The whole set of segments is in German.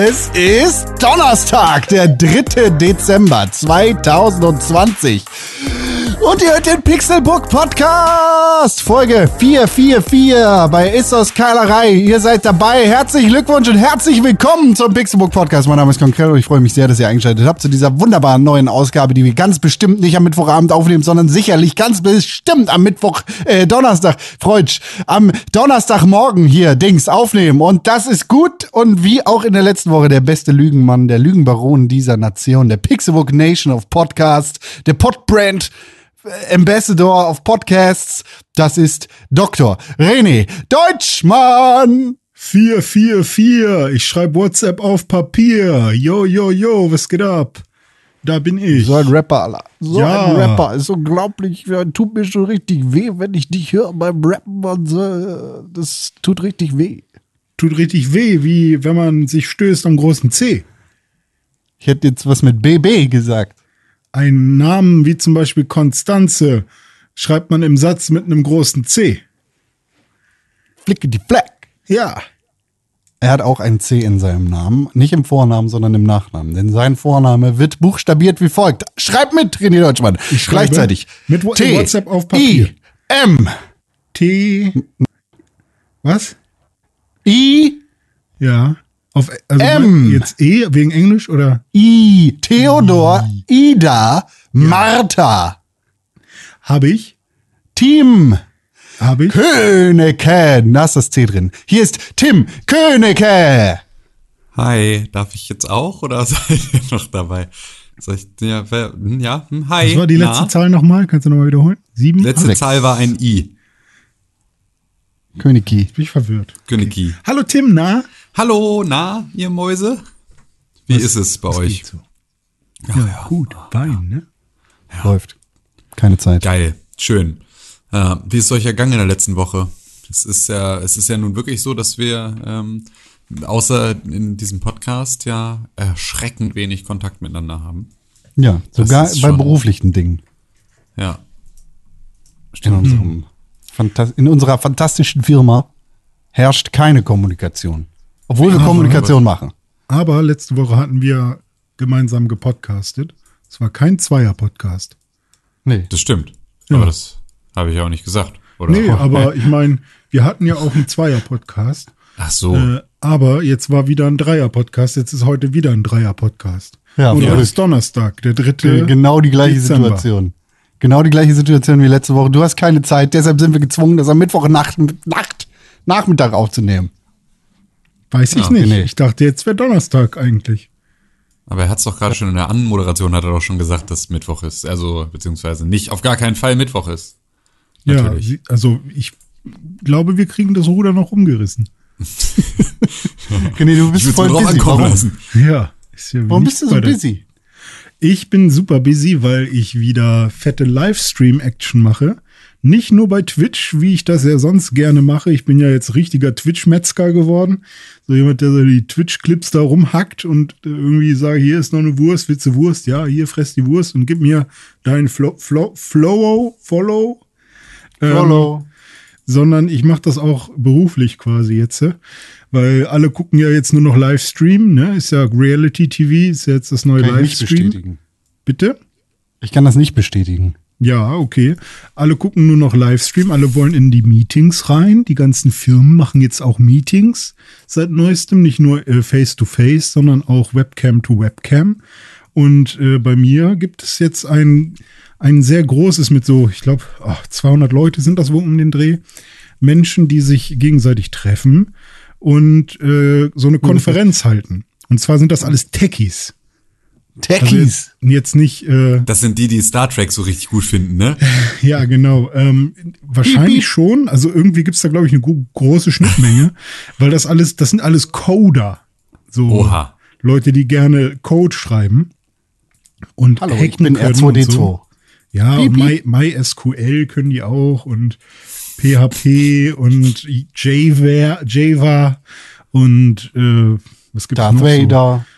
Es ist Donnerstag, der 3. Dezember 2020. Und ihr hört den Pixelbook Podcast, Folge 444 bei Issos Keilerei. Ihr seid dabei. Herzlichen Glückwunsch und herzlich willkommen zum Pixelbook Podcast. Mein Name ist Konkret und ich freue mich sehr, dass ihr eingeschaltet habt zu dieser wunderbaren neuen Ausgabe, die wir ganz bestimmt nicht am Mittwochabend aufnehmen, sondern sicherlich ganz bestimmt am Donnerstag, Freudsch, am Donnerstagmorgen hier aufnehmen. Und das ist gut und wie auch in der letzten Woche der beste Lügenmann, der Lügenbaron dieser Nation, der Pixelbook Nation of Podcast, der Podbrand Ambassador of Podcasts, das ist Dr. René Deutschmann. 444, ich schreibe WhatsApp auf Papier. Yo, yo, yo, was geht ab? Da bin ich. So ein Rapper, Alter. Ein Rapper. Ist unglaublich. Tut mir schon richtig weh, wenn ich dich höre beim Rappen. Und so. Das tut richtig weh. Tut richtig weh, wie wenn man sich stößt am großen C. Ich hätte jetzt was mit BB gesagt. Einen Namen wie zum Beispiel Konstanze schreibt man im Satz mit einem großen C. Flicke die Fleck. Ja. Er hat auch ein C in seinem Namen. Nicht im Vornamen, sondern im Nachnamen. Denn sein Vorname wird buchstabiert wie folgt. Schreib mit, René Deutschmann. Ich schreibe gleichzeitig. Mit WhatsApp auf Papier. I-M. T. Was? I. Ja. Also M. Jetzt E wegen Englisch oder? I. Theodor. Ida. Martha. Habe ich. Tim. Habe ich. Königke. Da ist das C drin. Hier ist Tim Königke. Hi, darf ich jetzt auch oder seid ihr noch dabei? Soll ich, hi. Was war die letzte Zahl nochmal? Kannst du nochmal wiederholen? 7? Letzte Zahl war ein I. Königki. Bin ich verwirrt. Königki. Okay. Hallo Tim, na? Hallo, ihr Mäuse? Wie ist es bei euch? So? Ja, gut. Wein, ne? Ja. Läuft. Keine Zeit. Geil. Schön. Wie ist es euch ergangen in der letzten Woche? Es ist ja nun wirklich so, dass wir außer in diesem Podcast ja erschreckend wenig Kontakt miteinander haben. Ja, sogar bei beruflichen Dingen. Ja. In unserer fantastischen Firma herrscht keine Kommunikation. Obwohl wir Kommunikation machen. Aber letzte Woche hatten wir gemeinsam gepodcastet. Es war kein Zweier-Podcast. Nee. Das stimmt. Ja. Aber das habe ich ja auch nicht gesagt. Oder? Nee, aber ich meine, wir hatten ja auch einen Zweier-Podcast. Ach so. Aber jetzt war wieder ein Dreier-Podcast. Jetzt ist heute wieder ein Dreier-Podcast. Ja, und heute ist Donnerstag, der 3. Genau die gleiche Dezember. Situation. Genau die gleiche Situation wie letzte Woche. Du hast keine Zeit, deshalb sind wir gezwungen, das am Nachmittag aufzunehmen. Weiß ich nicht. Nee. Ich dachte, jetzt wäre Donnerstag eigentlich. Aber er hat es doch gerade schon in der Anmoderation, hat er doch schon gesagt, dass Mittwoch ist. Also, beziehungsweise nicht, auf gar keinen Fall Mittwoch ist. Natürlich. Ja, also ich glaube, wir kriegen das Ruder noch umgerissen. René, du bist voll busy. Warum bist du so busy? Ich bin super busy, weil ich wieder fette Livestream-Action mache. Nicht nur bei Twitch, wie ich das ja sonst gerne mache. Ich bin ja jetzt richtiger Twitch-Metzger geworden. So jemand, der so die Twitch-Clips da rumhackt und irgendwie sagt, hier ist noch eine Wurst, willst du Wurst? Ja, hier, fress die Wurst und gib mir deinen Follow. Sondern ich mache das auch beruflich quasi jetzt. Weil alle gucken ja jetzt nur noch Livestream, ne? Ist ja Reality TV, ist ja jetzt das neue Livestream. Nicht bestätigen. Bitte? Ich kann das nicht bestätigen. Ja, okay. Alle gucken nur noch Livestream, alle wollen in die Meetings rein. Die ganzen Firmen machen jetzt auch Meetings seit neuestem, nicht nur Face-to-Face, sondern auch Webcam-to-Webcam. Und bei mir gibt es jetzt ein sehr großes mit so, ich glaube, 200 Leute sind das wohl um den Dreh. Menschen, die sich gegenseitig treffen und so eine Konferenz halten. Und zwar sind das alles Techies. Techies. Also jetzt nicht. Das sind die Star Trek so richtig gut finden, ne? Ja, genau. Wahrscheinlich schon. Also irgendwie gibt's da, glaube ich, eine große Schnittmenge, weil das sind alles Coder. So Oha. Leute, die gerne Code schreiben und Hallo, hacken ich bin können R2D2. und so. Ja, und MySQL können die auch und PHP und Java und was gibt's Darth noch Vader. So?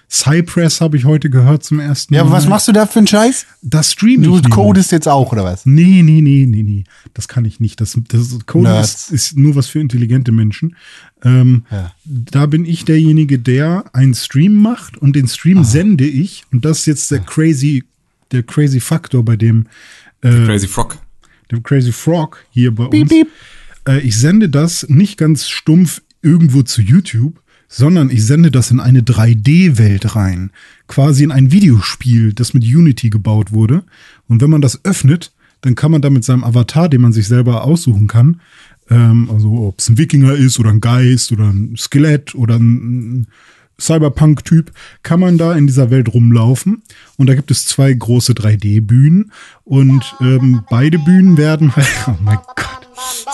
Cypress habe ich heute gehört zum ersten Mal. Ja, aber was machst du da für einen Scheiß? Das streame ich Du lieber. codest jetzt auch, oder was? Nee. Das kann ich nicht. Das Coden Nerds. ist nur was für intelligente Menschen. Ja. Da bin ich derjenige, der einen Stream macht und den Stream sende ich. Und das ist jetzt der crazy Faktor bei dem Crazy Frog. dem Crazy Frog hier bei uns. Piep, piep. Ich sende das nicht ganz stumpf irgendwo zu YouTube, sondern ich sende das in eine 3D-Welt rein. Quasi in ein Videospiel, das mit Unity gebaut wurde. Und wenn man das öffnet, dann kann man da mit seinem Avatar, den man sich selber aussuchen kann, also ob es ein Wikinger ist oder ein Geist oder ein Skelett oder ein Cyberpunk-Typ, kann man da in dieser Welt rumlaufen. Und da gibt es 2 große 3D-Bühnen. Und beide Bühnen werden halt, oh mein Gott,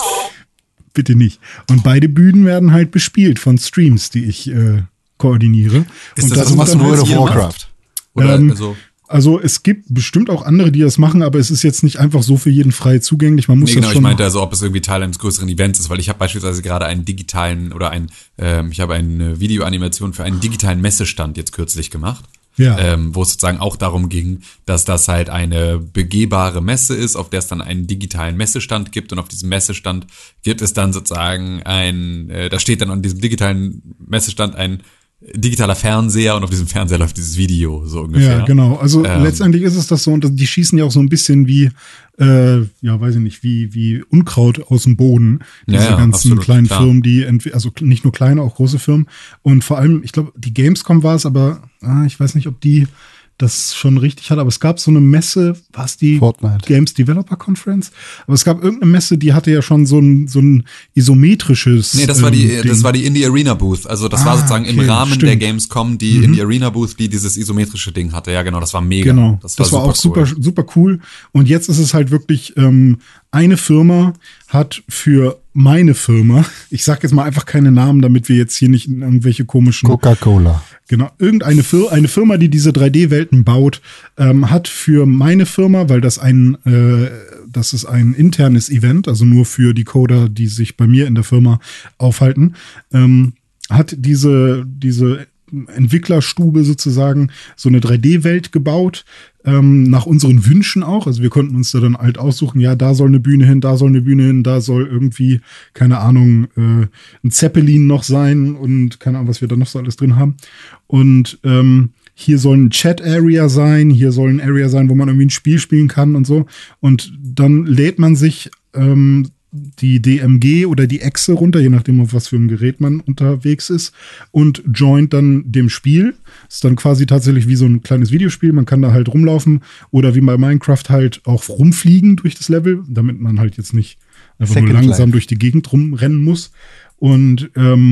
bitte nicht. Und beide Bühnen werden halt bespielt von Streams, die ich koordiniere. Ist und das da so, sind was dann du World jetzt of hier Warcraft? machst? Oder also es gibt bestimmt auch andere, die das machen, aber es ist jetzt nicht einfach so für jeden frei zugänglich. Man muss Nee, das genau, schon. ich meinte also, ob es irgendwie Teil eines größeren Events ist, weil ich habe beispielsweise gerade einen digitalen oder ich habe eine Videoanimation für einen digitalen Messestand jetzt kürzlich gemacht. Ja. Wo es sozusagen auch darum ging, dass das halt eine begehbare Messe ist, auf der es dann einen digitalen Messestand gibt und auf diesem Messestand gibt es dann sozusagen da steht dann an diesem digitalen Messestand ein digitaler Fernseher und auf diesem Fernseher läuft dieses Video, so ungefähr. Ja, genau. Also letztendlich ist es das so, und die schießen ja auch so ein bisschen wie, weiß ich nicht, wie Unkraut aus dem Boden. Diese ganzen absolut, kleinen klar. Firmen, die also nicht nur kleine, auch große Firmen. Und vor allem, ich glaube, die Gamescom war es, aber ich weiß nicht, ob die das schon richtig hat, aber es gab so eine Messe, war es die Fortnite. Games Developer Conference? Aber es gab irgendeine Messe, die hatte ja schon so ein isometrisches Nee, das war Ding. die Indie Arena Booth. Also das war sozusagen im okay, Rahmen stimmt. der Gamescom die Indie Arena Booth, die dieses isometrische Ding hatte. Ja, genau, das war mega. Genau, das war auch cool. super cool. Und jetzt ist es halt wirklich, eine Firma hat für meine Firma, ich sag jetzt mal einfach keine Namen, damit wir jetzt hier nicht in irgendwelche komischen Coca-Cola. Genau, eine Firma, die diese 3D-Welten baut, hat für meine Firma, weil das ist ein internes Event, also nur für die Coder, die sich bei mir in der Firma aufhalten, hat diese Entwicklerstube sozusagen so eine 3D-Welt gebaut, nach unseren Wünschen auch. Also wir konnten uns da dann halt aussuchen, ja, da soll eine Bühne hin, da soll eine Bühne hin, da soll irgendwie, keine Ahnung, ein Zeppelin noch sein und keine Ahnung, was wir da noch so alles drin haben. Und hier soll ein Chat-Area sein, hier soll ein Area sein, wo man irgendwie ein Spiel spielen kann und so. Und dann lädt man sich die DMG oder die Echse runter, je nachdem, auf was für ein Gerät man unterwegs ist, und joint dann dem Spiel. Ist dann quasi tatsächlich wie so ein kleines Videospiel. Man kann da halt rumlaufen oder wie bei Minecraft halt auch rumfliegen durch das Level, damit man halt jetzt nicht einfach Second nur langsam Life. durch die Gegend rumrennen muss. Und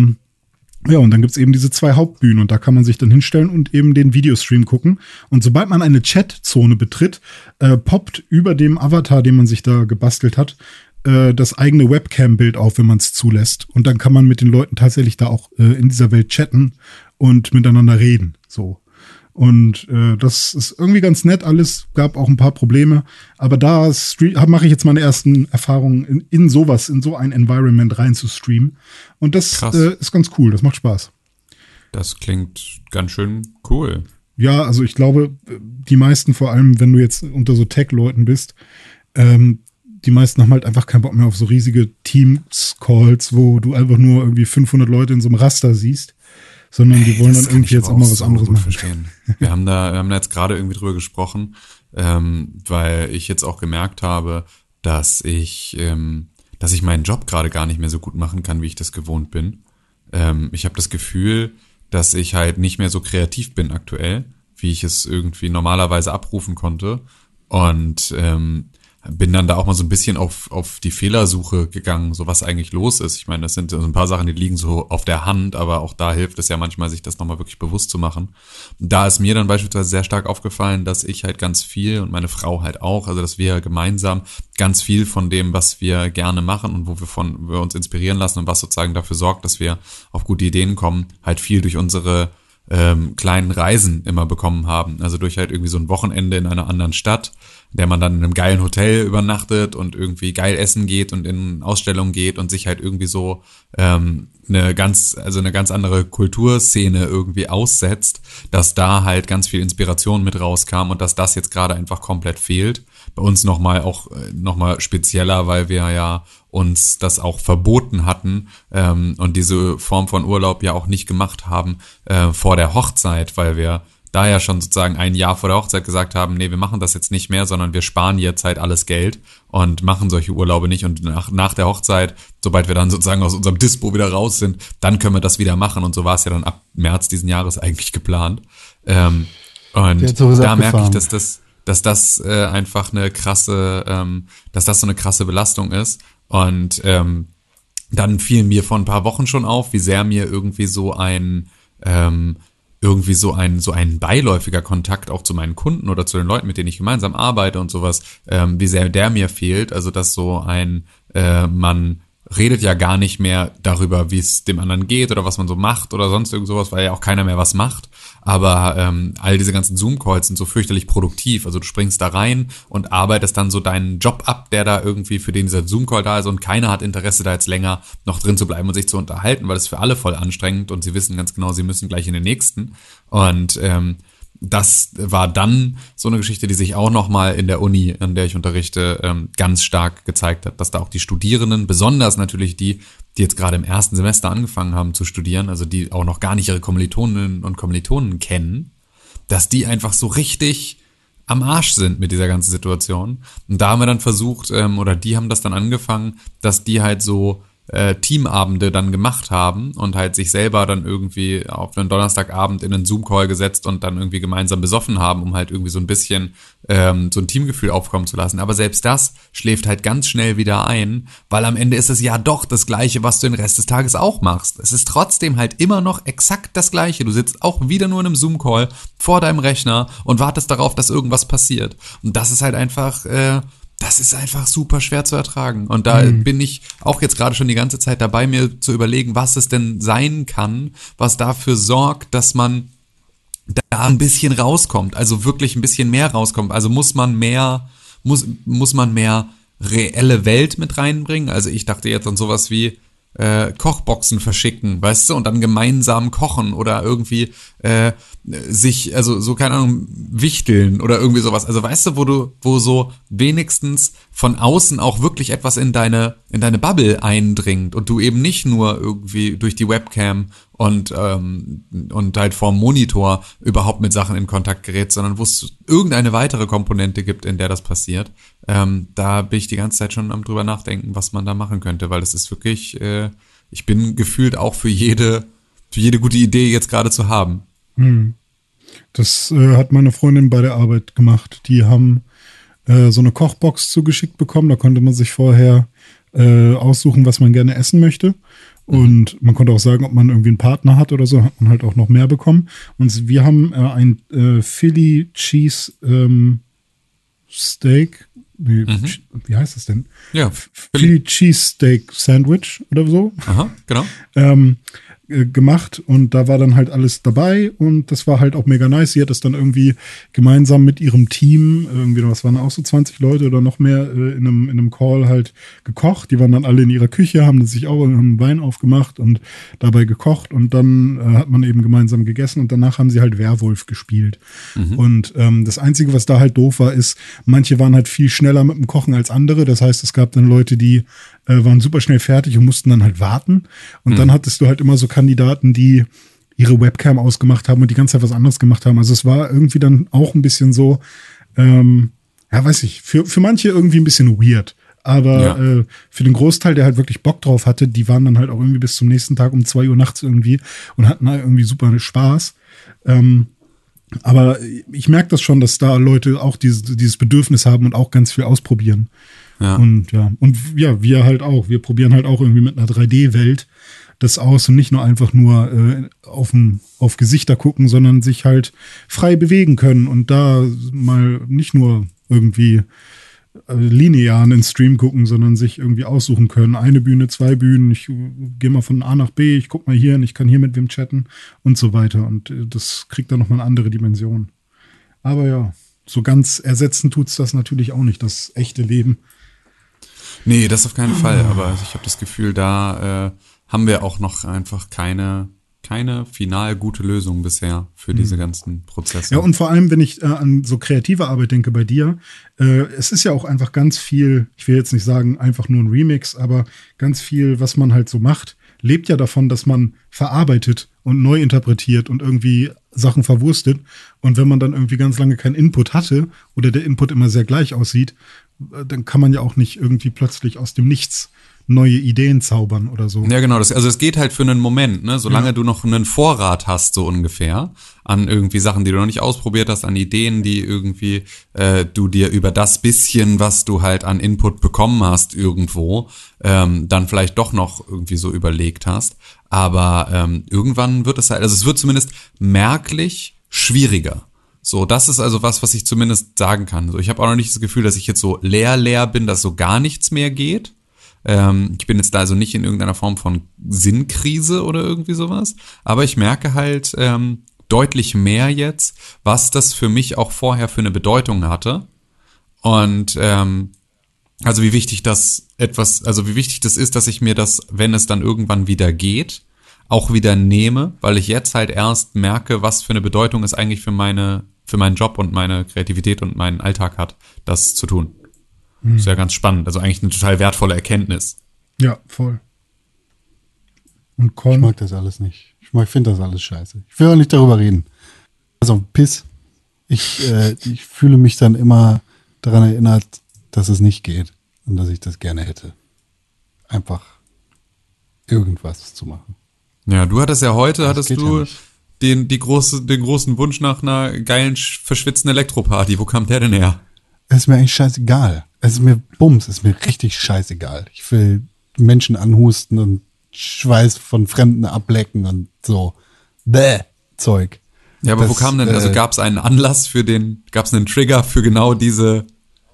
ja, und dann gibt's eben diese 2 Hauptbühnen und da kann man sich dann hinstellen und eben den Videostream gucken. Und sobald man eine Chatzone betritt, poppt über dem Avatar, den man sich da gebastelt hat, das eigene Webcam-Bild auf, wenn man es zulässt. Und dann kann man mit den Leuten tatsächlich da auch in dieser Welt chatten und miteinander reden. So. Und das ist irgendwie ganz nett alles, gab auch ein paar Probleme. Aber da mache ich jetzt meine ersten Erfahrungen in so ein Environment rein zu streamen. Und das ist ganz cool, das macht Spaß. Das klingt ganz schön cool. Ja, also ich glaube, die meisten, vor allem wenn du jetzt unter so Tech-Leuten bist, die meisten haben halt einfach keinen Bock mehr auf so riesige Teams-Calls, wo du einfach nur irgendwie 500 Leute in so einem Raster siehst, sondern die wollen dann irgendwie jetzt auch mal was anderes machen. Verstehen. Wir haben da jetzt gerade irgendwie drüber gesprochen, weil ich jetzt auch gemerkt habe, dass ich meinen Job gerade gar nicht mehr so gut machen kann, wie ich das gewohnt bin. Ich habe das Gefühl, dass ich halt nicht mehr so kreativ bin aktuell, wie ich es irgendwie normalerweise abrufen konnte. Und bin dann da auch mal so ein bisschen auf die Fehlersuche gegangen, so was eigentlich los ist. Ich meine, das sind so ein paar Sachen, die liegen so auf der Hand, aber auch da hilft es ja manchmal, sich das nochmal wirklich bewusst zu machen. Da ist mir dann beispielsweise sehr stark aufgefallen, dass ich halt ganz viel und meine Frau halt auch, also dass wir gemeinsam ganz viel von dem, was wir gerne machen und wo wir uns inspirieren lassen und was sozusagen dafür sorgt, dass wir auf gute Ideen kommen, halt viel durch unsere kleinen Reisen immer bekommen haben. Also durch halt irgendwie so ein Wochenende in einer anderen Stadt, der man dann in einem geilen Hotel übernachtet und irgendwie geil essen geht und in Ausstellungen geht und sich halt irgendwie so eine ganz andere Kulturszene irgendwie aussetzt, dass da halt ganz viel Inspiration mit rauskam und dass das jetzt gerade einfach komplett fehlt. Bei uns nochmal spezieller, weil wir ja uns das auch verboten hatten und diese Form von Urlaub ja auch nicht gemacht haben vor der Hochzeit, weil wir da ja schon sozusagen ein Jahr vor der Hochzeit gesagt haben, nee, wir machen das jetzt nicht mehr, sondern wir sparen jetzt halt alles Geld und machen solche Urlaube nicht. Und nach der Hochzeit, sobald wir dann sozusagen aus unserem Dispo wieder raus sind, dann können wir das wieder machen. Und so war es ja dann ab März diesen Jahres eigentlich geplant. Und da merke ich, dass das einfach eine krasse, dass das so eine krasse Belastung ist. Und dann fiel mir vor ein paar Wochen schon auf, wie sehr mir irgendwie so ein beiläufiger Kontakt auch zu meinen Kunden oder zu den Leuten, mit denen ich gemeinsam arbeite und sowas, wie sehr der mir fehlt. Also dass man redet ja gar nicht mehr darüber, wie es dem anderen geht oder was man so macht oder sonst irgend sowas, weil ja auch keiner mehr was macht. Aber all diese ganzen Zoom-Calls sind so fürchterlich produktiv. Also du springst da rein und arbeitest dann so deinen Job ab, der da irgendwie, für den dieser Zoom-Call da ist, und keiner hat Interesse, da jetzt länger noch drin zu bleiben und sich zu unterhalten, weil es für alle voll anstrengend und sie wissen ganz genau, sie müssen gleich in den nächsten. Und das war dann so eine Geschichte, die sich auch nochmal in der Uni, an der ich unterrichte, ganz stark gezeigt hat, dass da auch die Studierenden, besonders natürlich die jetzt gerade im ersten Semester angefangen haben zu studieren, also die auch noch gar nicht ihre Kommilitoninnen und Kommilitonen kennen, dass die einfach so richtig am Arsch sind mit dieser ganzen Situation. Und da haben wir dann versucht, oder die haben das dann angefangen, dass die halt so Teamabende dann gemacht haben und halt sich selber dann irgendwie auf einen Donnerstagabend in einen Zoom-Call gesetzt und dann irgendwie gemeinsam besoffen haben, um halt irgendwie so ein bisschen so ein Teamgefühl aufkommen zu lassen. Aber selbst das schläft halt ganz schnell wieder ein, weil am Ende ist es ja doch das Gleiche, was du den Rest des Tages auch machst. Es ist trotzdem halt immer noch exakt das Gleiche. Du sitzt auch wieder nur in einem Zoom-Call vor deinem Rechner und wartest darauf, dass irgendwas passiert. Und das ist halt einfach super schwer zu ertragen. Und da bin ich auch jetzt gerade schon die ganze Zeit dabei, mir zu überlegen, was es denn sein kann, was dafür sorgt, dass man da ein bisschen rauskommt, also wirklich ein bisschen mehr rauskommt. Also muss man mehr reelle Welt mit reinbringen. Also ich dachte jetzt an sowas wie Kochboxen verschicken, weißt du, und dann gemeinsam kochen oder irgendwie keine Ahnung, wichteln oder irgendwie sowas. Also weißt du, wo so wenigstens von außen auch wirklich etwas in deine Bubble eindringt und du eben nicht nur irgendwie durch die Webcam und halt vorm Monitor überhaupt mit Sachen in Kontakt gerätst, sondern wo es irgendeine weitere Komponente gibt, in der das passiert. Da bin ich die ganze Zeit schon am drüber nachdenken, was man da machen könnte, weil das ist wirklich, ich bin gefühlt auch für jede gute Idee jetzt gerade zu haben. Das hat meine Freundin bei der Arbeit gemacht. Die haben so eine Kochbox zugeschickt bekommen. Da konnte man sich vorher aussuchen, was man gerne essen möchte. Und man konnte auch sagen, ob man irgendwie einen Partner hat oder so, hat man halt auch noch mehr bekommen. Und wir haben ein Philly Cheese Steak, wie heißt das denn? Ja, Philly Cheese Steak Sandwich oder so. Aha, genau. Gemacht und da war dann halt alles dabei und das war halt auch mega nice. Sie hat das dann irgendwie gemeinsam mit ihrem Team, irgendwie, was waren auch so 20 Leute oder noch mehr, in einem Call halt gekocht. Die waren dann alle in ihrer Küche, haben sich auch einen Wein aufgemacht und dabei gekocht und dann hat man eben gemeinsam gegessen und danach haben sie halt Werwolf gespielt. Und das Einzige, was da halt doof war, ist, manche waren halt viel schneller mit dem Kochen als andere. Das heißt, es gab dann Leute, die waren super schnell fertig und mussten dann halt warten. Und dann hattest du halt immer so Kandidaten, die ihre Webcam ausgemacht haben und die ganze Zeit was anderes gemacht haben. Also es war irgendwie dann auch ein bisschen so, weiß ich, für manche irgendwie ein bisschen weird. Aber für den Großteil, der halt wirklich Bock drauf hatte, die waren dann halt auch irgendwie bis zum nächsten Tag um 2 Uhr nachts irgendwie und hatten halt irgendwie super Spaß. Aber ich merke das schon, dass da Leute auch dieses Bedürfnis haben und auch ganz viel ausprobieren. Ja. Und wir halt auch. Wir probieren halt auch irgendwie mit einer 3D-Welt das aus und nicht nur einfach nur auf Gesichter gucken, sondern sich halt frei bewegen können und da mal nicht nur irgendwie linear einen Stream gucken, sondern sich irgendwie aussuchen können. Eine Bühne, 2 Bühnen, ich gehe mal von A nach B, ich guck mal hier und ich kann hier mit wem chatten und so weiter. Und das kriegt dann nochmal eine andere Dimension. Aber ja. so ganz ersetzen tut's das natürlich auch nicht, das echte Leben. Nee, das auf keinen Fall. Aber ich habe das Gefühl, da haben wir auch noch einfach keine final gute Lösung bisher für diese ganzen Prozesse. Ja, und vor allem, wenn ich an so kreative Arbeit denke bei dir, es ist ja auch einfach ganz viel, ich will jetzt nicht sagen einfach nur ein Remix, aber ganz viel, was man halt so macht, lebt ja davon, dass man verarbeitet und neu interpretiert und irgendwie Sachen verwurstet. Und wenn man dann irgendwie ganz lange keinen Input hatte oder der Input immer sehr gleich aussieht, dann kann man ja auch nicht irgendwie plötzlich aus dem Nichts neue Ideen zaubern oder so. Ja, genau. Also es geht halt für einen Moment, ne? Solange du noch einen Vorrat hast, so ungefähr, an irgendwie Sachen, die du noch nicht ausprobiert hast, an Ideen, die irgendwie du dir über das bisschen, was du halt an Input bekommen hast irgendwo, dann vielleicht doch noch irgendwie so überlegt hast. Aber irgendwann wird es halt, also es wird zumindest merklich schwieriger. So, das ist also was ich zumindest sagen kann. So, ich habe auch noch nicht das Gefühl, dass ich jetzt so leer bin, dass so gar nichts mehr geht. Ich bin jetzt da also nicht in irgendeiner Form von Sinnkrise oder irgendwie sowas, aber ich merke halt deutlich mehr jetzt, was das für mich auch vorher für eine Bedeutung hatte und also wie wichtig das ist, dass ich mir das, wenn es dann irgendwann wieder geht, auch wieder nehme, weil ich jetzt halt erst merke, was für eine Bedeutung es eigentlich für meinen Job und meine Kreativität und meinen Alltag hat, das zu tun. Ist ja ganz spannend. Also eigentlich eine total wertvolle Erkenntnis. Ja, voll. Und Ich mag das alles nicht. Ich finde das alles scheiße. Ich will auch nicht darüber reden. Also Piss. Ich fühle mich dann immer daran erinnert, dass es nicht geht und dass ich das gerne hätte. Einfach irgendwas zu machen. Ja, du hattest ja heute, Das geht ja nicht. den großen Wunsch nach einer geilen, verschwitzten Elektroparty. Wo kam der denn her? Es ist mir eigentlich scheißegal. Es ist mir Bums, es ist mir richtig scheißegal. Ich will Menschen anhusten und Schweiß von Fremden ablecken und so. Bäh, Zeug. Ja, aber wo kam denn, also gab es einen Anlass gab es einen Trigger für genau diese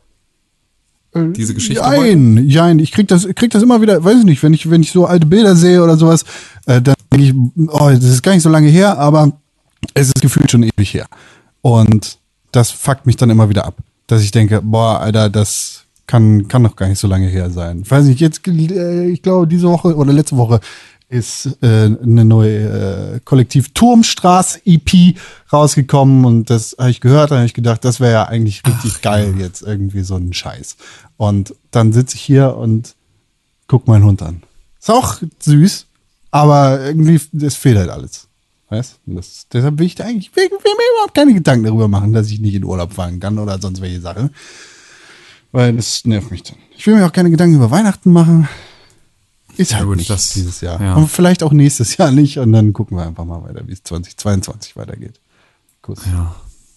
Geschichte? Jein, ich krieg das immer wieder, weiß ich nicht, wenn ich so alte Bilder sehe oder sowas, dann denke ich, oh, das ist gar nicht so lange her, aber es ist gefühlt schon ewig her. Und das fuckt mich dann immer wieder ab, dass ich denke, boah, Alter, das kann doch gar nicht so lange her sein. Ich weiß nicht, ich glaube, diese Woche oder letzte Woche ist eine neue Kollektiv Turmstraß EP rausgekommen und das habe ich gehört, da habe ich gedacht, das wäre ja eigentlich richtig geil jetzt irgendwie so ein Scheiß. Und dann sitze ich hier und guck meinen Hund an. Ist auch süß, aber irgendwie, es fehlt halt alles. Weißt? Und deshalb will ich mir überhaupt keine Gedanken darüber machen, dass ich nicht in Urlaub fahren kann oder sonst welche Sache. Weil das nervt mich dann. Ich will mir auch keine Gedanken über Weihnachten machen. Ist halt nicht dieses Jahr. Ja. Und vielleicht auch nächstes Jahr nicht. Und dann gucken wir einfach mal weiter, wie es 2022 weitergeht. Kuss. Ja.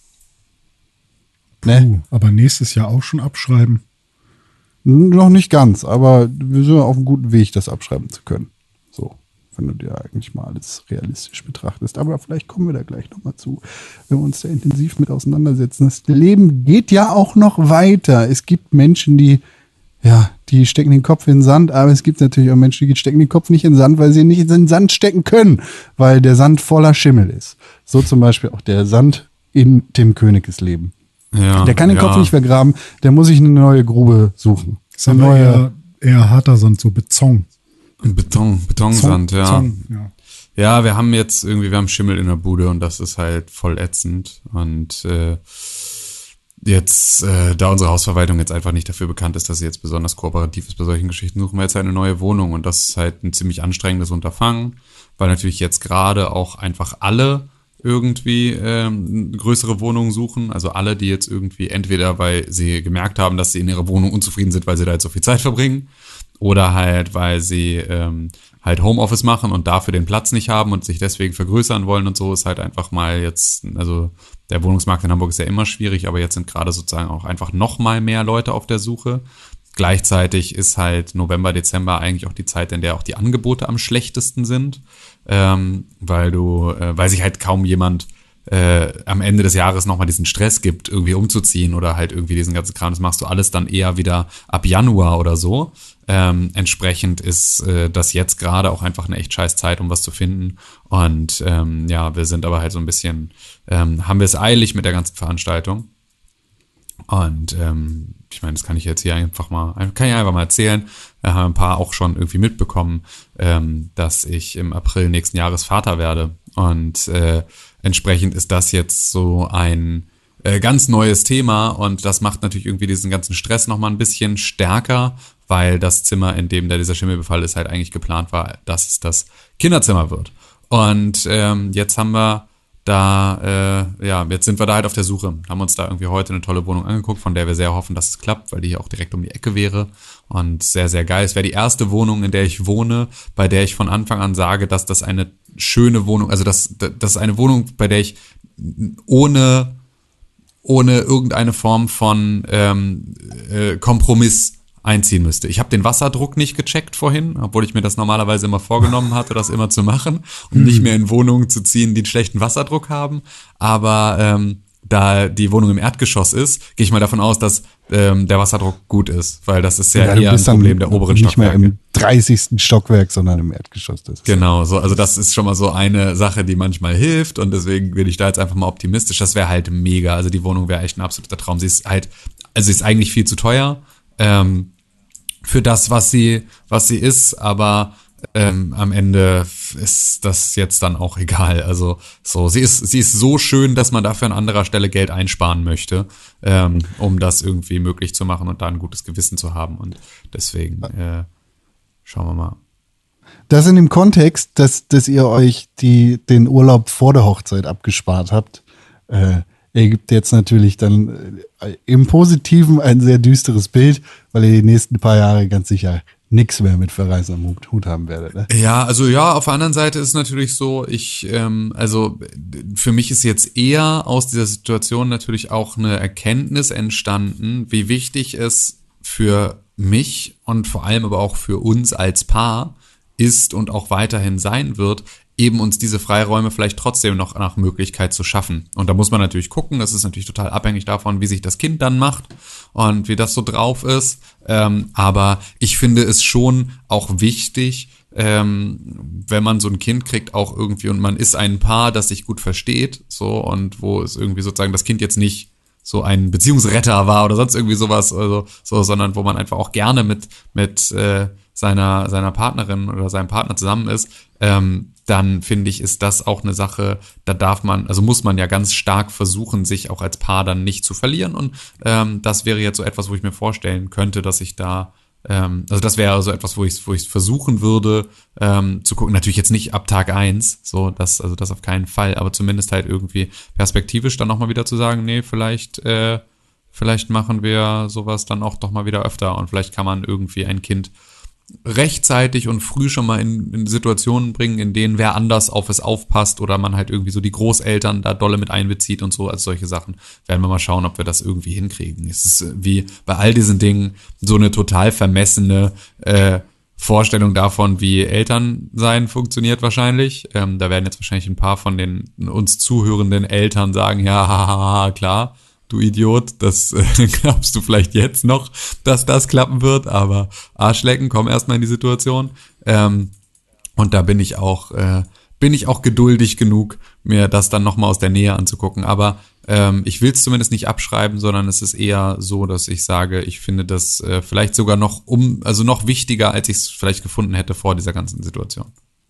Ne? Aber nächstes Jahr auch schon abschreiben. Noch nicht ganz, aber wir sind auf einem guten Weg, das abschreiben zu können. So, wenn du dir eigentlich mal alles realistisch betrachtest. Aber vielleicht kommen wir da gleich nochmal zu, wenn wir uns da intensiv mit auseinandersetzen. Das Leben geht ja auch noch weiter. Es gibt Menschen, die stecken den Kopf in den Sand, aber es gibt natürlich auch Menschen, die stecken den Kopf nicht in den Sand, weil sie nicht in den Sand stecken können, weil der Sand voller Schimmel ist. So zum Beispiel auch der Sand in Tim Königes Leben. Ja, Der kann den Kopf nicht vergraben, der muss sich eine neue Grube suchen. Das ist aber eher harter Sand, so Beton. Betonsand, ja. Beton, ja. Ja, wir haben Schimmel in der Bude und das ist halt voll ätzend. Und jetzt, da unsere Hausverwaltung jetzt einfach nicht dafür bekannt ist, dass sie jetzt besonders kooperativ ist bei solchen Geschichten, suchen wir jetzt halt eine neue Wohnung. Und das ist halt ein ziemlich anstrengendes Unterfangen, weil natürlich jetzt gerade auch einfach alle irgendwie größere Wohnungen suchen. Also alle, die jetzt irgendwie entweder, weil sie gemerkt haben, dass sie in ihrer Wohnung unzufrieden sind, weil sie da jetzt so viel Zeit verbringen, oder halt, weil sie halt Homeoffice machen und dafür den Platz nicht haben und sich deswegen vergrößern wollen und so, ist halt einfach mal jetzt, also der Wohnungsmarkt in Hamburg ist ja immer schwierig, aber jetzt sind gerade sozusagen auch einfach noch mal mehr Leute auf der Suche. Gleichzeitig ist halt November, Dezember eigentlich auch die Zeit, in der auch die Angebote am schlechtesten sind, weil sich halt kaum jemand am Ende des Jahres nochmal diesen Stress gibt, irgendwie umzuziehen oder halt irgendwie diesen ganzen Kram. Das machst du alles dann eher wieder ab Januar oder so. Entsprechend ist das jetzt gerade auch einfach eine echt scheiß Zeit, um was zu finden. Und wir sind aber halt so ein bisschen, haben wir es eilig mit der ganzen Veranstaltung. Und ich meine, das kann ich jetzt hier einfach mal erzählen. Wir haben ein paar auch schon irgendwie mitbekommen, dass ich im April nächsten Jahres Vater werde. Und entsprechend ist das jetzt so ein ganz neues Thema und das macht natürlich irgendwie diesen ganzen Stress nochmal ein bisschen stärker, weil das Zimmer, in dem da dieser Schimmelbefall ist, halt eigentlich geplant war, dass es das Kinderzimmer wird. Und jetzt haben wir jetzt sind wir da halt auf der Suche, haben uns da irgendwie heute eine tolle Wohnung angeguckt, von der wir sehr hoffen, dass es klappt, weil die hier auch direkt um die Ecke wäre und sehr, sehr geil. Es wäre die erste Wohnung, in der ich wohne, bei der ich von Anfang an sage, dass das eine schöne Wohnung, also das ist eine Wohnung, bei der ich ohne irgendeine Form von Kompromiss einziehen müsste. Ich habe den Wasserdruck nicht gecheckt vorhin, obwohl ich mir das normalerweise immer vorgenommen hatte, das immer zu machen, um nicht mehr in Wohnungen zu ziehen, die einen schlechten Wasserdruck haben. Aber da die Wohnung im Erdgeschoss ist, gehe ich mal davon aus, dass der Wasserdruck gut ist, weil das ist ja eher ein Problem der oberen Stockwerke. Nicht mehr im 30. Stockwerk, sondern im Erdgeschoss. Genau, so, also das ist schon mal so eine Sache, die manchmal hilft und deswegen bin ich da jetzt einfach mal optimistisch. Das wäre halt mega, also die Wohnung wäre echt ein absoluter Traum. Sie ist eigentlich viel zu teuer für das, was sie ist, aber am Ende ist das jetzt dann auch egal. Also so, sie ist so schön, dass man dafür an anderer Stelle Geld einsparen möchte, um das irgendwie möglich zu machen und da ein gutes Gewissen zu haben. Und deswegen schauen wir mal. Das in dem Kontext, dass ihr euch den Urlaub vor der Hochzeit abgespart habt, ergibt jetzt natürlich dann im Positiven ein sehr düsteres Bild, weil ihr die nächsten paar Jahre ganz sicher nichts mehr mit Verreisen am Hut haben werdet. Ne? Ja, also ja, auf der anderen Seite ist es natürlich so, also für mich ist jetzt eher aus dieser Situation natürlich auch eine Erkenntnis entstanden, wie wichtig es für mich und vor allem aber auch für uns als Paar ist und auch weiterhin sein wird, eben uns diese Freiräume vielleicht trotzdem noch nach Möglichkeit zu schaffen. Und da muss man natürlich gucken, das ist natürlich total abhängig davon, wie sich das Kind dann macht und wie das so drauf ist. Aber ich finde es schon auch wichtig, wenn man so ein Kind kriegt, auch irgendwie, und man ist ein Paar, das sich gut versteht, so, und wo es irgendwie sozusagen das Kind jetzt nicht so ein Beziehungsretter war oder sonst irgendwie sowas, also so, sondern wo man einfach auch gerne mit seiner Partnerin oder seinem Partner zusammen ist, dann finde ich, ist das auch eine Sache, da muss man ja ganz stark versuchen, sich auch als Paar dann nicht zu verlieren, und das wäre jetzt so etwas, wo ich mir vorstellen könnte, dass ich da, also das wäre so etwas, wo ich versuchen würde, zu gucken, natürlich jetzt nicht ab Tag 1, so, das auf keinen Fall, aber zumindest halt irgendwie perspektivisch dann nochmal wieder zu sagen, nee, vielleicht machen wir sowas dann auch doch mal wieder öfter, und vielleicht kann man irgendwie ein Kind rechtzeitig und früh schon mal in Situationen bringen, in denen wer anders auf es aufpasst oder man halt irgendwie so die Großeltern da dolle mit einbezieht und so, also solche Sachen. Werden wir mal schauen, ob wir das irgendwie hinkriegen. Es ist wie bei all diesen Dingen so eine total vermessene Vorstellung davon, wie Elternsein funktioniert wahrscheinlich. Da werden jetzt wahrscheinlich ein paar von den uns zuhörenden Eltern sagen, ja, haha, klar, du Idiot, das glaubst du vielleicht jetzt noch, dass das klappen wird, aber Arschlecken, komm erstmal in die Situation. Und da bin ich auch geduldig genug, mir das dann nochmal aus der Nähe anzugucken. Aber ich will es zumindest nicht abschreiben, sondern es ist eher so, dass ich sage, ich finde das vielleicht sogar noch noch wichtiger, als ich es vielleicht gefunden hätte vor dieser ganzen Situation.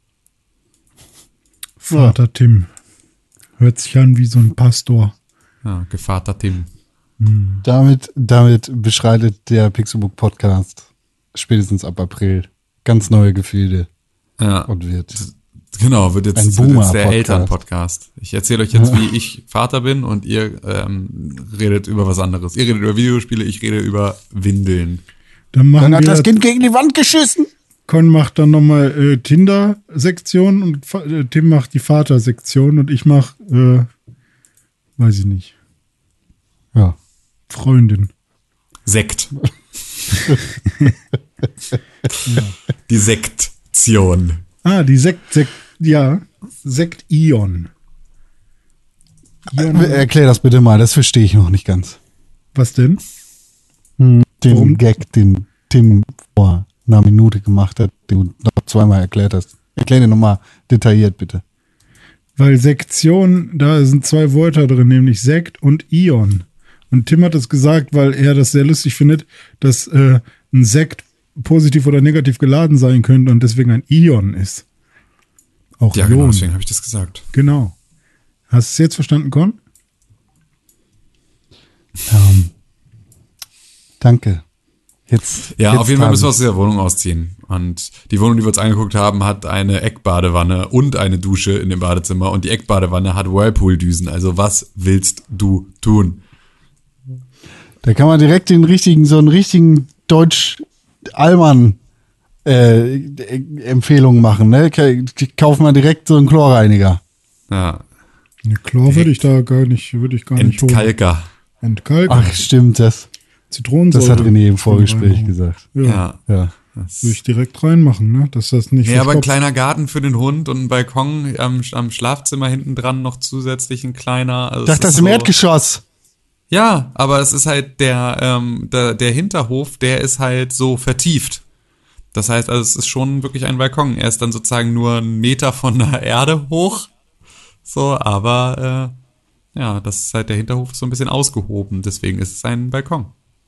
Vater Tim. Hört sich an wie so ein Pastor. Ja, Gevater Tim. Damit beschreitet der Pixelbook Podcast spätestens ab April ganz neue Gefühle. Ja. Und wird jetzt der Eltern-Podcast. Ich erzähle euch jetzt, wie ich Vater bin, und ihr redet über was anderes. Ihr redet über Videospiele, ich rede über Windeln. Dann hat das Kind gegen die Wand geschissen. Con macht dann nochmal Tinder-Sektion und Tim macht die Vater-Sektion und ich mach weiß ich nicht. Ja. Freundin. Sekt. Die Sektion. Die Sekt-Ion. Erklär das bitte mal, das verstehe ich noch nicht ganz. Was denn? Den Gag, den Tim vor einer Minute gemacht hat, den du noch zweimal erklärt hast. Erklär den nochmal detailliert, bitte. Weil Sektion, da sind zwei Wörter drin, nämlich Sekt und Ion. Und Tim hat es gesagt, weil er das sehr lustig findet, dass ein Sekt positiv oder negativ geladen sein könnte und deswegen ein Ion ist. Auch Ja, Ion. genau, deswegen habe ich das gesagt. Genau. Hast du es jetzt verstanden, Con? Danke. Jetzt Auf jeden Fall habe müssen wir ich's. aus dieser Wohnung ausziehen. Und die Wohnung, die wir uns angeguckt haben, hat eine Eckbadewanne und eine Dusche in dem Badezimmer. Und die Eckbadewanne hat Whirlpool-Düsen. Also was willst du tun? Da kann man direkt so einen richtigen Deutsch-Allmann Empfehlungen machen, ne? Kaufen wir direkt so einen Chlorreiniger. Ja, Eine Chlor würde ich gar nicht holen. Entkalker. Entkalker. Ach, stimmt, das Zitronensäure. hat René im Vorgespräch Reinhauen. gesagt. Ja. Ja. Würde ich direkt reinmachen, ne? Dass das nicht Ja, aber ein verstopft. kleiner Garten für den Hund und ein Balkon am Schlafzimmer hinten dran noch zusätzlich ein kleiner. Also Ich dachte, das ist im Erdgeschoss. Ja, aber es ist halt der Hinterhof, der ist halt so vertieft. Das heißt, also es ist schon wirklich ein Balkon. Er ist dann sozusagen nur 1 Meter von der Erde hoch. So, aber das ist halt, der Hinterhof ist so ein bisschen ausgehoben. Deswegen ist es ein Balkon.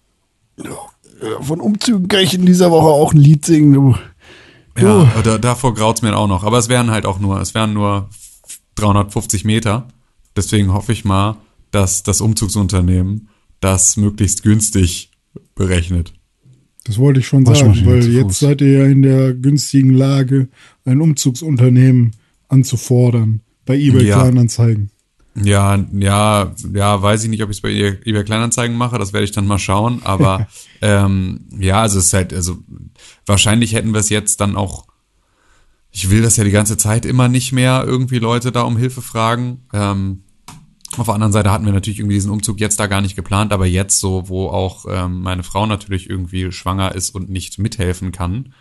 Von Umzügen kann ich in dieser Woche auch ein Lied singen, du. Ja, davor graut's mir auch noch. Aber es wären nur 350 Meter. Deswegen hoffe ich mal, dass das Umzugsunternehmen das möglichst günstig berechnet. Das wollte ich schon sagen, Waschmaschine weil zu jetzt Fuß. seid ihr ja in der günstigen Lage, ein Umzugsunternehmen anzufordern bei eBay Ja. Kleinanzeigen. Ja, weiß ich nicht, ob ich es bei eBay Kleinanzeigen mache, das werde ich dann mal schauen, aber also es ist halt, also wahrscheinlich hätten wir es jetzt dann auch, ich will das ja die ganze Zeit immer nicht mehr irgendwie Leute da um Hilfe fragen. Auf der anderen Seite hatten wir natürlich irgendwie diesen Umzug jetzt da gar nicht geplant, aber jetzt so, wo auch meine Frau natürlich irgendwie schwanger ist und nicht mithelfen kann,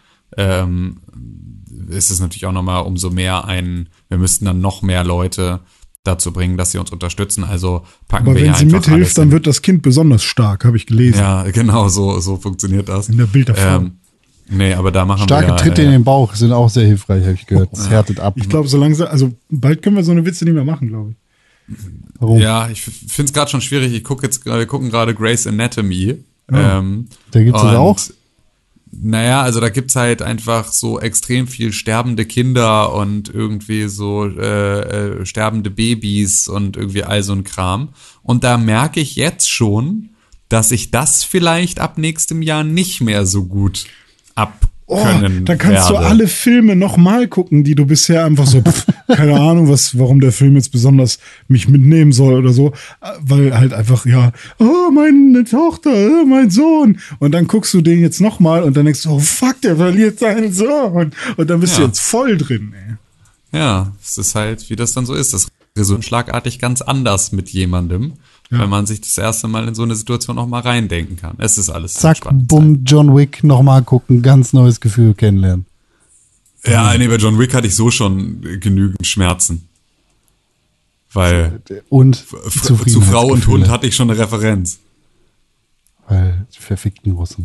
ist es natürlich auch nochmal umso mehr wir müssten dann noch mehr Leute dazu bringen, dass sie uns unterstützen. Also packen Aber wir wenn ja sie einfach alles mithilft, dann in- wird das Kind besonders stark, habe ich gelesen. Ja, genau, so funktioniert das. In der Bild davor. Nee, aber da machen Starke wir Tritte in den Bauch sind auch sehr hilfreich, habe ich gehört. Das härtet ab. Ich glaube, so langsam, also bald können wir so eine Witze nicht mehr machen, glaube ich. Warum? Ja, ich finde es gerade schon schwierig. Wir gucken gerade Grey's Anatomy. Da gibt's das und, auch? Naja, also da gibt's halt einfach so extrem viel sterbende Kinder und irgendwie so sterbende Babys und irgendwie all so ein Kram. Und da merke ich jetzt schon, dass ich das vielleicht ab nächstem Jahr nicht mehr so gut abkönnen Dann kannst du werde. alle Filme nochmal gucken, die du bisher einfach so, keine Ahnung, warum der Film jetzt besonders mich mitnehmen soll oder so, weil halt einfach, meine Tochter, mein Sohn. Und dann guckst du den jetzt nochmal und dann denkst du, oh fuck, der verliert seinen Sohn. Und dann bist du Ja. jetzt voll drin, ey. Ja, es ist halt, wie das dann so ist. Das resoniert schlagartig ganz anders mit jemandem, wenn man sich das erste Mal in so eine Situation auch mal reindenken kann. Es ist alles Zack, spannend. bumm, John Wick, nochmal gucken, ganz neues Gefühl kennenlernen. Ja, nee, bei John Wick hatte ich so schon genügend Schmerzen. Weil Und zu Frau und Hund hatte ich schon eine Referenz. Weil die verfickten Russen.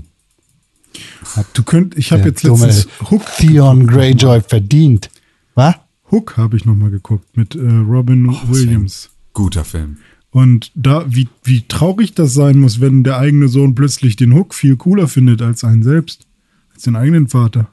Ich habe Der jetzt letztens dumme Theon Greyjoy verdient. Was? Hook habe ich nochmal geguckt mit Robin Williams. Guter Film. Und da, wie traurig das sein muss, wenn der eigene Sohn plötzlich den Hook viel cooler findet als einen selbst. Als den eigenen Vater.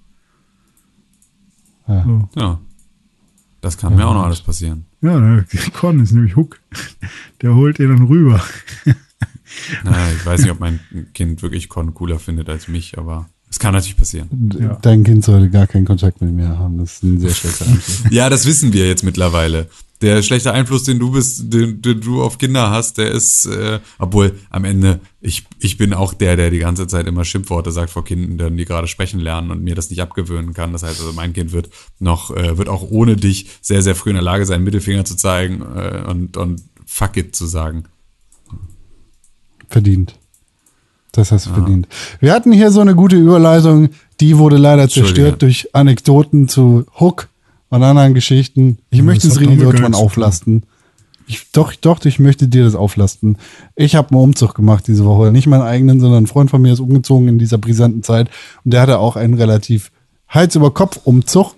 Ja. So. Ja. Das kann mir auch noch alles passieren. Ja, der Con ist nämlich Hook. Der holt ihn dann rüber. Na, ich weiß nicht, ob mein Kind wirklich Con cooler findet als mich, aber es kann natürlich passieren. Ja. Dein Kind sollte gar keinen Kontakt mit mir haben. Das ist ein sehr schlechter Einfluss. Ja, das wissen wir jetzt mittlerweile. Der schlechte Einfluss, den du auf Kinder hast, der ist, obwohl am Ende, ich bin auch der die ganze Zeit immer Schimpfworte sagt vor Kindern, die gerade sprechen lernen und mir das nicht abgewöhnen kann. Das heißt also, mein Kind wird auch ohne dich sehr, sehr früh in der Lage sein, Mittelfinger zu zeigen und fuck it zu sagen. Verdient. Das hast du verdient. Wir hatten hier so eine gute Überleitung, die wurde leider Entschuldige. zerstört durch Anekdoten zu Hook und anderen Geschichten. Ich möchte das es hat René damit gar Deutschmann nichts zu tun. auflasten. Ich möchte dir das auflasten. Ich habe einen Umzug gemacht diese Woche. Nicht meinen eigenen, sondern ein Freund von mir ist umgezogen in dieser brisanten Zeit. Und der hatte auch einen relativ Hals-über-Kopf-Umzug.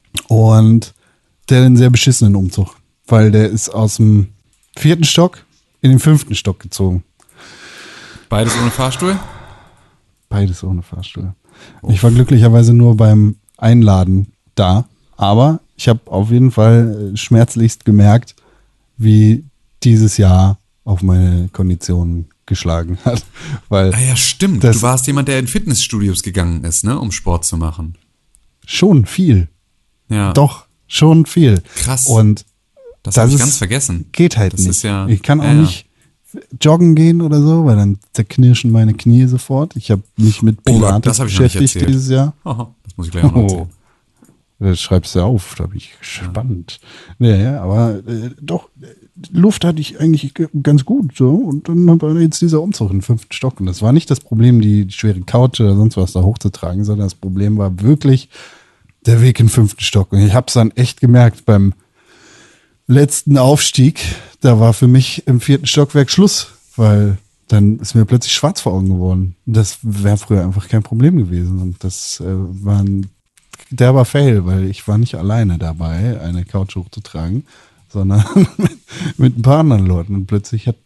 Und der hat einen sehr beschissenen Umzug. Weil der ist aus dem 4. Stock in den 5. Stock gezogen. Beides ohne Fahrstuhl? Beides ohne Fahrstuhl. Ich war glücklicherweise nur beim Einladen da, aber ich habe auf jeden Fall schmerzlichst gemerkt, wie dieses Jahr auf meine Konditionen geschlagen hat. Weil ja, stimmt. Du warst jemand, der in Fitnessstudios gegangen ist, ne, um Sport zu machen. Schon viel. Ja. Doch, schon viel. Krass. Und das habe ich ganz vergessen. Geht halt das nicht. Ist ja, ich kann auch nicht joggen gehen oder so, weil dann zerknirschen meine Knie sofort. Ich habe mich mit Pilates beschäftigt dieses Jahr. Das muss ich gleich noch erzählen. Das schreibst du auf, da bin ich gespannt. Ja, aber doch, Luft hatte ich eigentlich ganz gut so. Und dann war jetzt dieser Umzug in den 5. Stock. Und das war nicht das Problem, die schwere Couch oder sonst was da hochzutragen, sondern das Problem war wirklich der Weg in den 5. Stock. Und ich habe es dann echt gemerkt beim letzten Aufstieg. Da war für mich im 4. Stockwerk Schluss, weil dann ist mir plötzlich schwarz vor Augen geworden. Das wäre früher einfach kein Problem gewesen. Und das war ein derber Fail, weil ich war nicht alleine dabei, eine Couch hochzutragen, sondern mit ein paar anderen Leuten. Und plötzlich hat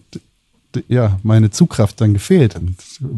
meine Zugkraft dann gefehlt. Und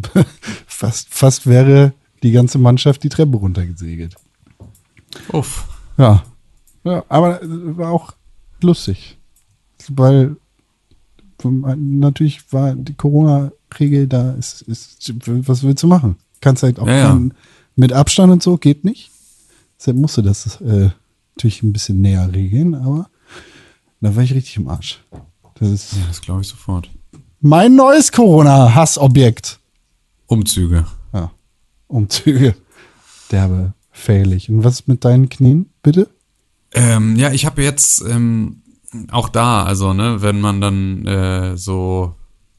fast wäre die ganze Mannschaft die Treppe runtergesegelt. Uff. Ja, aber war auch lustig, weil natürlich war die Corona-Regel da, ist was willst du machen? Kannst halt auch mit Abstand und so, geht nicht. Deshalb musste das natürlich ein bisschen näher regeln, aber da war ich richtig im Arsch. Das glaube ich sofort. Mein neues Corona-Hassobjekt. Umzüge. Ja, Umzüge. Derbe, failig. Und was ist mit deinen Knien, bitte? Ich habe jetzt auch da, also ne, wenn man dann so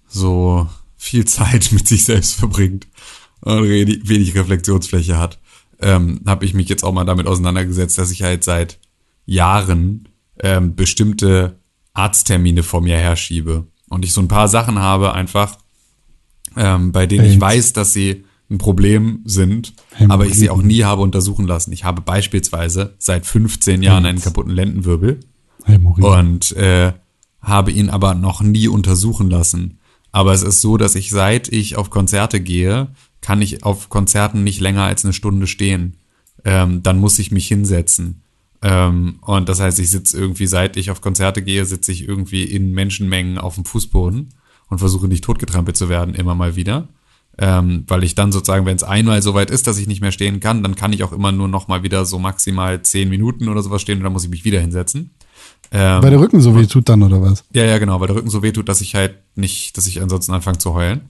viel Zeit mit sich selbst verbringt und wenig Reflexionsfläche hat, habe ich mich jetzt auch mal damit auseinandergesetzt, dass ich halt seit Jahren bestimmte Arzttermine vor mir herschiebe. Und ich so ein paar Sachen habe einfach, bei denen ich weiß, dass sie ein Problem sind, aber ich sie auch nie habe untersuchen lassen. Ich habe beispielsweise seit 15 Jahren einen kaputten Lendenwirbel und habe ihn aber noch nie untersuchen lassen. Aber es ist so, dass seit ich auf Konzerte gehe, kann ich auf Konzerten nicht länger als eine Stunde stehen. Dann muss ich mich hinsetzen. Und das heißt, ich sitze irgendwie, seit ich auf Konzerte gehe, sitze ich irgendwie in Menschenmengen auf dem Fußboden und versuche nicht totgetrampelt zu werden, immer mal wieder. Weil ich dann sozusagen, wenn es einmal so weit ist, dass ich nicht mehr stehen kann, dann kann ich auch immer nur noch mal wieder so maximal 10 Minuten oder sowas stehen und dann muss ich mich wieder hinsetzen. Weil der Rücken so weh tut dann, oder was? Ja, genau, weil der Rücken so weh tut, dass ich ansonsten anfange zu heulen.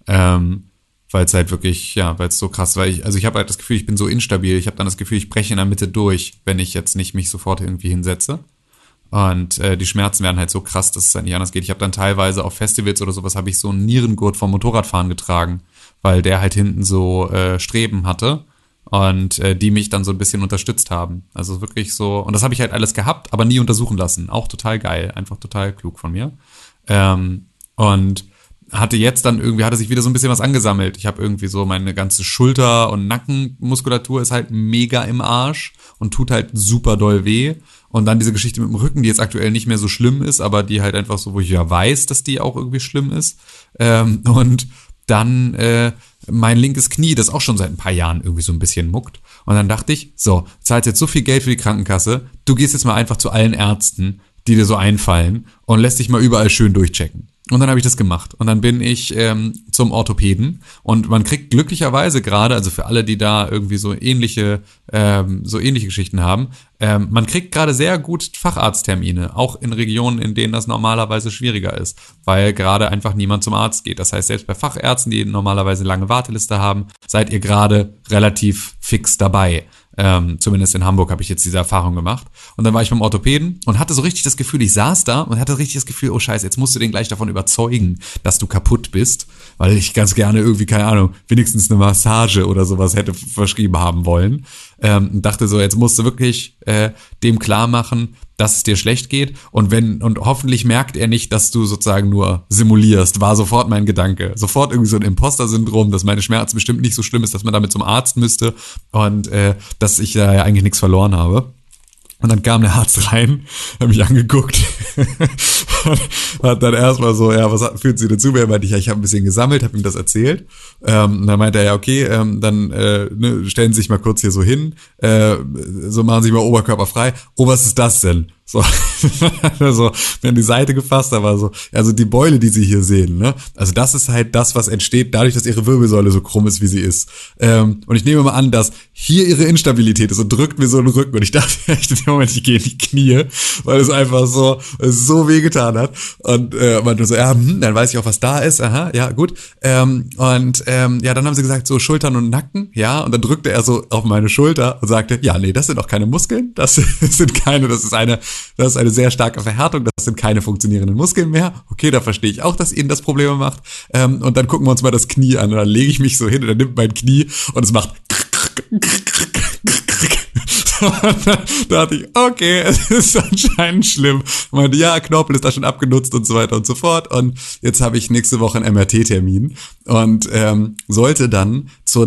Weil es halt wirklich, weil es so krass, ich habe halt das Gefühl, ich bin so instabil, ich habe dann das Gefühl, ich breche in der Mitte durch, wenn ich jetzt nicht mich sofort irgendwie hinsetze. Und die Schmerzen werden halt so krass, dass es halt nicht anders geht. Ich habe dann teilweise auf Festivals oder sowas habe ich so einen Nierengurt vom Motorradfahren getragen, weil der halt hinten so Streben hatte und die mich dann so ein bisschen unterstützt haben. Also wirklich so, und das habe ich halt alles gehabt, aber nie untersuchen lassen. Auch total geil, einfach total klug von mir. Und hatte sich wieder so ein bisschen was angesammelt. Ich habe irgendwie so meine ganze Schulter- und Nackenmuskulatur ist halt mega im Arsch und tut halt super doll weh. Und dann diese Geschichte mit dem Rücken, die jetzt aktuell nicht mehr so schlimm ist, aber die halt einfach so, wo ich ja weiß, dass die auch irgendwie schlimm ist. Und dann mein linkes Knie, das auch schon seit ein paar Jahren irgendwie so ein bisschen muckt. Und dann dachte ich, so, zahlst jetzt so viel Geld für die Krankenkasse, du gehst jetzt mal einfach zu allen Ärzten, die dir so einfallen und lässt dich mal überall schön durchchecken. Und dann habe ich das gemacht. Und dann bin ich zum Orthopäden. Und man kriegt glücklicherweise gerade, also für alle, die da irgendwie so ähnliche Geschichten haben, man kriegt gerade sehr gut Facharzttermine, auch in Regionen, in denen das normalerweise schwieriger ist, weil gerade einfach niemand zum Arzt geht. Das heißt, selbst bei Fachärzten, die normalerweise lange Warteliste haben, seid ihr gerade relativ fix dabei. Zumindest in Hamburg habe ich jetzt diese Erfahrung gemacht. Und dann war ich beim Orthopäden und hatte so richtig das Gefühl, ich saß da und hatte richtig das Gefühl, oh scheiße, jetzt musst du den gleich davon überzeugen, dass du kaputt bist, weil ich ganz gerne irgendwie, keine Ahnung, wenigstens eine Massage oder sowas hätte verschrieben haben wollen. Und dachte so, jetzt musst du wirklich dem klar machen, dass es dir schlecht geht und hoffentlich merkt er nicht, dass du sozusagen nur simulierst, war sofort mein Gedanke. Sofort irgendwie so ein Imposter-Syndrom, dass meine Schmerzen bestimmt nicht so schlimm ist, dass man damit zum Arzt müsste und dass ich da ja eigentlich nichts verloren habe. Und dann kam der Arzt rein, hat mich angeguckt, hat dann erstmal so, ja, fühlt Sie dazu? Er meinte, ja, ich habe ein bisschen gesammelt, habe ihm das erzählt. Und dann meinte er, ja, okay, dann stellen Sie sich mal kurz hier so hin, so machen Sie sich mal Oberkörper frei. Oh, was ist das denn? So, also, mir an die Seite gefasst, aber so, also die Beule, die Sie hier sehen, ne? Also das ist halt das, was entsteht dadurch, dass Ihre Wirbelsäule so krumm ist, wie sie ist. Und ich nehme mal an, dass hier Ihre Instabilität ist und drückt mir so in den Rücken. Und ich dachte echt in dem Moment, ich gehe in die Knie, weil es einfach so wehgetan hat. Und meinte so, ja, dann weiß ich auch, was da ist. Aha, ja, gut. Ja, dann haben sie gesagt, so Schultern und Nacken, ja. Und dann drückte er so auf meine Schulter und sagte, ja, nee, das sind auch keine Muskeln, das ist eine sehr starke Verhärtung, das sind keine funktionierenden Muskeln mehr. Okay, da verstehe ich auch, dass Ihnen das Probleme macht. Und dann gucken wir uns mal das Knie an. Und dann lege ich mich so hin und dann nimmt mein Knie und es macht und dann dachte ich, okay, es ist anscheinend schlimm. Und meinte, ja, Knorpel ist da schon abgenutzt und so weiter und so fort. Und jetzt habe ich nächste Woche einen MRT-Termin und sollte dann zur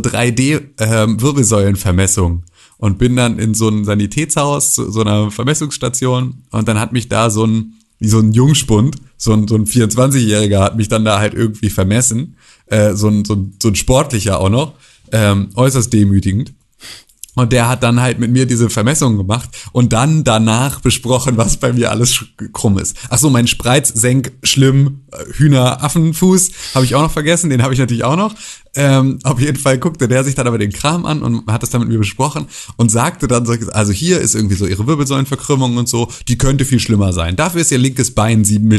3D-Wirbelsäulenvermessung. Und bin dann in so ein Sanitätshaus, so einer Vermessungsstation. Und dann hat mich da so ein Jungspund, so ein 24-Jähriger hat mich dann da halt irgendwie vermessen. So ein Sportlicher auch noch. Äußerst demütigend. Und der hat dann halt mit mir diese Vermessung gemacht und dann danach besprochen, was bei mir alles krumm ist. Ach so, mein Spreiz, Senk, Schlimm, Hühner-Affenfuß habe ich auch noch vergessen, den habe ich natürlich auch noch. Auf jeden Fall guckte der sich dann aber den Kram an und hat das dann mit mir besprochen und sagte dann so, also hier ist irgendwie so ihre Wirbelsäulenverkrümmung und so, die könnte viel schlimmer sein. Dafür ist ihr linkes Bein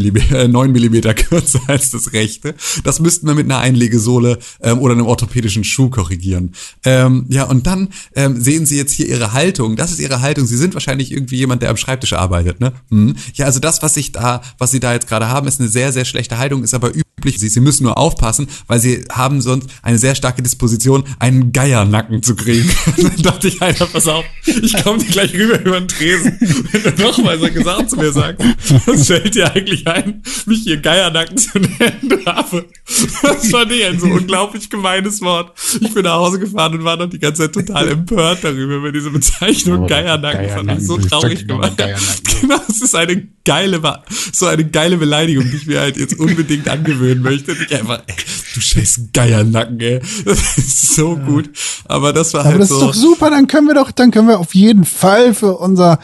9 Millimeter kürzer als das rechte. Das müssten wir mit einer Einlegesohle oder einem orthopädischen Schuh korrigieren. Ja, und dann sehen Sie jetzt hier Ihre Haltung. Das ist Ihre Haltung. Sie sind wahrscheinlich irgendwie jemand, der am Schreibtisch arbeitet, ne? Ja, also das, was Sie da jetzt gerade haben, ist eine sehr, sehr schlechte Haltung, ist aber üblich. Sie müssen nur aufpassen, weil Sie haben sonst eine sehr starke Disposition, einen Geiernacken zu kriegen. Dann dachte ich, Alter, pass auf, ich komme dir gleich rüber über den Tresen. Wenn du nochmal so gesagt zu mir sagst, was fällt dir eigentlich ein, mich hier Geiernacken zu nennen, du Affe? Das fand ich ein so unglaublich gemeines Wort. Ich bin nach Hause gefahren und war noch die ganze Zeit total empört darüber, über diese Bezeichnung Geiernacken. Fand ich so traurig gemacht. Genau, es ist eine geile Beleidigung, die ich mir halt jetzt unbedingt angewöhnen möchte. Ich einfach, ey, du scheiß Geiernacken, ey. Das ist so gut. Aber das war halt so. Aber das ist doch super, dann können wir auf jeden Fall für unser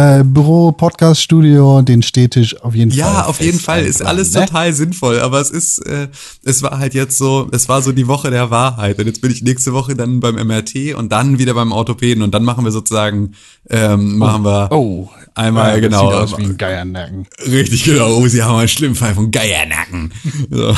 Büro-Podcast-Studio den Stehtisch auf jeden Fall. Ja, auf jeden Fall. Ist alles total sinnvoll. Aber es war halt jetzt so, es war so die Woche der Wahrheit. Und jetzt bin ich nächste Woche dann beim MRT und dann wieder beim Orthopäden. Und dann machen wir sozusagen, einmal, ja, genau. Das sieht aus wie ein Geiernacken. Richtig, genau. Oh, Sie haben einen schlimmen Fall von Geiernacken. So.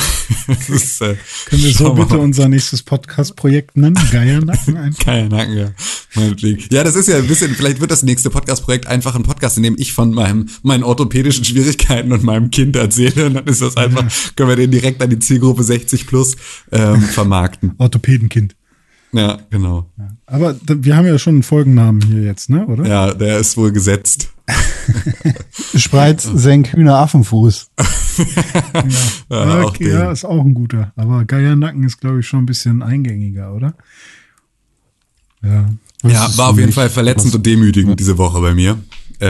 Können wir so bitte unser nächstes Podcast-Projekt nennen? Geiernacken einfach? Geiernacken, ja. Meinetwegen. Ja, das ist ja ein bisschen, vielleicht wird das nächste Podcast-Projekt einfach ein Podcast, in dem ich von meinen orthopädischen Schwierigkeiten und meinem Kind erzähle. Und dann ist das einfach, können wir den direkt an die Zielgruppe 60 plus vermarkten. Orthopädenkind. Ja, genau. Ja. Aber wir haben ja schon einen Folgennamen hier jetzt, ne, oder? Ja, der ist wohl gesetzt. Spreiz, Senk, Hühner, Affenfuß. Ja, okay, ja, ist auch ein guter. Aber Geiernacken ist, glaube ich, schon ein bisschen eingängiger, oder? Ja. Ja, war auf jeden Fall verletzend und demütigend diese Woche bei mir.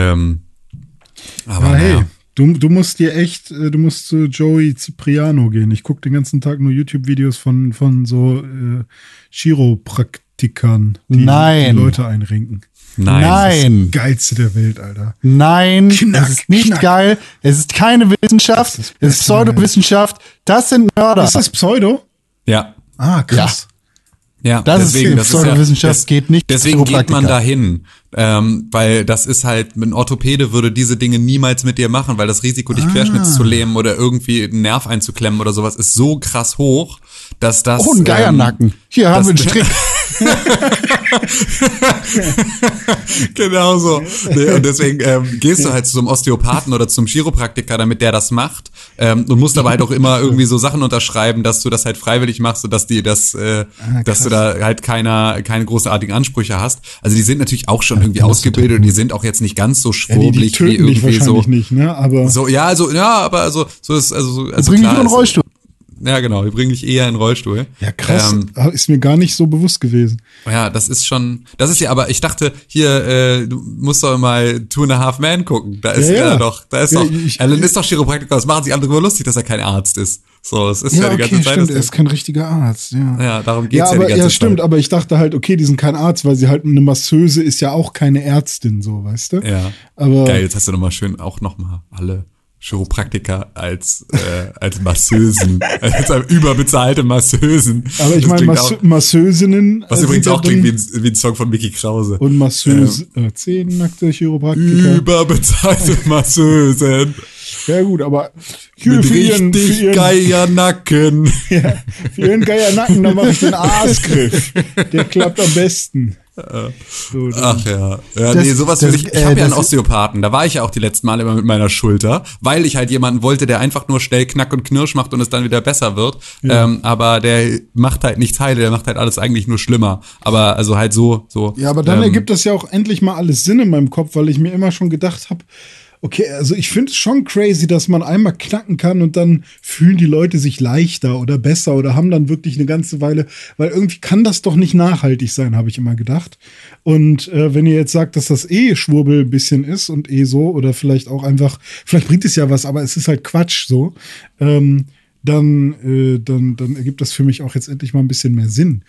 Aber hey, du musst zu Joey Cipriano gehen. Ich gucke den ganzen Tag nur YouTube-Videos von so Chiropraktikern, die Leute einrenken. Nein. Das ist das Geilste der Welt, Alter. Nein, es ist nicht geil. Es ist keine Wissenschaft. Es ist Pseudowissenschaft. Das sind Mörder. Ist das Pseudo? Ja. Ah, krass. Ja, deswegen, das Pseudowissenschaft geht nicht. Deswegen geht man dahin, weil das ist halt, ein Orthopäde würde diese Dinge niemals mit dir machen, weil das Risiko, dich querschnittszulähmen oder irgendwie einen Nerv einzuklemmen oder sowas, ist so krass hoch, dass das. Oh, ein Geiernacken. Hier haben wir einen Strick. Genau so. Nee, und deswegen gehst du halt zu so einem Osteopathen oder zum Chiropraktiker, damit der das macht. Und musst aber halt auch immer irgendwie so Sachen unterschreiben, dass du das halt freiwillig machst und dass dass du da halt keine großartigen Ansprüche hast. Also die sind natürlich auch schon irgendwie ausgebildet und die sind auch jetzt nicht ganz so schwurbelig wie irgendwie so. Nicht, ne? Aber so, ja, also, ja, aber also, so ist, also bring dich in den Rollstuhl. Ja, genau, die bringen dich eher in den Rollstuhl. Ja, krass. Ist mir gar nicht so bewusst gewesen. Ja, das ist ja, aber ich dachte, hier, du musst doch mal 2.5 Men gucken. Da ist Alan ist doch Chiropraktiker, das machen sich andere immer lustig, dass er kein Arzt ist. So, das ist ja die ganze Zeit. Stimmt, er ist kein richtiger Arzt, ja. Ja, darum geht's ja die ganze Zeit. Ja, stimmt, aber ich dachte halt, okay, die sind kein Arzt, weil sie halt eine Masseuse ist ja auch keine Ärztin, so, weißt du? Ja. Aber geil, jetzt hast du nochmal schön auch nochmal alle Chiropraktiker als Masseusen, als überbezahlte Masseusen. Aber ich meine, Masseusinnen. Was übrigens auch klingt wie ein Song von Mickey Krause. Und Masseuse, 10 nackte Chiropraktiker. Überbezahlte Masseusen. Ja gut, aber für ihren Geiernacken. Ja, für ihren Geiernacken, da mache ich den Aasgriff. Der klappt am besten. So, ach ja. Sowas würde ich habe ja einen Osteopathen. Da war ich ja auch die letzten Male immer mit meiner Schulter, weil ich halt jemanden wollte, der einfach nur schnell Knack und Knirsch macht und es dann wieder besser wird. Ja. Aber der macht halt nichts heile, der macht halt alles eigentlich nur schlimmer. Aber also halt so. Ja, aber dann ergibt das ja auch endlich mal alles Sinn in meinem Kopf, weil ich mir immer schon gedacht habe, okay, also ich finde es schon crazy, dass man einmal knacken kann und dann fühlen die Leute sich leichter oder besser oder haben dann wirklich eine ganze Weile, weil irgendwie kann das doch nicht nachhaltig sein, habe ich immer gedacht. Und wenn ihr jetzt sagt, dass das Schwurbel ein bisschen ist und so oder vielleicht auch einfach, vielleicht bringt es ja was, aber es ist halt Quatsch so, dann ergibt das für mich auch jetzt endlich mal ein bisschen mehr Sinn.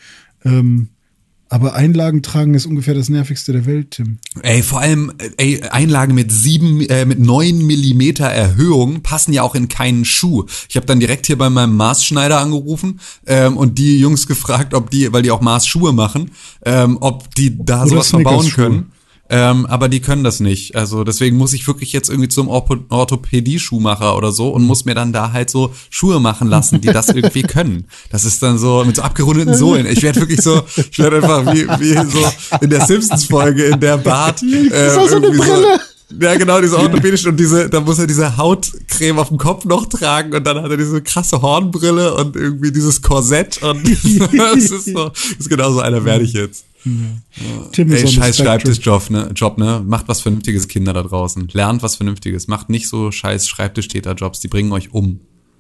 Aber Einlagen tragen ist ungefähr das Nervigste der Welt, Tim. Vor allem, Einlagen mit 9 Millimeter Erhöhung passen ja auch in keinen Schuh. Ich habe dann direkt hier bei meinem Maßschneider angerufen und die Jungs gefragt, weil die auch Maßschuhe machen, ob die da sowas verbauen können. Aber die können das nicht. Also deswegen muss ich wirklich jetzt irgendwie zum Orthopädie-Schuhmacher oder so und muss mir dann da halt so Schuhe machen lassen, die das irgendwie können. Das ist dann so mit so abgerundeten Sohlen. Ich werde einfach wie so in der Simpsons-Folge, in der Bart so eine Brille. Ja, genau, diese orthopädische und da muss er diese Hautcreme auf dem Kopf noch tragen und dann hat er diese krasse Hornbrille und irgendwie dieses Korsett und das ist genauso einer werde ich jetzt. Ja. Scheiß Schreibtischjob, ne? Macht was Vernünftiges, Kinder da draußen. Lernt was Vernünftiges. Macht nicht so scheiß Schreibtischtäterjobs, die bringen euch um.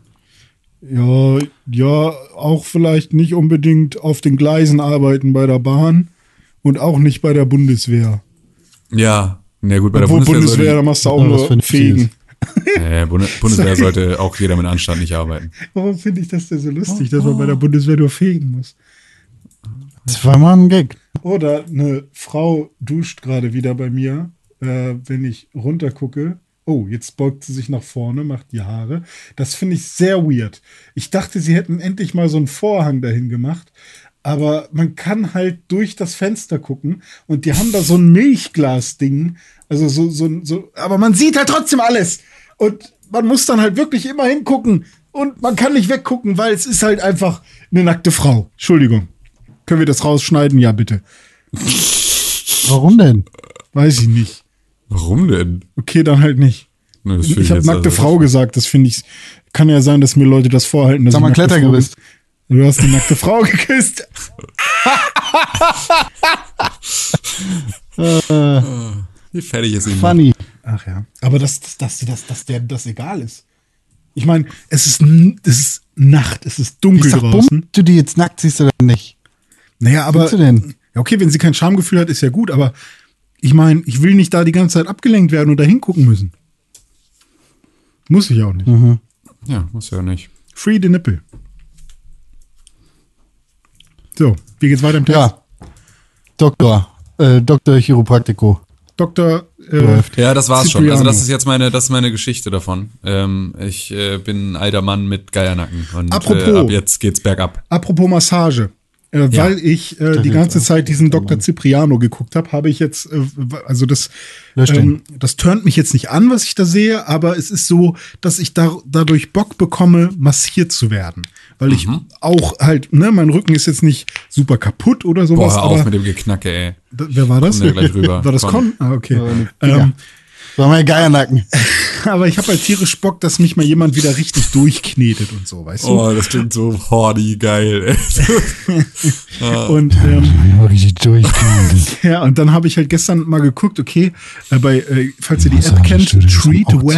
Ja, auch vielleicht nicht unbedingt auf den Gleisen arbeiten bei der Bahn und auch nicht bei der Bundeswehr. Ja, na gut, bei der Bundeswehr, da machst du auch nur Fegen. Bundeswehr sollte auch jeder mit Anstand nicht arbeiten. Warum finde ich das denn so lustig, dass man bei der Bundeswehr nur fegen muss? Das war mal ein Gag. Oder eine Frau duscht gerade wieder bei mir, wenn ich runtergucke. Oh, jetzt beugt sie sich nach vorne, macht die Haare. Das finde ich sehr weird. Ich dachte, sie hätten endlich mal so einen Vorhang dahin gemacht. Aber man kann halt durch das Fenster gucken und die haben da so ein Milchglas-Ding. Also so, aber man sieht halt trotzdem alles. Und man muss dann halt wirklich immer hingucken. Und man kann nicht weggucken, weil es ist halt einfach eine nackte Frau. Entschuldigung. Können wir das rausschneiden? Ja, bitte. Warum denn? Weiß ich nicht. Warum denn? Okay, dann halt nicht. Ne, ich habe nackte Frau gesagt, das finde ich, kann ja sein, dass mir Leute das vorhalten. Sag mal Klettergerüst. Du hast eine nackte Frau geküsst. Wie fertig ist ihm. Funny. Ach ja. Aber dass der das egal ist. Ich meine, es ist Nacht, es ist dunkel draußen. Du die jetzt nackt siehst du dann nicht. Naja, aber ja, okay, wenn sie kein Schamgefühl hat, ist ja gut, aber ich meine, ich will nicht da die ganze Zeit abgelenkt werden und da hingucken müssen. Muss ich auch nicht. Mhm. Ja, muss ja nicht. Free the nipple. So, wie geht's weiter im Test? Ja. Dr. Chiropraktiko. Dr. Ja, das war's Cipriano. schon. Also das ist jetzt meine Geschichte davon. Ich bin ein alter Mann mit Geiernacken und ab jetzt geht's bergab. Apropos Massage. Weil ich die ganze Zeit diesen Dr. Cipriano geguckt habe ich jetzt, also das turnt mich jetzt nicht an, was ich da sehe, aber es ist so, dass ich dadurch Bock bekomme, massiert zu werden. Weil ich auch halt, mein Rücken ist jetzt nicht super kaputt oder sowas. Boah, hör auf mit dem Geknacke, ey. Wer war das? Gleich rüber. War das Con? Ah, okay. War mein Geiernacken. Aber ich habe halt tierisch Bock, dass mich mal jemand wieder richtig durchknetet und so, weißt du? Oh, das klingt so horny geil, ey. Und richtig durchknetet. ja, und dann habe ich halt gestern mal geguckt, okay, falls ihr die App kennt, Treatwell,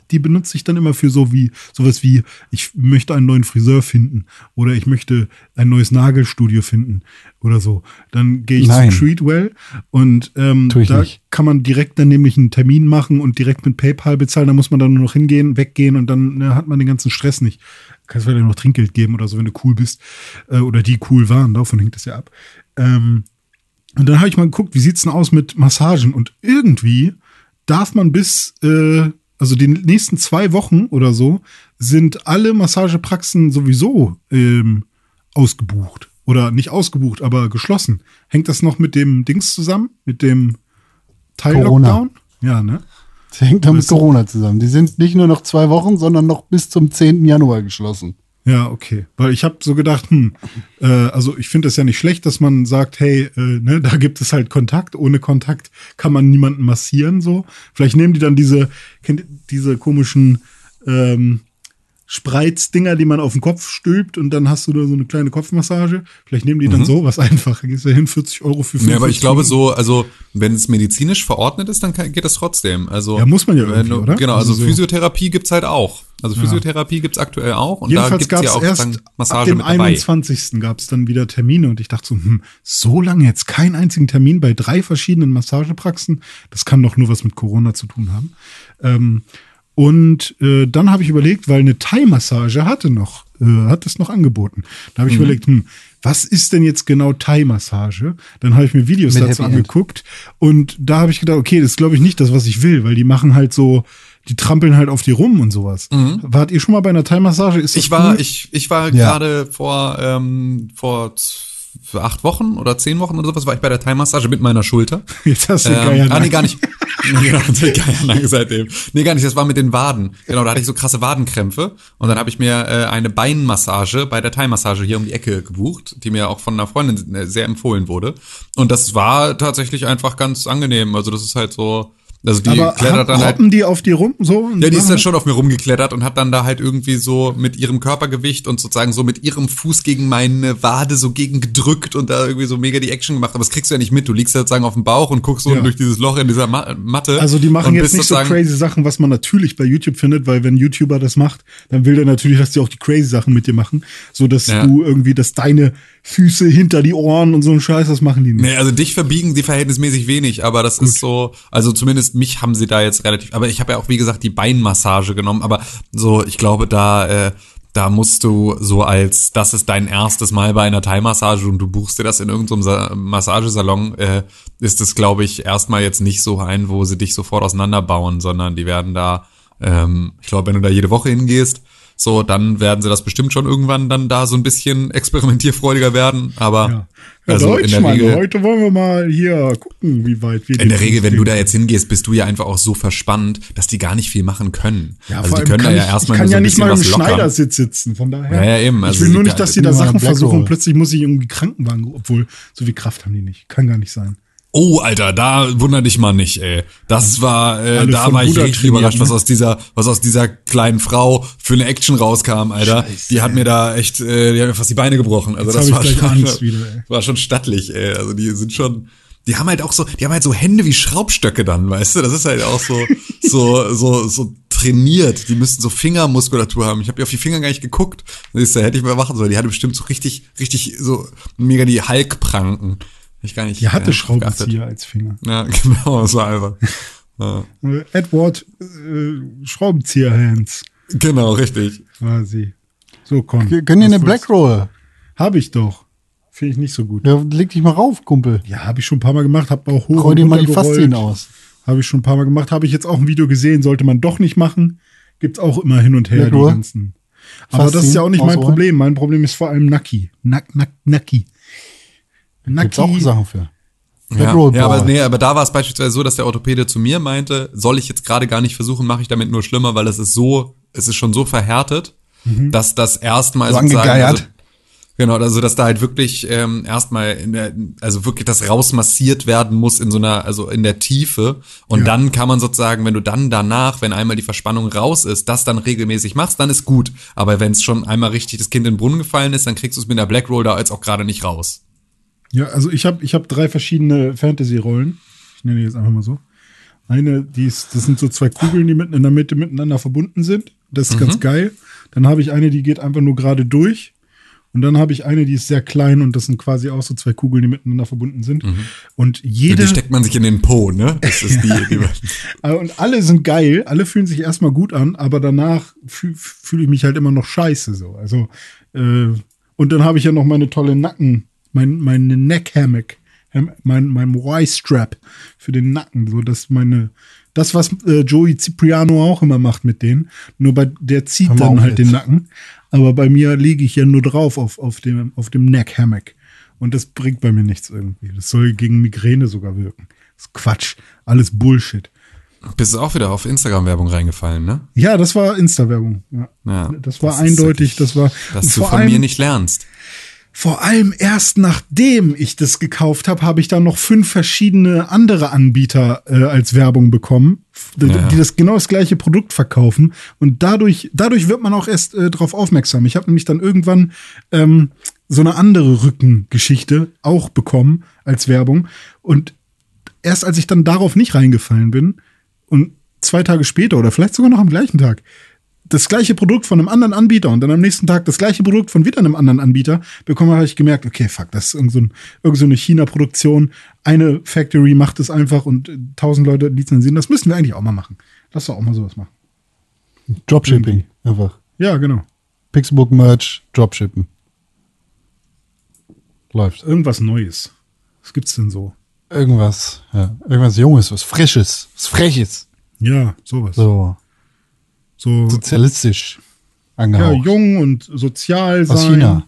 die benutze ich dann immer für sowas wie, ich möchte einen neuen Friseur finden oder ich möchte ein neues Nagelstudio finden oder so. Dann gehe ich Nein. zu Treatwell und da nicht. kann man direkt dann nämlich einen Termin machen und direkt mit PayPal bezahlen. Da muss man dann nur noch hingehen, weggehen und dann hat man den ganzen Stress nicht. Kannst vielleicht noch Trinkgeld geben oder so, wenn du cool bist oder die cool waren. Davon hängt das ja ab. Und dann habe ich mal geguckt, wie sieht's denn aus mit Massagen? Und irgendwie darf man also die nächsten 2 Wochen oder so, sind alle Massagepraxen sowieso ausgebucht. Oder nicht ausgebucht, aber geschlossen. Hängt das noch mit dem Dings zusammen? Mit dem Teil-Lockdown? Ja, ne? Das hängt doch mit Corona zusammen. Die sind nicht nur noch 2 Wochen, sondern noch bis zum 10. Januar geschlossen. Ja, okay. Weil ich habe so gedacht, also ich finde es ja nicht schlecht, dass man sagt, hey, ne, da gibt es halt Kontakt. Ohne Kontakt kann man niemanden massieren, so. Vielleicht nehmen die dann diese komischen Spreizdinger, die man auf den Kopf stülpt und dann hast du da so eine kleine Kopfmassage. Vielleicht nehmen die dann sowas einfach. Da gehst du hin, 40 € für 5. Ja, aber ich glaube so, also wenn es medizinisch verordnet ist, dann geht das trotzdem. Also ja, muss man ja irgendwie, oder? Genau, also so. Physiotherapie gibt's halt auch. Also Physiotherapie gibt's aktuell auch. Und jedenfalls da gibt's ja auch erst dann Massage ab dem mit dabei. 21. gab es dann wieder Termine und ich dachte so lange jetzt keinen einzigen Termin bei 3 verschiedenen Massagepraxen. Das kann doch nur was mit Corona zu tun haben. Und dann habe ich überlegt, weil eine Thai-Massage hat es noch angeboten. Da habe ich überlegt, was ist denn jetzt genau Thai-Massage? Dann habe ich mir Videos Mit dazu Happy End. angeguckt und da habe ich gedacht, okay, das ist glaube ich nicht das, was ich will, weil die machen halt so, die trampeln halt auf die rum und sowas. Wart ihr schon mal bei einer Thai-Massage? Ist das Ich war Ja. gerade vor 8 Wochen oder 10 Wochen oder sowas war ich bei der Thai-Massage mit meiner Schulter. Jetzt hast du Geier. Nee, gar nicht. Genau, die Geiernacke seitdem. Nee, gar nicht, das war mit den Waden. Genau, da hatte ich so krasse Wadenkrämpfe und dann habe ich mir eine Beinmassage bei der Thai-Massage hier um die Ecke gebucht, die mir auch von einer Freundin sehr empfohlen wurde. Und das war tatsächlich einfach ganz angenehm. Also das ist halt so, also die aber klettert dann halt. hoppen die auf die rum? So? Ja, die ist dann schon auf mir rumgeklettert und hat dann da halt irgendwie so mit ihrem Körpergewicht und sozusagen so mit ihrem Fuß gegen meine Wade so gegen gedrückt und da irgendwie so mega die Action gemacht. Aber das kriegst du ja nicht mit. Du liegst sozusagen auf dem Bauch und guckst so durch dieses Loch in dieser Matte. Also die machen und jetzt bist nicht so sozusagen- crazy Sachen, was man natürlich bei YouTube findet, weil wenn ein YouTuber das macht, dann will der natürlich, dass die auch die crazy Sachen mit dir machen, so dass du irgendwie, dass deine Füße hinter die Ohren und so ein Scheiß, das machen die nicht. Nee, also dich verbiegen die verhältnismäßig wenig, aber das ist so, also zumindest mich haben sie da jetzt relativ, aber ich habe ja auch, wie gesagt, die Beinmassage genommen, aber so, ich glaube, da musst du so als, das ist dein erstes Mal bei einer Thai-Massage und du buchst dir das in irgendeinem Massagesalon, ist es, glaube ich, erstmal jetzt nicht so ein, wo sie dich sofort auseinanderbauen, sondern die werden da, ich glaube, wenn du da jede Woche hingehst, so, dann werden sie das bestimmt schon irgendwann dann da so ein bisschen experimentierfreudiger werden, aber also in der Regel, heute wollen wir mal hier gucken, wie weit wir in der Regel, wenn du da jetzt hingehst, bist du ja einfach auch so verspannt, dass die gar nicht viel machen können. Ja, also vor die allem können da ja erstmal ich kann so ja ein nicht bisschen mal im was lockern. Schneidersitz sitzen, von daher. Ja, eben. Also ich will nur nicht, dass die da immer Sachen Black versuchen Roll. und plötzlich muss ich irgendwie Krankenwagen, obwohl so viel Kraft haben die nicht. Kann gar nicht sein. Oh, Alter, da wundert dich mal nicht, ey. Das war, da von war ich Buddha richtig trainiert, überrascht, ne? was aus dieser kleinen Frau für eine Action rauskam, Alter. Scheiße, Die hat mir da echt, die hat mir fast die Beine gebrochen. Also Jetzt das hab ich war gleich schon, Angst wieder, ey. war schon stattlich, ey. Also die sind schon, die haben halt so Hände wie Schraubstöcke dann, weißt du? Das ist halt auch so trainiert. Die müssten so Fingermuskulatur haben. Ich habe die auf die Finger gar nicht geguckt. Das hätte ich mal machen sollen. Die hatte bestimmt so richtig so mega die Hulkpranken. Ich gar nicht. Die hatte geachtet. Schraubenzieher als Finger. Ja, genau, das war einfach. Ja. Edward Schraubenzieher-Hands Genau, richtig. quasi. So, komm. Wir können dir eine Black Roll. Habe ich doch. Finde ich nicht so gut. Ja, leg dich mal rauf, Kumpel. Ja, habe ich schon ein paar Mal gemacht. Habe auch hoch Roll dir und mal die runter Faszien gerollt. aus. Habe ich schon ein paar Mal gemacht. Habe ich jetzt auch ein Video gesehen. Sollte man doch nicht machen. Gibt's auch immer hin und her Black die Roll? ganzen. Aber das ist ja auch nicht mein Ausrollen? Problem. Mein Problem ist vor allem Nacki. Nacki. Gibt's auch Sachen für. Ja, Roll ja, Ball. aber da war es beispielsweise so, dass der Orthopäde zu mir meinte, soll ich jetzt gerade gar nicht versuchen, mache ich damit nur schlimmer, weil es ist schon so verhärtet, dass das erstmal So sozusagen, angegeiert. also dass da halt wirklich erstmal also wirklich das rausmassiert werden muss in in der Tiefe und dann kann man sozusagen, wenn du dann danach, wenn einmal die Verspannung raus ist, das dann regelmäßig machst, dann ist gut, aber wenn es schon einmal richtig das Kind in den Brunnen gefallen ist, dann kriegst du es mit der Black Roll da jetzt auch gerade nicht raus. Ja, also ich hab 3 verschiedene Fantasy-Rollen. Ich nenne die jetzt einfach mal so. Das sind so 2 Kugeln, die in der Mitte miteinander verbunden sind. Das ist ganz geil. Dann habe ich eine, die geht einfach nur gerade durch. Und dann habe ich eine, die ist sehr klein und das sind quasi auch so 2 Kugeln, die miteinander verbunden sind. Und jede. Die steckt man sich in den Po, ne? Das ist die Und alle sind geil, alle fühlen sich erstmal gut an, aber danach fühle ich mich halt immer noch scheiße so. Also, und dann habe ich ja noch meine tolle meine Neck Hammock, mein Y-Strap für den Nacken, so dass das, was Joey Cipriano auch immer macht mit denen, nur der zieht dann halt den Nacken. Aber bei mir liege ich ja nur drauf auf dem Neck Hammock. Und das bringt bei mir nichts irgendwie. Das soll gegen Migräne sogar wirken. Das ist Quatsch. Alles Bullshit. Bist du auch wieder auf Instagram-Werbung reingefallen, ne? Ja, das war Insta-Werbung. Ja. Das war eindeutig. Dass du von mir nicht lernst. Vor allem erst nachdem ich das gekauft habe, habe ich dann noch 5 verschiedene andere Anbieter als Werbung bekommen, die das genau das gleiche Produkt verkaufen. Und dadurch wird man auch erst drauf aufmerksam. Ich habe nämlich dann irgendwann so eine andere Rückengeschichte auch bekommen als Werbung. Und erst als ich dann darauf nicht reingefallen bin und 2 Tage später oder vielleicht sogar noch am gleichen Tag das gleiche Produkt von einem anderen Anbieter und dann am nächsten Tag das gleiche Produkt von wieder einem anderen Anbieter bekommen, habe ich gemerkt, okay, fuck, das ist irgend so eine China-Produktion. Eine Factory macht es einfach und 1000 Leute lizenzieren. Das müssen wir eigentlich auch mal machen. Lass doch auch mal sowas machen. Dropshipping, einfach. Ja, genau. Pixelbook-Merch, Dropshippen. Läuft. Irgendwas Neues. Was gibt's denn so? Irgendwas Junges, was Frisches, was Freches. Ja, sowas. So sozialistisch angehaucht. Ja, jung und sozial sein. Aus China.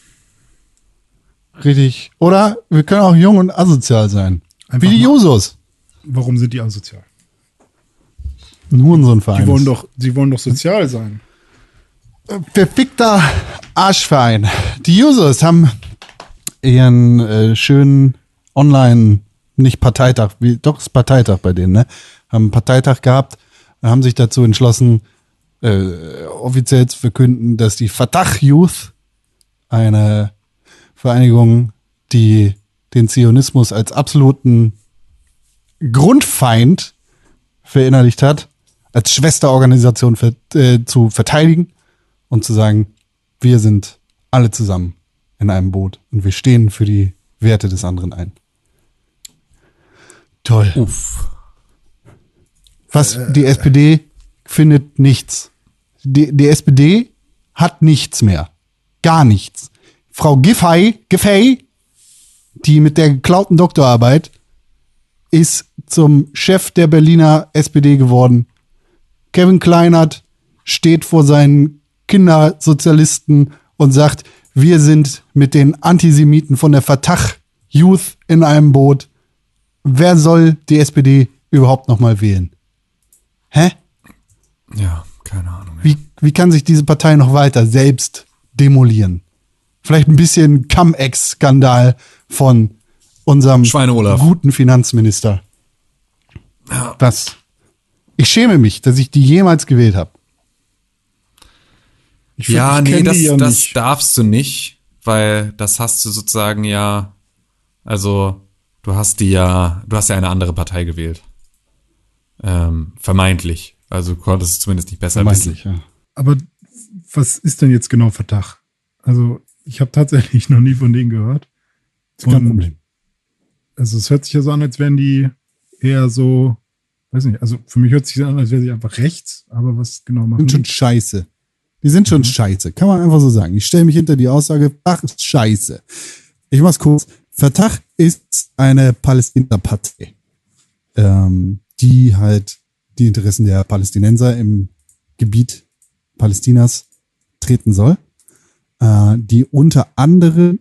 Richtig. Oder wir können auch jung und asozial sein. Einfach wie die Jusos. Warum sind die asozial? Ein Hurensohnverein. Die wollen doch sozial sein. Verfickter Arschverein. Die Jusos haben ihren schönen Online, nicht Parteitag, doch ist Parteitag bei denen, ne? Haben einen Parteitag gehabt und haben sich dazu entschlossen, offiziell zu verkünden, dass die Fatah Youth, eine Vereinigung, die den Zionismus als absoluten Grundfeind verinnerlicht hat, als Schwesterorganisation zu verteidigen und zu sagen, wir sind alle zusammen in einem Boot und wir stehen für die Werte des anderen ein. Toll. Uff. Was die SPD findet nichts. Die SPD hat nichts mehr. Gar nichts. Frau Giffey, die mit der geklauten Doktorarbeit, ist zum Chef der Berliner SPD geworden. Kevin Kleinert steht vor seinen Kindersozialisten und sagt, wir sind mit den Antisemiten von der Fatah Youth in einem Boot. Wer soll die SPD überhaupt noch mal wählen? Hä? Ja, keine Ahnung. Wie kann sich diese Partei noch weiter selbst demolieren? Vielleicht ein bisschen Cum-Ex-Skandal von unserem guten Finanzminister. Ja. Ich schäme mich, dass ich die jemals gewählt habe. Das darfst du nicht, weil das hast du sozusagen du hast ja eine andere Partei gewählt. Vermeintlich. Also du konntest es zumindest nicht besser wissen. Ja. Aber was ist denn jetzt genau Verdacht? Also ich habe tatsächlich noch nie von denen gehört. Das ist kein Problem. Also es hört sich ja so an, als wären die eher so, weiß nicht, also für mich hört sich so an, als wären sie einfach rechts, aber was genau machen die? Sind schon scheiße. Die sind schon scheiße. Kann man einfach so sagen. Ich stelle mich hinter die Aussage, Fatah ist scheiße. Ich mach's kurz. Fatah ist eine Palästina-Partei, die halt die Interessen der Palästinenser im Gebiet Palästinas treten soll, die unter anderem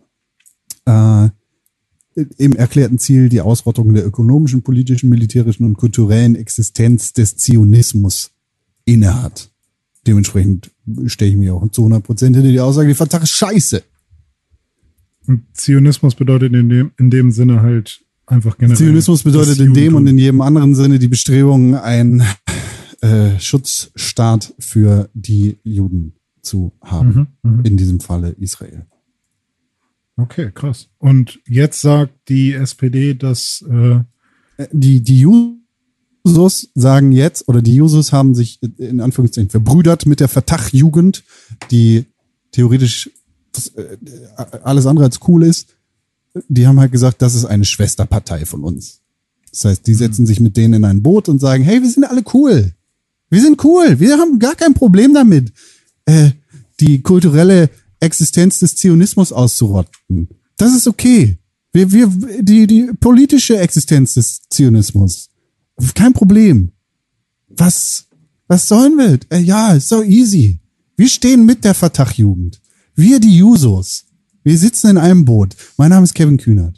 im erklärten Ziel die Ausrottung der ökonomischen, politischen, militärischen und kulturellen Existenz des Zionismus innehat. Dementsprechend stelle ich mir auch zu 100% hinter die Aussage, die Fatah ist scheiße. Und Zionismus bedeutet in dem Sinne halt einfach generell. Zionismus bedeutet in dem und in jedem anderen Sinne die Bestrebung, einen Schutzstaat für die Juden zu haben. In diesem Falle Israel. Okay, krass. Und jetzt sagt die SPD, dass die Juden Jusos sagen jetzt, oder die Jusos haben sich in Anführungszeichen verbrüdert mit der Fatah-Jugend, die theoretisch alles andere als cool ist. Die haben halt gesagt, das ist eine Schwesterpartei von uns. Das heißt, die setzen sich mit denen in ein Boot und sagen, hey, wir sind alle cool. Wir sind cool. Wir haben gar kein Problem damit, die kulturelle Existenz des Zionismus auszurotten. Das ist okay. Die politische Existenz des Zionismus. Kein Problem. Was sollen wir? Ja, ist so easy. Wir stehen mit der Fatah-Jugend. Wir, die Jusos. Wir sitzen in einem Boot. Mein Name ist Kevin Kühnert.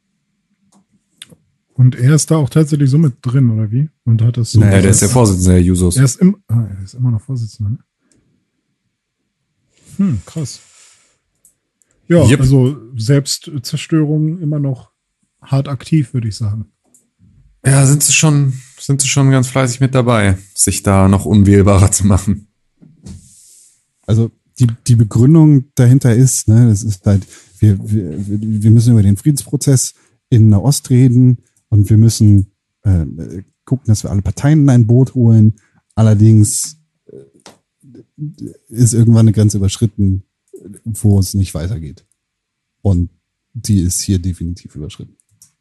Und er ist da auch tatsächlich so mit drin, oder wie? Und hat das so. Naja, der ist der Vorsitzende der Jusos. Er ist immer noch Vorsitzender, ne? Krass. Ja, Yep. Also Selbstzerstörung immer noch hart aktiv, würde ich sagen. Ja, sind sie schon ganz fleißig mit dabei, sich da noch unwählbarer zu machen. Also die Begründung dahinter ist, ne, das ist halt, wir müssen über den Friedensprozess in Nahost reden und wir müssen gucken, dass wir alle Parteien in ein Boot holen. Allerdings ist irgendwann eine Grenze überschritten, wo es nicht weitergeht. Und die ist hier definitiv überschritten.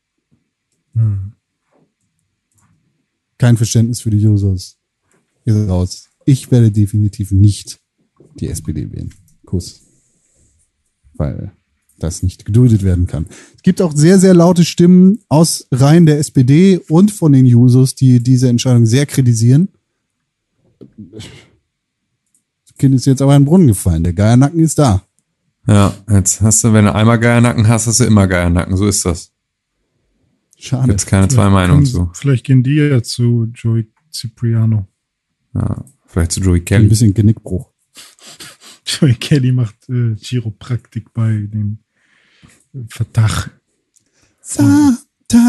Kein Verständnis für die Jusos. Ihr seid raus. Ich werde definitiv nicht die SPD wählen. Kuss. Weil das nicht geduldet werden kann. Es gibt auch sehr, sehr laute Stimmen aus Reihen der SPD und von den Jusos, die diese Entscheidung sehr kritisieren. Das Kind ist jetzt aber in den Brunnen gefallen. Der Geiernacken ist da. Ja, jetzt hast du, wenn du einmal Geiernacken hast, hast du immer Geiernacken. So ist das. Schade. Gibt's keine zwei Meinungen zu. Vielleicht gehen die ja zu Joey Cipriano. Ja, vielleicht zu Joey Ein Kelly. bisschen Genickbruch. Joey Kelly macht Chiropraktik bei dem Verdacht. Sometimes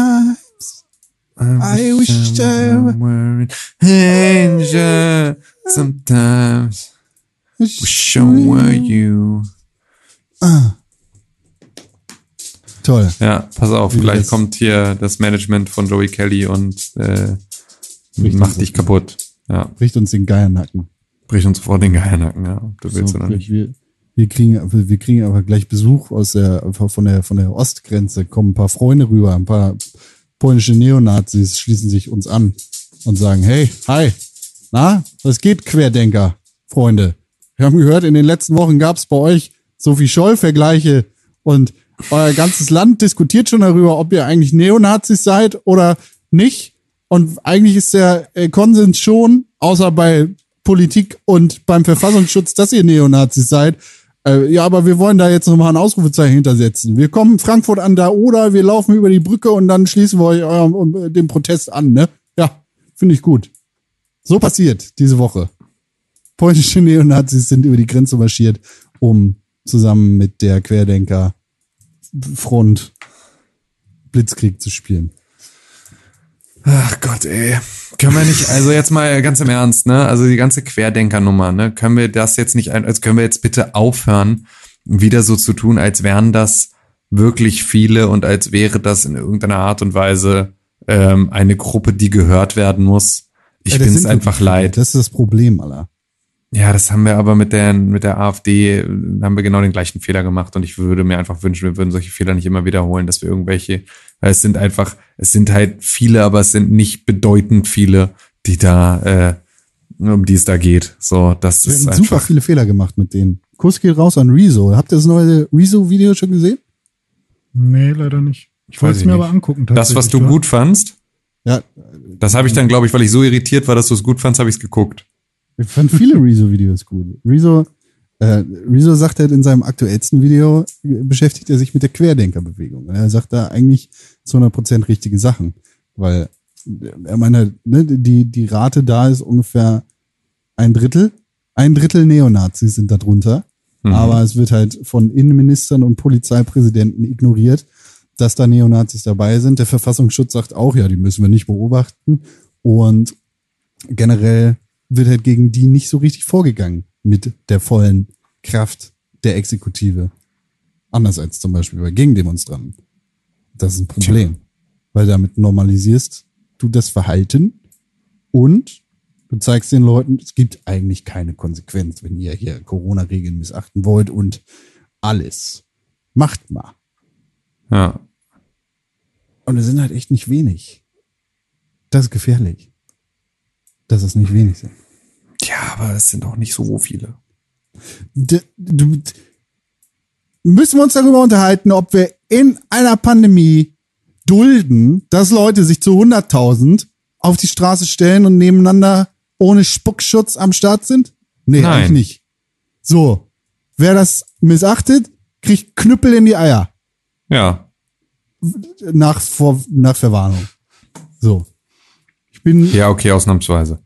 I wish I were Angel. Sometimes wish I were you. Toll. Ja, pass auf, Wie gleich das- kommt hier das Management von Joey Kelly und macht dich kaputt. Ja, Bricht uns den Geiernacken. brich uns vor den Geiernacken, ja, ob du willst So, oder nicht. wir kriegen aber gleich Besuch von der Ostgrenze, kommen ein paar Freunde rüber, ein paar polnische Neonazis schließen sich uns an und sagen, hey, hi, na, was geht, Querdenker, Freunde? Wir haben gehört, in den letzten Wochen gab es bei euch Sophie Scholl-Vergleiche und euer ganzes Land diskutiert schon darüber, ob ihr eigentlich Neonazis seid oder nicht. Und eigentlich ist der Konsens schon, außer bei Politik und beim Verfassungsschutz, dass ihr Neonazis seid. Ja, aber wir wollen da jetzt nochmal ein Ausrufezeichen hintersetzen. Wir kommen Frankfurt an der Oder, wir laufen über die Brücke und dann schließen wir euch den Protest an, ne? Ja, finde ich gut. So passiert diese Woche. Polnische Neonazis sind über die Grenze marschiert, um zusammen mit der Querdenker-Front Blitzkrieg zu spielen. Ach Gott, ey. Können wir nicht, also jetzt mal ganz im Ernst, ne? Also die ganze Querdenker-Nummer, ne? Können wir das jetzt nicht, also können wir jetzt bitte aufhören, wieder so zu tun, als wären das wirklich viele und als wäre das in irgendeiner Art und Weise eine Gruppe, die gehört werden muss. Ich Das bin es sind einfach wirklich- leid. Das ist das Problem, Alter. Ja, das haben wir aber mit der AfD, haben wir genau den gleichen Fehler gemacht und ich würde mir einfach wünschen, wir würden solche Fehler nicht immer wiederholen, dass wir irgendwelche, weil es sind halt viele, aber es sind nicht bedeutend viele, die da, um die es da geht. So, das Wir ist haben super einfach, viele Fehler gemacht mit denen. Kuss geht raus an Rezo. Habt ihr das neue Rezo-Video schon gesehen? Nee, leider nicht. Ich wollte es ich mir nicht. aber angucken. das, was du tatsächlich, gut fandst, Ja, das habe ich dann, glaube ich, weil ich so irritiert war, dass du es gut fandst, habe ich es geguckt. ich fand viele Rezo-Videos gut. Rezo sagt halt in seinem aktuellsten Video, beschäftigt er sich mit der Querdenkerbewegung. Und er sagt da eigentlich zu 100% richtige Sachen. Weil er meint halt, ne, die Rate da ist ungefähr ein Drittel. Ein Drittel Neonazis sind da drunter. Aber es wird halt von Innenministern und Polizeipräsidenten ignoriert, dass da Neonazis dabei sind. Der Verfassungsschutz sagt auch, ja, die müssen wir nicht beobachten. Und generell wird halt gegen die nicht so richtig vorgegangen mit der vollen Kraft der Exekutive. Anders als zum Beispiel bei Gegendemonstranten. Das ist ein Problem. Weil damit normalisierst du das Verhalten Und du zeigst den Leuten, es gibt eigentlich keine Konsequenz, wenn ihr hier Corona-Regeln missachten wollt und alles. Macht mal. Ja. Und es sind halt echt nicht wenig. Das ist gefährlich. Dass es nicht wenig sind. Ja, aber es sind auch nicht so viele. Müssen wir uns darüber unterhalten, ob wir in einer Pandemie dulden, dass Leute sich zu 100.000 auf die Straße stellen und nebeneinander ohne Spuckschutz am Start sind? Nee, Nein. eigentlich nicht. So, wer das missachtet, kriegt Knüppel in die Eier. Ja. Nach Verwarnung. So. Ja, okay, ausnahmsweise.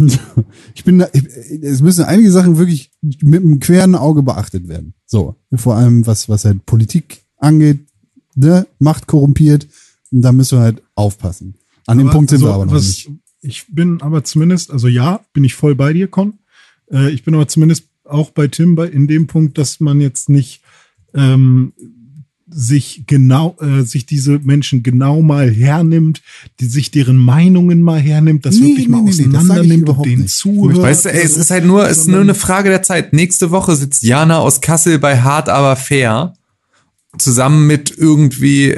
Es müssen einige Sachen wirklich mit einem queren Auge beachtet werden. So. Vor allem, was halt Politik angeht, ne? Macht korrumpiert. Und da müssen wir halt aufpassen. An dem Punkt sind wir aber noch nicht. Ich bin aber zumindest, also ja, bin ich voll bei dir, Con. Ich bin aber zumindest auch bei Tim in dem Punkt, dass man jetzt nicht sich diese Menschen genau mal hernimmt, sich deren Meinungen mal hernimmt, das wirklich mal auseinander nimmt und denen zuhört. Weißt du, ey, es ist nur eine Frage der Zeit. Nächste Woche sitzt Jana aus Kassel bei Hart aber fair zusammen mit irgendwie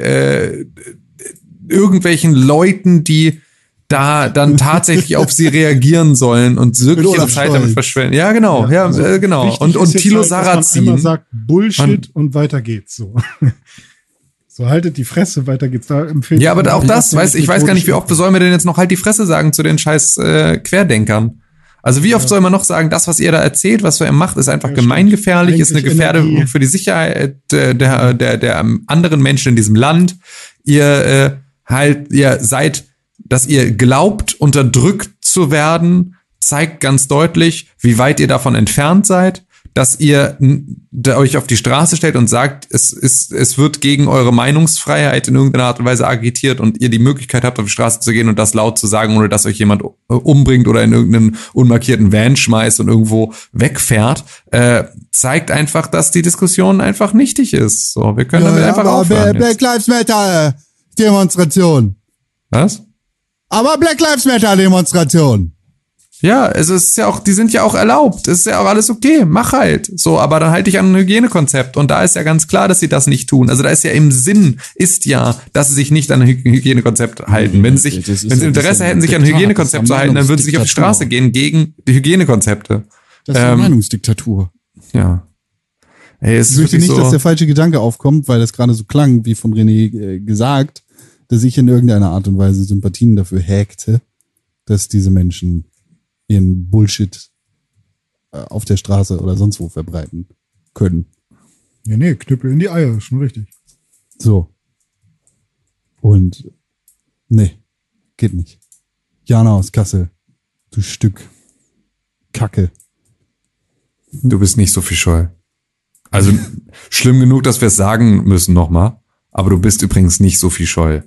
irgendwelchen Leuten, die da dann tatsächlich auf sie reagieren sollen und wirklich ihre Zeit damit verschwenden. Ja, genau. Ja, also genau. Und Thilo Sarrazin. Man sagt Bullshit und weiter geht's so. So, haltet die Fresse, weiter geht's. Da empfehlen. Ja, aber auch das, ich weiß gar nicht, wie oft sollen wir denn jetzt noch halt die Fresse sagen zu den scheiß Querdenkern? Also wie oft soll man noch sagen, das, was ihr da erzählt, was ihr macht, ist einfach gemeingefährlich, ist eine Gefährdung für die Sicherheit der anderen Menschen in diesem Land. Ihr seid, dass ihr glaubt, unterdrückt zu werden, zeigt ganz deutlich, wie weit ihr davon entfernt seid, dass ihr euch auf die Straße stellt und sagt, es wird gegen eure Meinungsfreiheit in irgendeiner Art und Weise agitiert und ihr die Möglichkeit habt, auf die Straße zu gehen und das laut zu sagen, ohne dass euch jemand umbringt oder in irgendeinen unmarkierten Van schmeißt und irgendwo wegfährt, zeigt einfach, dass die Diskussion einfach nichtig ist. So, wir können damit einfach aufhören. Black Lives Matter Demonstration. Was? Aber Black Lives Matter Demonstration. Ja, es ist ja auch, die sind ja auch erlaubt. Es ist ja auch alles okay. Mach halt. So, aber dann halte ich an ein Hygienekonzept. Und da ist ja ganz klar, dass sie das nicht tun. Also da ist ja im Sinn, dass sie sich nicht an ein Hygienekonzept halten. Wenn sie Interesse hätten, sich an ein Hygienekonzept zu halten, dann würden sie sich auf die Straße gehen gegen die Hygienekonzepte. Das ist eine Meinungsdiktatur. Ja. Ey, es ich möchte nicht, dass der falsche Gedanke aufkommt, weil das gerade so klang, wie von René gesagt, dass ich in irgendeiner Art und Weise Sympathien dafür hegte, dass diese Menschen ihren Bullshit auf der Straße oder sonst wo verbreiten können. Ja, nee, Knüppel in die Eier, schon richtig. So. Und nee, geht nicht. Jana aus Kassel, du Stück Kacke. Du bist nicht so viel scheu. Also schlimm genug, dass wir es sagen müssen nochmal, aber du bist übrigens nicht so viel scheu.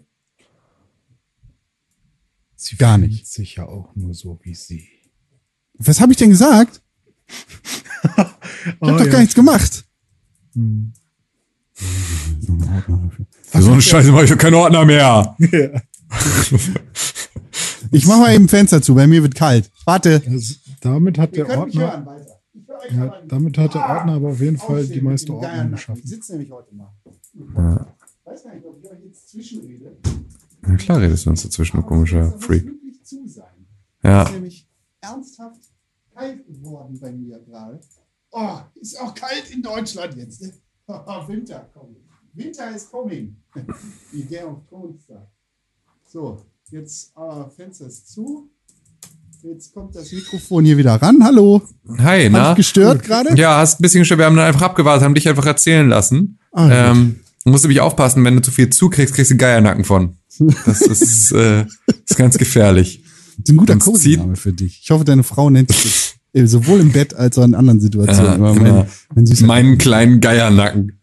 Sie gar nicht. Sicher auch nur so wie sie. Was habe ich denn gesagt? Ich habe doch gar nichts gemacht. Für so eine Scheiße mache ich doch keinen Ordner mehr. Ja. Ich mache mal eben Fenster zu, bei mir wird kalt. Warte. Damit hat der Ordner aber auf jeden Fall die meiste Ordnung geschaffen. Ich sitze nämlich heute mal. Ja. Ich weiß gar nicht, ob ich euch jetzt zwischenrede. Na klar redest du uns dazwischen, du komischer Freak. Zu sein. Ja. Es ist nämlich ernsthaft kalt geworden bei mir gerade. Oh, ist auch kalt in Deutschland jetzt. Ne? Winter coming. Winter is coming. Wie Game of Thrones sagt. So, jetzt Fenster ist zu. Jetzt kommt das Mikrofon hier wieder ran. Hallo. Hi, na? Hab ich gestört gerade? Ja, hast ein bisschen gestört. Wir haben dann einfach abgewartet, haben dich einfach erzählen lassen. Du musst nämlich aufpassen, wenn du zu viel zukriegst, kriegst du Geiernacken von. Das ist ganz gefährlich. Das ist ein guter Codename für dich. Ich hoffe, deine Frau nennt dich das sowohl im Bett als auch in anderen Situationen. Ja, meinen kleinen Geiernacken.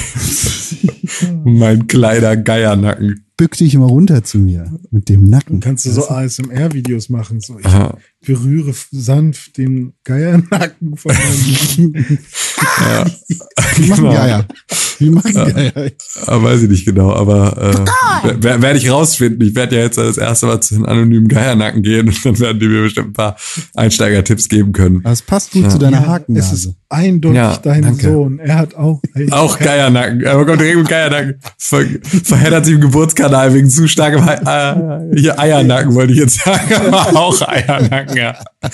Mein kleiner Geiernacken. Bück dich immer runter zu mir mit dem Nacken. Kannst du so ASMR-Videos machen? So, ich berühre sanft den Geiernacken von meinem Die machen Genau. Geier. Die machen Geier. Weiß ich nicht genau, aber werde ich rausfinden. Ich werde ja jetzt das erste Mal zu den anonymen Geiernacken gehen und dann werden die mir bestimmt ein paar Einsteiger-Tipps geben können. Das passt gut zu deiner Es ist Hakennase. eindeutig Ja, dein danke. Sohn. Er hat auch einen Auch Geiernacken. Er kommt direkt mit Geiernacken. Verheddert sich im Geburtskanal wegen zu starkem hier Eiernacken, wollte ich jetzt sagen. Aber auch Eiernacken, ja.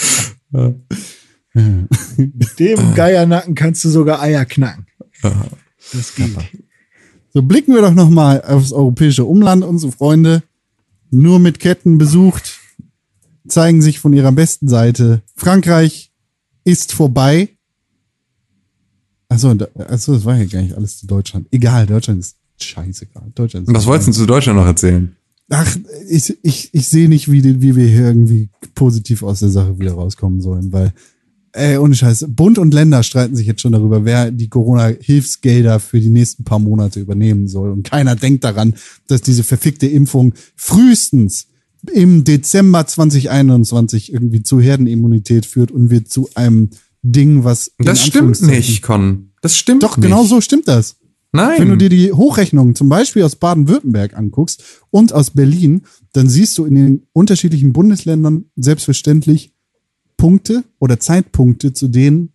Mit dem Geiernacken kannst du sogar Eier knacken. Das geht. So, blicken wir doch noch mal aufs europäische Umland. Unsere Freunde, nur mit Ketten besucht, zeigen sich von ihrer besten Seite. Frankreich ist vorbei. Achso, das war ja gar nicht alles zu Deutschland. Egal, Deutschland ist scheiße gerade. Deutschland ist Was wolltest du zu Deutschland noch erzählen? Ach, ich sehe nicht, wie wir hier irgendwie positiv aus der Sache wieder rauskommen sollen, weil, ohne Scheiß, Bund und Länder streiten sich jetzt schon darüber, wer die Corona-Hilfsgelder für die nächsten paar Monate übernehmen soll. Und keiner denkt daran, dass diese verfickte Impfung frühestens im Dezember 2021 irgendwie zu Herdenimmunität führt und wird zu einem Ding, was... in Das stimmt Anführungszeichen- nicht, Con. Das stimmt Doch, nicht. genau so stimmt das. Nein. Wenn du dir die Hochrechnungen zum Beispiel aus Baden-Württemberg anguckst und aus Berlin, dann siehst du in den unterschiedlichen Bundesländern selbstverständlich Punkte oder Zeitpunkte, zu denen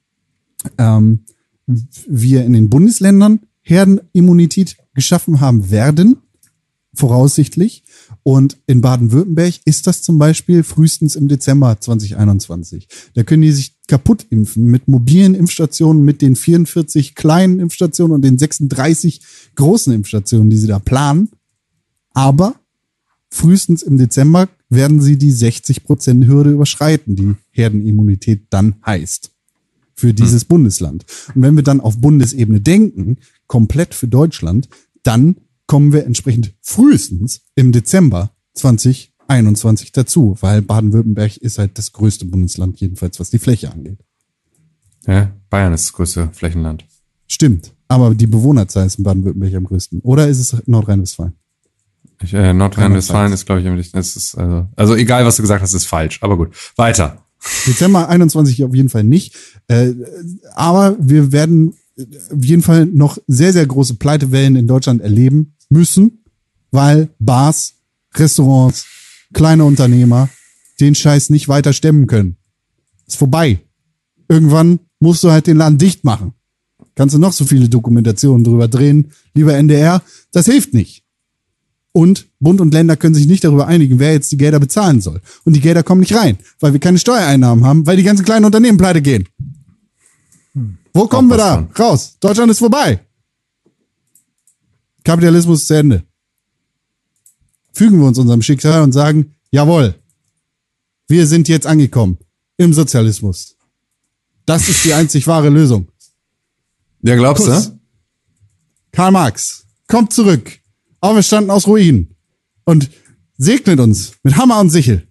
wir in den Bundesländern Herdenimmunität geschaffen haben werden, voraussichtlich. Und in Baden-Württemberg ist das zum Beispiel frühestens im Dezember 2021. Da können die sich kaputt impfen mit mobilen Impfstationen, mit den 44 kleinen Impfstationen und den 36 großen Impfstationen, die sie da planen. Aber frühestens im Dezember werden sie die 60%-Hürde überschreiten, die Herdenimmunität dann heißt. Für dieses Bundesland. Und wenn wir dann auf Bundesebene denken, komplett für Deutschland, dann kommen wir entsprechend frühestens im Dezember 2021 dazu, weil Baden-Württemberg ist halt das größte Bundesland, jedenfalls was die Fläche angeht. Ja, Bayern ist das größte Flächenland. Stimmt, aber die Bewohnerzahl ist in Baden-Württemberg am größten. Oder ist es Nordrhein-Westfalen? Nordrhein-Westfalen ist, glaube ich, es ist, also egal, was du gesagt hast, ist falsch. Aber gut, weiter. Dezember 21 auf jeden Fall nicht. Aber wir werden auf jeden Fall noch sehr, sehr große Pleitewellen in Deutschland erleben müssen, weil Bars, Restaurants, kleine Unternehmer den Scheiß nicht weiter stemmen können. Ist vorbei. Irgendwann musst du halt den Laden dicht machen. Kannst du noch so viele Dokumentationen drüber drehen, lieber NDR, das hilft nicht. Und Bund und Länder können sich nicht darüber einigen, wer jetzt die Gelder bezahlen soll. Und die Gelder kommen nicht rein, weil wir keine Steuereinnahmen haben, weil die ganzen kleinen Unternehmen pleite gehen. Wo kommen wir da raus? Deutschland ist vorbei. Kapitalismus ist zu Ende. Fügen wir uns unserem Schicksal und sagen, jawohl, wir sind jetzt angekommen im Sozialismus. Das ist die einzig wahre Lösung. Ja, glaubst Kuss. du? Karl Marx kommt zurück, auferstanden aus Ruinen und segnet uns mit Hammer und Sichel.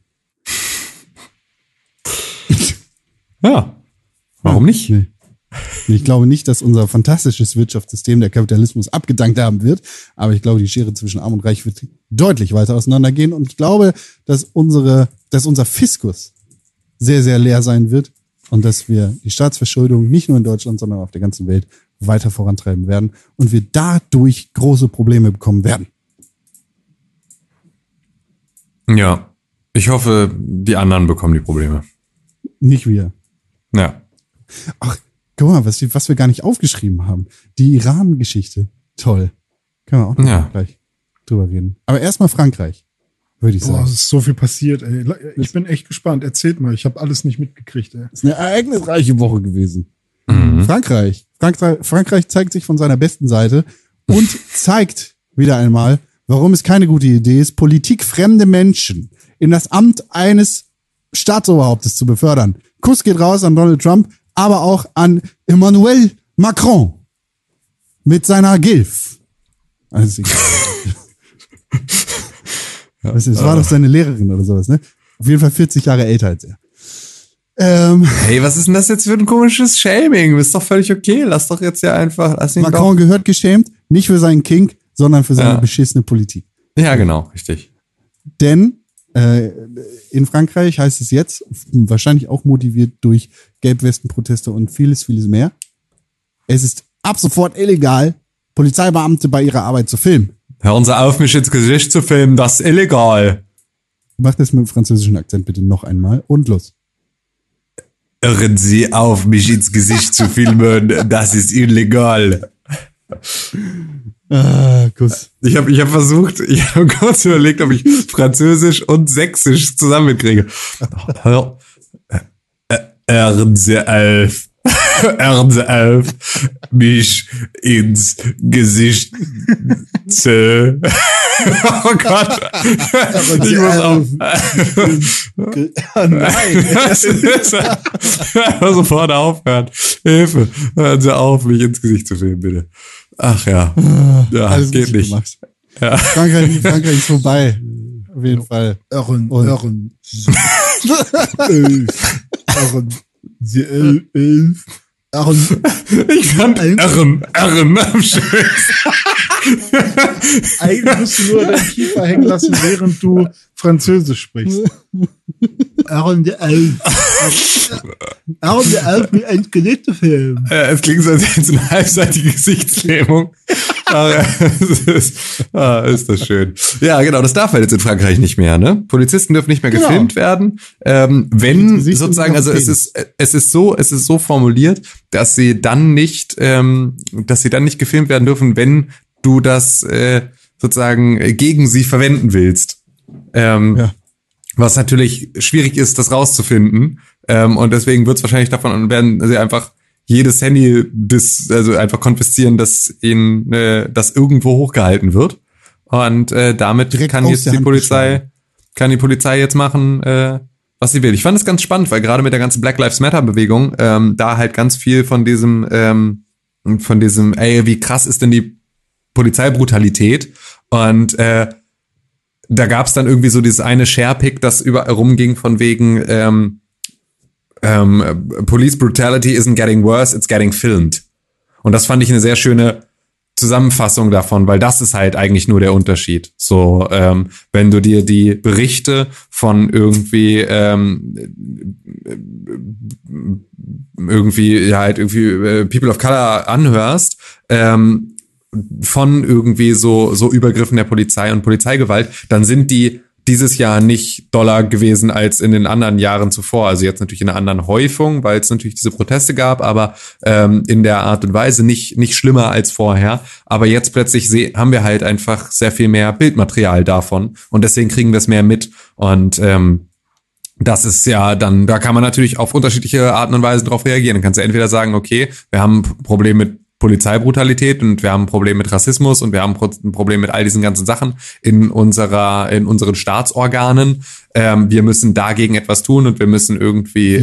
Ja. Warum nicht? Nee. Ich glaube nicht, dass unser fantastisches Wirtschaftssystem der Kapitalismus abgedankt haben wird, aber ich glaube, die Schere zwischen Arm und Reich wird deutlich weiter auseinandergehen und ich glaube, dass unser Fiskus sehr, sehr leer sein wird und dass wir die Staatsverschuldung nicht nur in Deutschland, sondern auf der ganzen Welt weiter vorantreiben werden und wir dadurch große Probleme bekommen werden. Ja. Ich hoffe, die anderen bekommen die Probleme. Nicht wir. Ja. Ach, guck mal, was wir gar nicht aufgeschrieben haben. Die Iran-Geschichte. Toll. Können wir auch noch gleich drüber reden. Aber erstmal Frankreich, würde ich Boah, sagen. es ist so viel passiert, ey. Ich bin echt gespannt. Erzählt mal, ich habe alles nicht mitgekriegt, ey. Das ist eine ereignisreiche Woche gewesen. Mhm. Frankreich zeigt sich von seiner besten Seite und zeigt wieder einmal, warum es keine gute Idee ist, politikfremde Menschen in das Amt eines Staatsoberhauptes zu befördern. Kuss geht raus an Donald Trump, aber auch an Emmanuel Macron mit seiner Gilf. Also, es war doch seine Lehrerin oder sowas, ne? Auf jeden Fall 40 Jahre älter als er. Hey, was ist denn das jetzt für ein komisches Shaming? Ist doch völlig okay. Lass doch jetzt ja einfach. Macron gehört geschämt, nicht für seinen Kink, sondern für seine beschissene Politik. Ja, genau, richtig. Denn in Frankreich heißt es jetzt, wahrscheinlich auch motiviert durch Gelbwestenproteste und vieles, vieles mehr, Es ist ab sofort illegal, Polizeibeamte bei ihrer Arbeit zu filmen. Hören Sie auf, mich ins Gesicht zu filmen, das ist illegal. Mach das mit dem französischen Akzent bitte noch einmal und los. Hören Sie auf, mich ins Gesicht zu filmen, das ist illegal. Kuss. Ich hab versucht, ich habe kurz überlegt, ob ich Französisch und Sächsisch zusammenkriege. Hören Sie auf. Hören Sie auf, mich ins Gesicht zu... Oh Gott. Ich muss auf. Oh nein. Sofort aufhören. Hilfe. Hören Sie auf, mich ins Gesicht zu filmen, bitte. Ach ja. Ja, Alles geht nicht. Gemacht. Ja. Frankreich ist vorbei. Auf jeden Fall. Irren. Ich fand Irren am schönsten. Eigentlich musst du nur deinen Kiefer hängen lassen, während du Französisch sprichst. Aaron de Elf wie ein Skelettenfilm. Ja, es klingt so, als hätte es eine halbseitige Gesichtslähmung. Aber ist das schön. Ja, genau, das darf halt jetzt in Frankreich nicht mehr, ne? Polizisten dürfen nicht mehr gefilmt werden. Wenn sozusagen, also es ist so formuliert, dass sie dann nicht gefilmt werden dürfen, wenn du das sozusagen gegen sie verwenden willst. Was natürlich schwierig ist, das rauszufinden. Und deswegen wird es wahrscheinlich werden sie einfach jedes Handy also einfach konfiszieren, dass ihnen das irgendwo hochgehalten wird. Und damit kann die Polizei jetzt machen, was sie will. Ich fand es ganz spannend, weil gerade mit der ganzen Black Lives Matter Bewegung da halt ganz viel von diesem wie krass ist denn die Polizeibrutalität? Und da gab es dann irgendwie so dieses eine Sharepick, das überall rumging von wegen Police brutality isn't getting worse, it's getting filmed. Und das fand ich eine sehr schöne Zusammenfassung davon, weil das ist halt eigentlich nur der Unterschied. So, wenn du dir die Berichte von irgendwie People of Color anhörst, von irgendwie so Übergriffen der Polizei und Polizeigewalt, dann sind die dieses Jahr nicht doller gewesen als in den anderen Jahren zuvor. Also jetzt natürlich in einer anderen Häufung, weil es natürlich diese Proteste gab, aber in der Art und Weise nicht schlimmer als vorher. Aber jetzt plötzlich haben wir halt einfach sehr viel mehr Bildmaterial davon und deswegen kriegen wir es mehr mit. Und das ist ja dann, da kann man natürlich auf unterschiedliche Arten und Weisen drauf reagieren. Dann kannst du entweder sagen, okay, wir haben ein Problem mit Polizeibrutalität und wir haben ein Problem mit Rassismus und wir haben ein Problem mit all diesen ganzen Sachen in unseren Staatsorganen. Wir müssen dagegen etwas tun und wir müssen irgendwie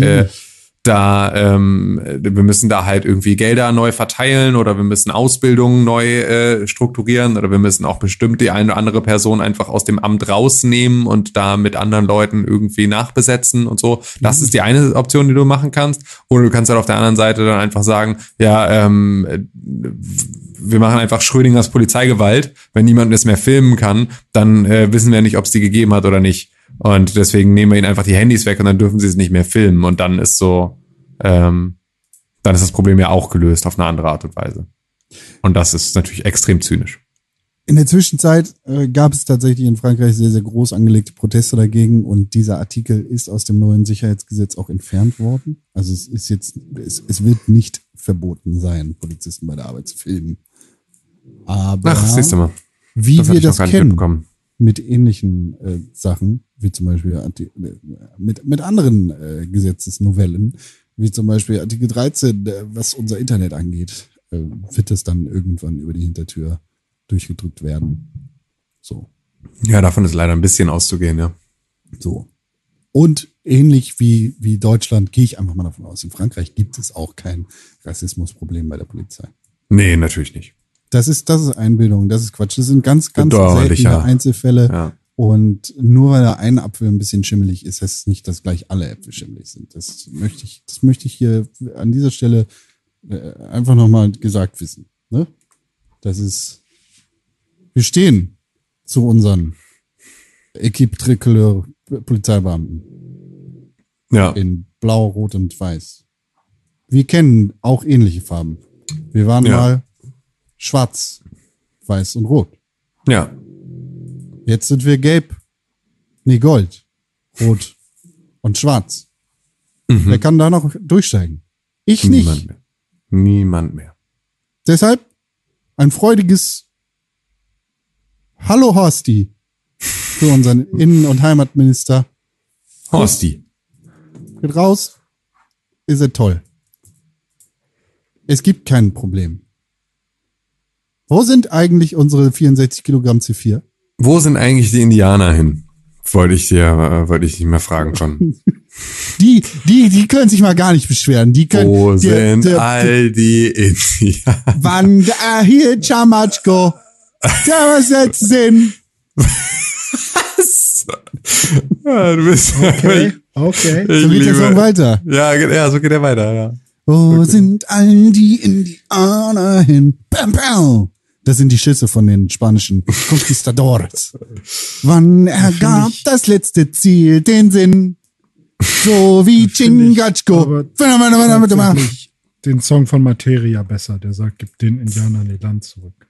wir müssen da halt irgendwie Gelder neu verteilen oder wir müssen Ausbildungen neu strukturieren oder wir müssen auch bestimmt die eine oder andere Person einfach aus dem Amt rausnehmen und da mit anderen Leuten irgendwie nachbesetzen und so. Das ist die eine Option, die du machen kannst. Oder du kannst halt auf der anderen Seite dann einfach sagen, ja, wir machen einfach Schrödingers Polizeigewalt. Wenn niemand es mehr filmen kann, dann wissen wir nicht, ob es die gegeben hat oder nicht. Und deswegen nehmen wir ihnen einfach die Handys weg und dann dürfen sie es nicht mehr filmen. Und dann ist dann ist das Problem ja auch gelöst auf eine andere Art und Weise. Und das ist natürlich extrem zynisch. In der Zwischenzeit gab es tatsächlich in Frankreich sehr, sehr groß angelegte Proteste dagegen und dieser Artikel ist aus dem neuen Sicherheitsgesetz auch entfernt worden. Also es ist jetzt, es wird nicht verboten sein, Polizisten bei der Arbeit zu filmen. Aber Ach, siehst du mal. Wie wir das kennen, mit ähnlichen Sachen, wie zum Beispiel mit anderen Gesetzesnovellen, wie zum Beispiel Artikel 13, was unser Internet angeht, wird das dann irgendwann über die Hintertür durchgedrückt werden. So. Ja, davon ist leider ein bisschen auszugehen, ja. So. Und ähnlich wie Deutschland, gehe ich einfach mal davon aus, in Frankreich gibt es auch kein Rassismusproblem bei der Polizei. Nee, natürlich nicht. Das ist Einbildung, das ist Quatsch. Das sind ganz seltene Einzelfälle. Ja. Und nur weil der eine Apfel ein bisschen schimmelig ist, heißt es nicht, dass gleich alle Äpfel schimmelig sind. Das möchte ich hier an dieser Stelle einfach nochmal gesagt wissen. Ne? Wir stehen zu unseren Equipe Tricolore Polizeibeamten. Ja. In Blau, Rot und Weiß. Wir kennen auch ähnliche Farben. Wir waren Ja. mal schwarz, weiß und rot. Ja. Jetzt sind wir gold, rot und schwarz. Wer kann da noch durchsteigen? Ich nicht. Niemand mehr. Niemand mehr. Deshalb ein freudiges Hallo Horsti für unseren Innen- und Heimatminister. Horsti. Geht raus, ist er toll. Es gibt kein Problem. Wo sind eigentlich unsere 64 Kilogramm C4? Wo sind eigentlich die Indianer hin? Wollte ich nicht mehr fragen schon. Die können sich mal gar nicht beschweren. Die können. Wo sind all die Indianer? Wann da hier Chamatschko, da was jetzt Sinn. Ja, du bist Okay. So geht der Song weiter. Ja, so geht er weiter, ja. Wo sind all die Indianer hin? Bam, bam. Das sind die Schüsse von den spanischen Conquistadores. Wann ergab das letzte Ziel den Sinn? So wie Chingachgo. Aber tatsächlich den Song von Materia besser. Der sagt, gib den Indianern ihr Land zurück.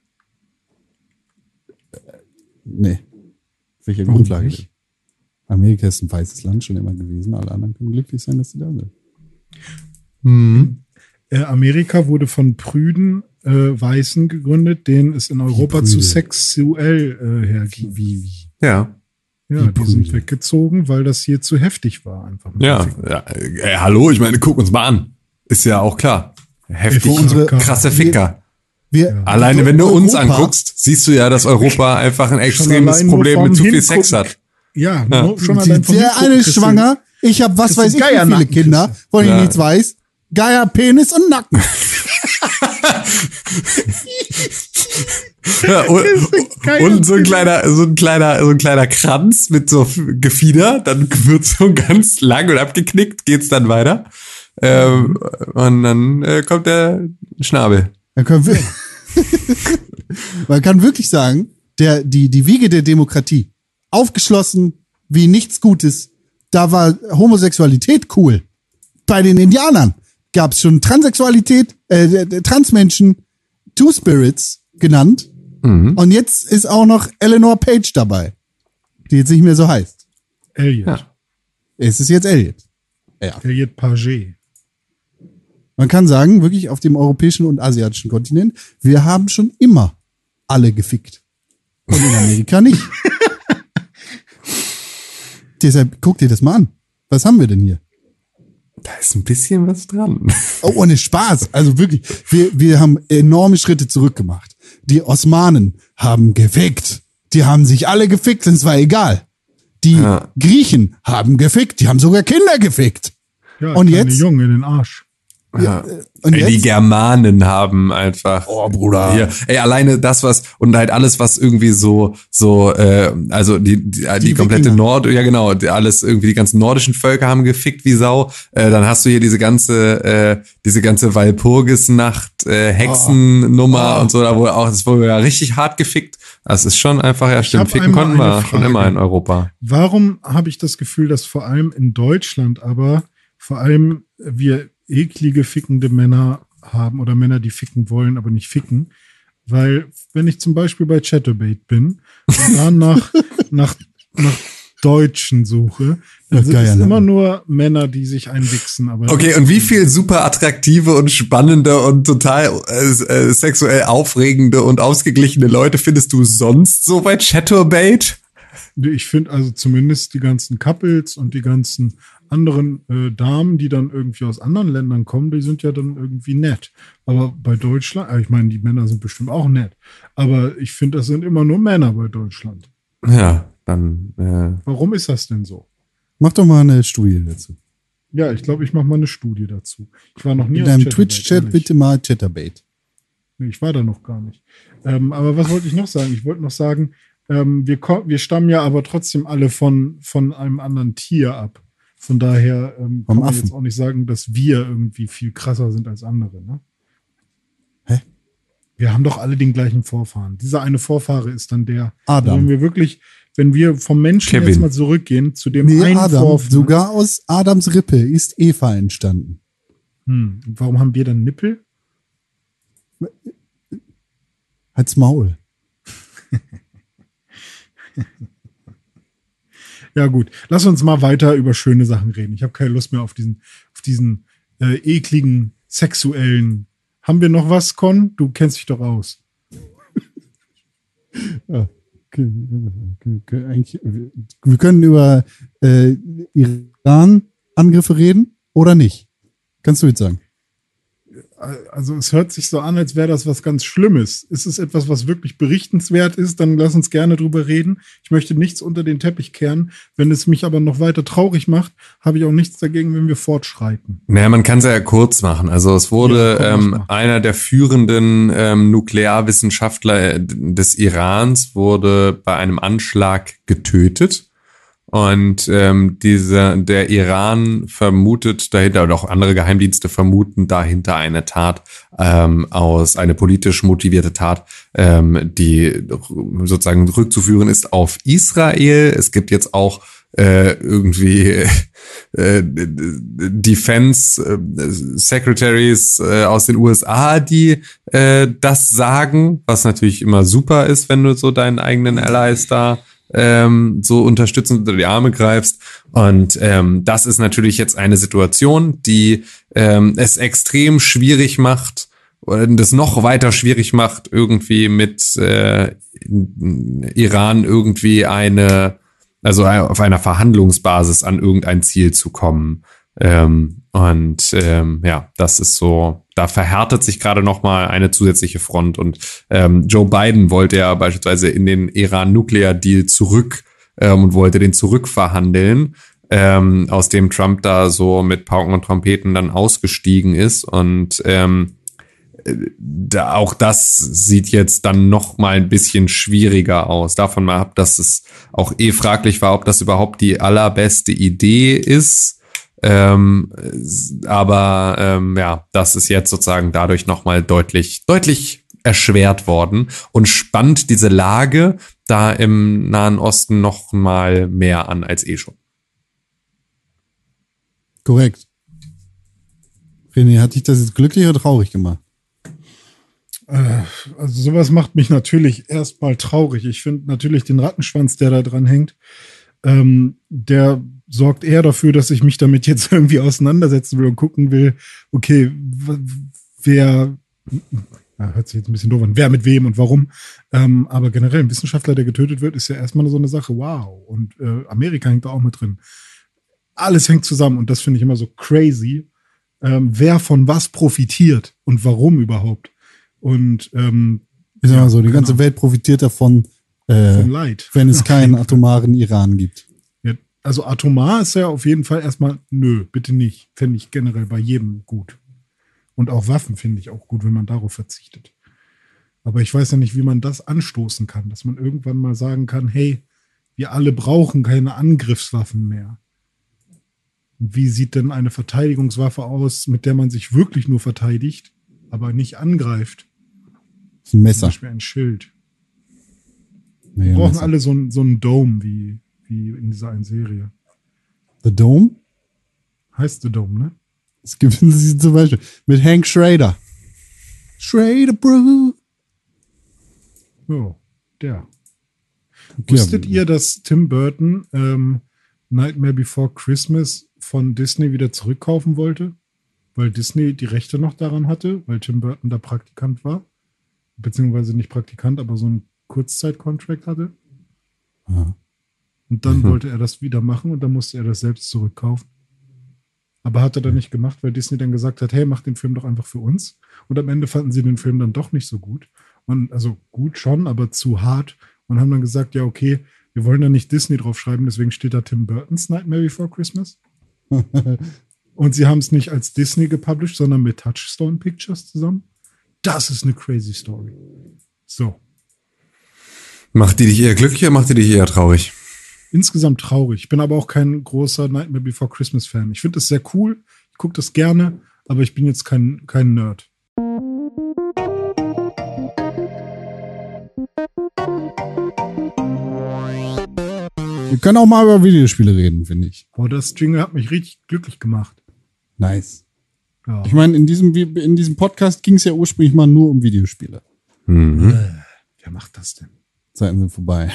Nee. Welche Warum Grundlage? nicht? Amerika ist ein weißes Land schon immer gewesen. Alle anderen können glücklich sein, dass sie da sind. Amerika wurde von prüden Weißen gegründet, denen es in Europa zu Prüde? sexuell herging. Wie? Ja. Ja, die sind Prüde? weggezogen, weil das hier zu heftig war einfach. mit Ja, dem Ficken. ja. Hallo, ich meine, guck uns mal an. Ist ja auch klar. Heftig, Für unsere- krasse Ficker. Wir, Alleine, wenn du uns Europa- anguckst, siehst du ja, dass Europa einfach ein extremes allein nur Problem vom mit zu viel Hingucken. Sex hat. Ja, nur schon allein vom Der Hingucken eine ist kriegst du- schwanger. Ich habe was kriegst du weiß ich wie viele Geiernacken, Kinder, kriegst von denen Ja. ich nichts weiß. Geier, Penis und Nacken. Ja, und so ein kleiner Kranz mit so Gefieder, dann wird so ganz lang und abgeknickt, geht's dann weiter. Und dann kommt der Schnabel. Man kann wirklich sagen, die Wiege der Demokratie, aufgeschlossen wie nichts Gutes, da war Homosexualität cool. Bei den Indianern gab es schon Transsexualität, Transmenschen, Two-Spirits genannt. Und jetzt ist auch noch Eleanor Page dabei, die jetzt nicht mehr so heißt. Elliot. Ja. Es ist jetzt Elliot. Ja. Elliot Page. Man kann sagen, wirklich auf dem europäischen und asiatischen Kontinent, wir haben schon immer alle gefickt. Und in Amerika nicht. Deshalb guck dir das mal an. Was haben wir denn hier? Da ist ein bisschen was dran. Oh, ohne Spaß. Also wirklich, wir haben enorme Schritte zurückgemacht. Die Osmanen haben gefickt. Die haben sich alle gefickt, und es war egal. Die Ja. Griechen haben gefickt. Die haben sogar Kinder gefickt. Ja, Und kleine jetzt? Jungen in den Arsch. Ja. Und Ey, die jetzt? Germanen haben einfach. Oh, Bruder. Hier, alleine das, was, und halt alles, was irgendwie also die komplette Wikinger. ja genau, alles irgendwie, die ganzen nordischen Völker haben gefickt wie Sau. Dann hast du hier diese ganze Walpurgisnacht, Hexennummer und so, da wurde auch, das wurde ja richtig hart gefickt. Das ist schon einfach, ja stimmt, hab ficken einmal konnten wir eine schon Frage. immer in Europa. Warum habe ich das Gefühl, dass vor allem in Deutschland aber vor allem wir eklige fickende Männer haben oder Männer, die ficken wollen, aber nicht ficken? Weil wenn ich zum Beispiel bei Chatterbait bin und dann nach Deutschen suche, dann sind Geier, es ne? immer nur Männer, die sich einwichsen. Aber Okay, und wie viel super attraktive und spannende und total sexuell aufregende und ausgeglichene Leute findest du sonst so bei Chatterbait? Ich finde also zumindest die ganzen Couples und die ganzen anderen Damen, die dann irgendwie aus anderen Ländern kommen, die sind ja dann irgendwie nett. Aber bei Deutschland, ich meine, die Männer sind bestimmt auch nett. Aber ich finde, das sind immer nur Männer bei Deutschland. Ja, dann Warum ist das denn so? Mach doch mal eine Studie dazu. Ja, ich glaube, ich mache mal eine Studie dazu. Ich war noch nie In auf deinem Chatterbait, Twitch-Chat ehrlich. bitte mal Chatterbait. Nee, ich war da noch gar nicht. Aber was wollte ich noch sagen? Ich wollte noch sagen, wir stammen ja aber trotzdem alle von einem anderen Tier ab. Von daher kann man Affen. jetzt auch nicht sagen, dass wir irgendwie viel krasser sind als andere. Ne? Hä? Wir haben doch alle den gleichen Vorfahren. Dieser eine Vorfahre ist dann der. Adam. Also wenn wir vom Menschen Kevin. jetzt mal zurückgehen zu dem Nee, einen Adam. Vorfahren. Sogar aus Adams Rippe ist Eva entstanden. Warum haben wir dann Nippel? Halt's Maul. Ja gut, lass uns mal weiter über schöne Sachen reden. Ich habe keine Lust mehr auf diesen ekligen, sexuellen. Haben wir noch was, Con? Du kennst dich doch aus. Ja, okay. Eigentlich, wir können über Iran-Angriffe reden oder nicht? Kannst du jetzt sagen? Also es hört sich so an, als wäre das was ganz Schlimmes. Ist es etwas, was wirklich berichtenswert ist, dann lass uns gerne drüber reden. Ich möchte nichts unter den Teppich kehren. Wenn es mich aber noch weiter traurig macht, habe ich auch nichts dagegen, wenn wir fortschreiten. Naja, man kann es ja kurz machen. Also es wurde einer der führenden Nuklearwissenschaftler des Irans wurde bei einem Anschlag getötet. Und der Iran vermutet dahinter, oder auch andere Geheimdienste vermuten dahinter eine Tat eine politisch motivierte Tat, die sozusagen rückzuführen ist auf Israel. Es gibt jetzt auch irgendwie Defense Secretaries aus den USA, die das sagen, was natürlich immer super ist, wenn du so deinen eigenen Allies da so unterstützend unter die Arme greifst. Und das ist natürlich jetzt eine Situation, die es extrem schwierig macht oder das noch weiter schwierig macht, irgendwie mit Iran irgendwie also auf einer Verhandlungsbasis an irgendein Ziel zu kommen. Das ist so, da verhärtet sich gerade noch mal eine zusätzliche Front und Joe Biden wollte ja beispielsweise in den Iran-Nuklear-Deal zurück und wollte den zurückverhandeln, aus dem Trump da so mit Pauken und Trompeten dann ausgestiegen ist und auch das sieht jetzt dann noch mal ein bisschen schwieriger aus. Davon mal ab, dass es auch fraglich war, ob das überhaupt die allerbeste Idee ist. Das ist jetzt sozusagen dadurch nochmal deutlich erschwert worden und spannt diese Lage da im Nahen Osten noch mal mehr an als schon. Korrekt. René, hat dich das jetzt glücklich oder traurig gemacht? Also sowas macht mich natürlich erstmal traurig. Ich finde natürlich den Rattenschwanz, der da dran hängt, der sorgt eher dafür, dass ich mich damit jetzt irgendwie auseinandersetzen will und gucken will, okay, wer, hört sich jetzt ein bisschen doof an, wer mit wem und warum. Aber generell ein Wissenschaftler, der getötet wird, ist ja erstmal so eine Sache, wow. Und Amerika hängt da auch mit drin. Alles hängt zusammen und das finde ich immer so crazy, wer von was profitiert und warum überhaupt. Und ich sag mal so, die ganze Welt profitiert davon, von Leid, wenn es keinen atomaren Iran gibt. Ja, also atomar ist ja auf jeden Fall erstmal, nö, bitte nicht. Fände ich generell bei jedem gut. Und auch Waffen finde ich auch gut, wenn man darauf verzichtet. Aber ich weiß ja nicht, wie man das anstoßen kann, dass man irgendwann mal sagen kann, hey, wir alle brauchen keine Angriffswaffen mehr. Und wie sieht denn eine Verteidigungswaffe aus, mit der man sich wirklich nur verteidigt, aber nicht angreift? Das ist ein Messer. Zum Beispiel ein Schild. Nee, Wir brauchen Messer. alle so einen Dome, wie in dieser einen Serie. The Dome? Heißt The Dome, ne? Es gibt sie zum Beispiel mit Hank Schrader. Schrader, Bro. Ja, der. Wusstet ihr, dass Tim Burton Nightmare Before Christmas von Disney wieder zurückkaufen wollte? Weil Disney die Rechte noch daran hatte, weil Tim Burton da Praktikant war. Beziehungsweise nicht Praktikant, aber so ein Kurzzeit-Contract hatte. Ja. Und dann wollte er das wieder machen und dann musste er das selbst zurückkaufen. Aber hat er dann nicht gemacht, weil Disney dann gesagt hat, hey, mach den Film doch einfach für uns. Und am Ende fanden sie den Film dann doch nicht so gut. Und also gut schon, aber zu hart. Und haben dann gesagt, ja, okay, wir wollen da nicht Disney draufschreiben, deswegen steht da Tim Burton's Nightmare Before Christmas. Und sie haben es nicht als Disney gepublished, sondern mit Touchstone Pictures zusammen. Das ist eine crazy Story. So. Macht die dich eher glücklich oder macht die dich eher traurig? Insgesamt traurig. Ich bin aber auch kein großer Nightmare Before Christmas Fan. Ich finde das sehr cool. Ich gucke das gerne, aber ich bin jetzt kein Nerd. Wir können auch mal über Videospiele reden, finde ich. Boah, das Jingle hat mich richtig glücklich gemacht. Nice. Ja. Ich meine, in diesem Podcast ging es ja ursprünglich mal nur um Videospiele. Wer macht das denn? Zeiten sind vorbei.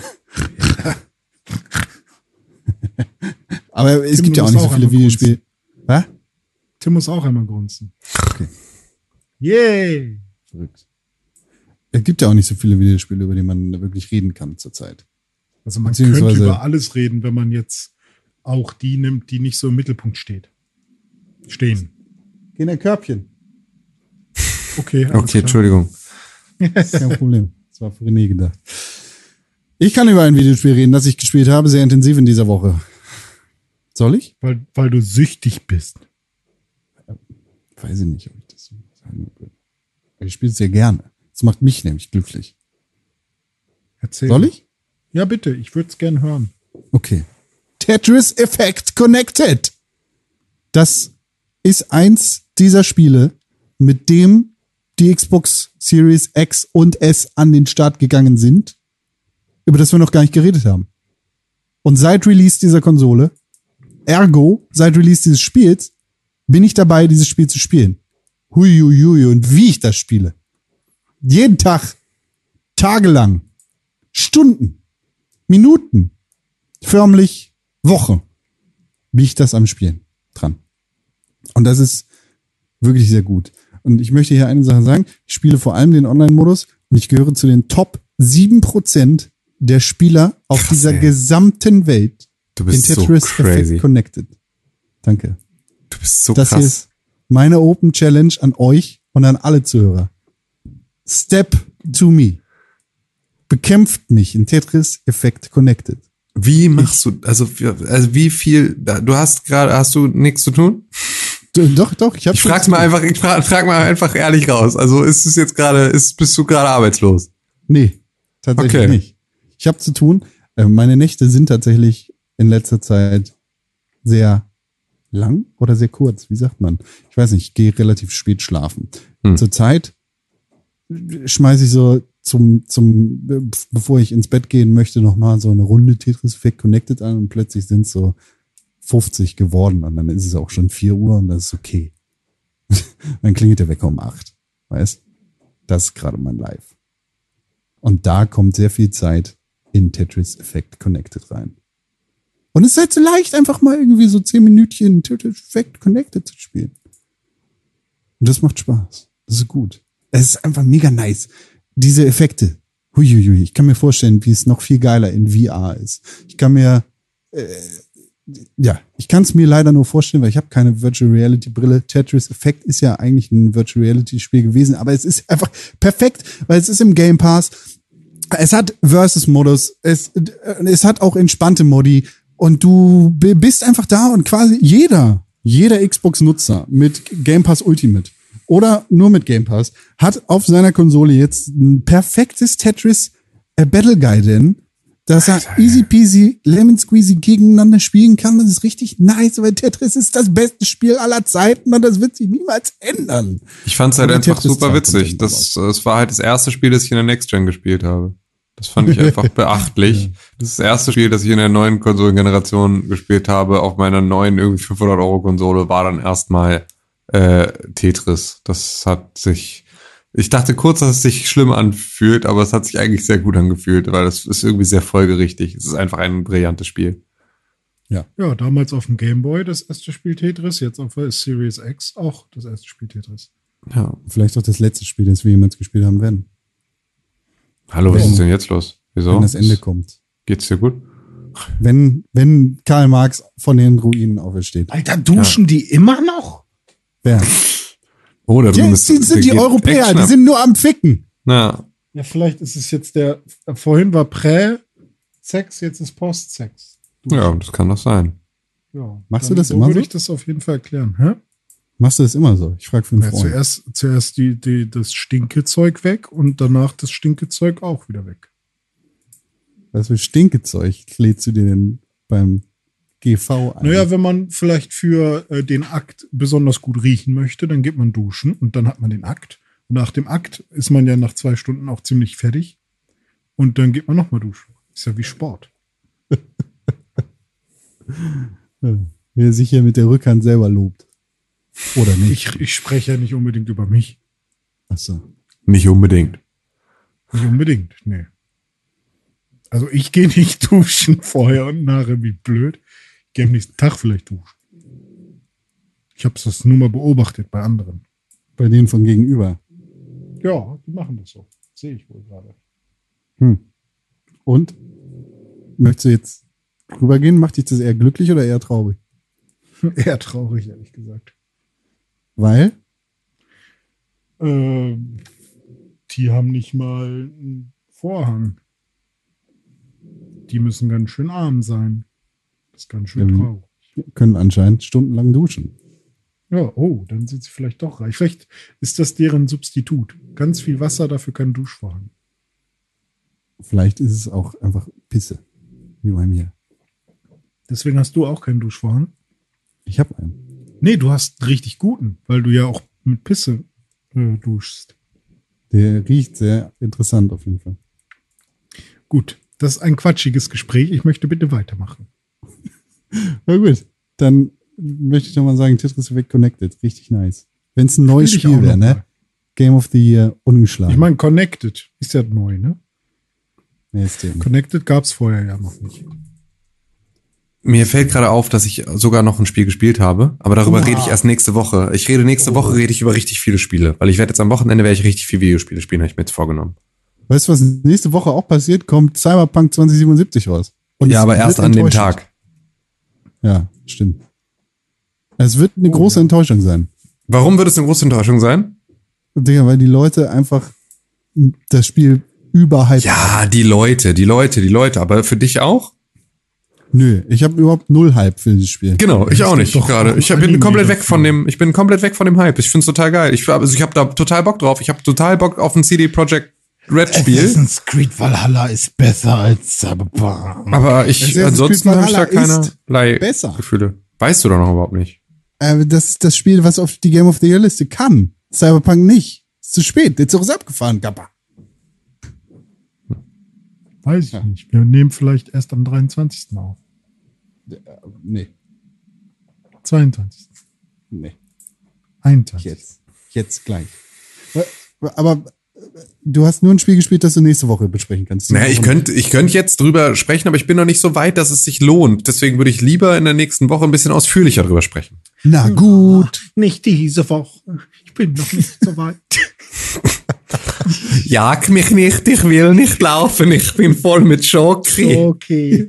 Aber es Tim, gibt ja du auch musst nicht so auch viele einmal Videospiele. Was? Tim muss auch einmal grunzen. Okay. Yay! Verrückt. Es gibt ja auch nicht so viele Videospiele, über die man wirklich reden kann zurzzt. Also man Beziehungsweise- könnte über alles reden, wenn man jetzt auch die nimmt, die nicht so im Mittelpunkt stehen. Geh in ein Körbchen. Okay, alles Okay, klar. Entschuldigung. Kein Problem. Das war für René gedacht. Ich kann über ein Videospiel reden, das ich gespielt habe, sehr intensiv in dieser Woche. Soll ich? Weil du süchtig bist. Weiß ich nicht, ob ich das so sagen will. Ich spiele es sehr gerne. Das macht mich nämlich glücklich. Erzähl. Soll ich? Ja, bitte. Ich würde es gern hören. Okay. Tetris Effect Connected. Das ist eins dieser Spiele, mit dem die Xbox Series X und S an den Start gegangen sind, über das wir noch gar nicht geredet haben. Und seit Release dieser Konsole, ergo, seit Release dieses Spiels, bin ich dabei, dieses Spiel zu spielen. Huiuiui, und wie ich das spiele. Jeden Tag, tagelang, Stunden, Minuten, förmlich Woche, bin ich das am Spielen dran. Und das ist wirklich sehr gut. Und ich möchte hier eine Sache sagen. Ich spiele vor allem den Online-Modus und ich gehöre zu den Top 7% der Spieler auf Krass, dieser ey. gesamten Welt Du in bist so Tetris crazy. Effect Connected. Danke. Du bist so Das hier krass. ist meine Open Challenge an euch und an alle Zuhörer. Step to me. Bekämpft mich in Tetris Effect Connected. Wie machst du, also wie viel, hast du nichts zu tun? Doch, ich habe Ich frag mal einfach ehrlich raus. Also ist es jetzt gerade, bist du gerade arbeitslos? Nee, tatsächlich Okay. nicht. Ich habe zu tun. Meine Nächte sind tatsächlich in letzter Zeit sehr lang oder sehr kurz. Wie sagt man? Ich weiß nicht, ich gehe relativ spät schlafen. Zurzeit schmeiße ich so bevor ich ins Bett gehen möchte, nochmal so eine Runde Tetris Effect Connected an und plötzlich sind es so 50 geworden und dann ist es auch schon 4 Uhr und das ist okay. Dann klingelt der Wecker um 8. Weißt? Das ist gerade mein Live. Und da kommt sehr viel Zeit in Tetris Effect Connected rein. Und es ist halt so leicht, einfach mal irgendwie so 10 Minütchen Tetris Effect Connected zu spielen. Und das macht Spaß. Das ist gut. Es ist einfach mega nice. Diese Effekte. Huiuiui. Ich kann mir vorstellen, wie es noch viel geiler in VR ist. Ich kann es mir leider nur vorstellen, weil ich habe keine Virtual Reality Brille. Tetris Effect ist ja eigentlich ein Virtual Reality Spiel gewesen, aber es ist einfach perfekt, weil es ist im Game Pass. Es hat Versus-Modus. Es hat auch entspannte Modi. Und du bist einfach da und quasi jeder Xbox-Nutzer mit Game Pass Ultimate oder nur mit Game Pass hat auf seiner Konsole jetzt ein perfektes Tetris Battle Guide, dass er easy peasy lemon squeezy gegeneinander spielen kann. Das ist richtig nice, weil Tetris ist das beste Spiel aller Zeiten und das wird sich niemals ändern. Ich fand's halt Und die einfach super Tetris-Zeit witzig. kommt Das war halt das erste Spiel, das ich in der Next Gen gespielt habe. Das fand ich einfach beachtlich. Das ist das erste Spiel, das ich in der neuen Konsolengeneration gespielt habe. Auf meiner neuen irgendwie 500-Euro-Konsole war dann erstmal Tetris. Das hat sich, ich dachte kurz, dass es sich schlimm anfühlt, aber es hat sich eigentlich sehr gut angefühlt, weil das ist irgendwie sehr folgerichtig. Es ist einfach ein brillantes Spiel. Ja, damals auf dem Game Boy das erste Spiel Tetris, jetzt auf der Series X auch das erste Spiel Tetris. Ja. Vielleicht auch das letzte Spiel, das wir jemals gespielt haben werden. Hallo, was ist denn jetzt los? Wieso? Wenn das Ende kommt. Geht's dir gut? Wenn Karl Marx von den Ruinen aufersteht. Alter, duschen die immer noch? Wer? Oh, da drüben Die ist sind die Europäer, Action die sind nur am Ficken. Ja. Ja, vielleicht ist es jetzt vorhin war Prä-Sex, jetzt ist Post-Sex. Ja, das kann doch sein. Ja, Machst dann du das immer würde so? ich das auf jeden Fall erklären. Hä? Machst du das immer so? Ich frage für einen Ja, Freund. zuerst das Stinkezeug weg und danach das Stinkezeug auch wieder weg. Was für Stinkezeug lädst du dir denn beim GV ein? Naja, wenn man vielleicht für den Akt besonders gut riechen möchte, dann geht man duschen und dann hat man den Akt. Und nach dem Akt ist man ja nach 2 Stunden auch ziemlich fertig. Und dann geht man nochmal duschen. Ist ja wie Sport. Wer sich hier mit der Rückhand selber lobt. Oder nicht? Ich spreche ja nicht unbedingt über mich. Achso. Nicht unbedingt. Nicht unbedingt, nee. Also ich gehe nicht duschen vorher und nachher, wie blöd. Ich gehe am nächsten Tag vielleicht duschen. Ich habe das nur mal beobachtet bei anderen. Bei denen von gegenüber. Ja, die machen das so. Sehe ich wohl gerade. Und? Möchtest du jetzt rübergehen? Macht dich das eher glücklich oder eher traurig? Eher traurig, ehrlich gesagt. Weil? Die haben nicht mal einen Vorhang. Die müssen ganz schön arm sein. Das ist ganz schön traurig. Können anscheinend stundenlang duschen. Ja, oh, dann sind sie vielleicht doch reich. Vielleicht ist das deren Substitut. Ganz viel Wasser, dafür kein Duschvorhang. Vielleicht ist es auch einfach Pisse. Wie bei mir. Deswegen hast du auch keinen Duschvorhang. Ich habe einen. Nee, du hast einen richtig guten, weil du ja auch mit Pisse duschst. Der riecht sehr interessant auf jeden Fall. Gut, das ist ein quatschiges Gespräch. Ich möchte bitte weitermachen. Na gut, dann möchte ich nochmal sagen, Tetris Effect Connected, richtig nice. Wenn es ein neues Will ich Spiel auch wäre, noch ne? mal. Game of the Year, ungeschlagen. Ich meine, Connected ist ja neu, ne? Nee, ist der. Connected gab es vorher ja noch nicht. Mir fällt gerade auf, dass ich sogar noch ein Spiel gespielt habe, aber darüber rede ich erst nächste Woche. Nächste Woche rede ich über richtig viele Spiele, weil ich werde jetzt am Wochenende werde ich richtig viele Videospiele spielen, habe ich mir jetzt vorgenommen. Weißt du, was nächste Woche auch passiert? Kommt Cyberpunk 2077 raus. Und Ja, es aber wird erst an dem enttäuschend. Tag. Ja, stimmt. Es wird eine große Enttäuschung sein. Warum wird es eine große Enttäuschung sein? Digga, weil die Leute einfach das Spiel überhyped haben. Ja, die Leute, aber für dich auch? Nö, ich habe überhaupt null Hype für dieses Spiel. Genau, ich auch nicht doch gerade. auch Ich ein bin Anime komplett weg dafür. von dem Hype. Ich find's total geil. Ich habe da total Bock drauf. Ich habe total Bock auf ein CD Projekt Red Spiel. Assassin's Creed Valhalla ist besser als Cyberpunk. Aber Assassin's ansonsten Creed habe ich da Valhalla keinerlei besser. Gefühle. Weißt du doch noch überhaupt nicht. Das ist das Spiel, was auf die Game of the Year Liste kann. Cyberpunk nicht. Ist zu spät. Der Zug ist abgefahren, Kappa. Weiß ich nicht. Wir nehmen vielleicht erst am 23. auf. Nee, 22. nee. 21. Jetzt gleich. Aber du hast nur ein Spiel gespielt, das du nächste Woche besprechen kannst. Naja, ich könnte jetzt drüber sprechen, aber ich bin noch nicht so weit, dass es sich lohnt. Deswegen würde ich lieber in der nächsten Woche ein bisschen ausführlicher drüber sprechen. Na gut. Nicht diese Woche. Ich bin noch nicht so weit. Jag mich nicht, ich will nicht laufen, ich bin voll mit Schoki. Okay.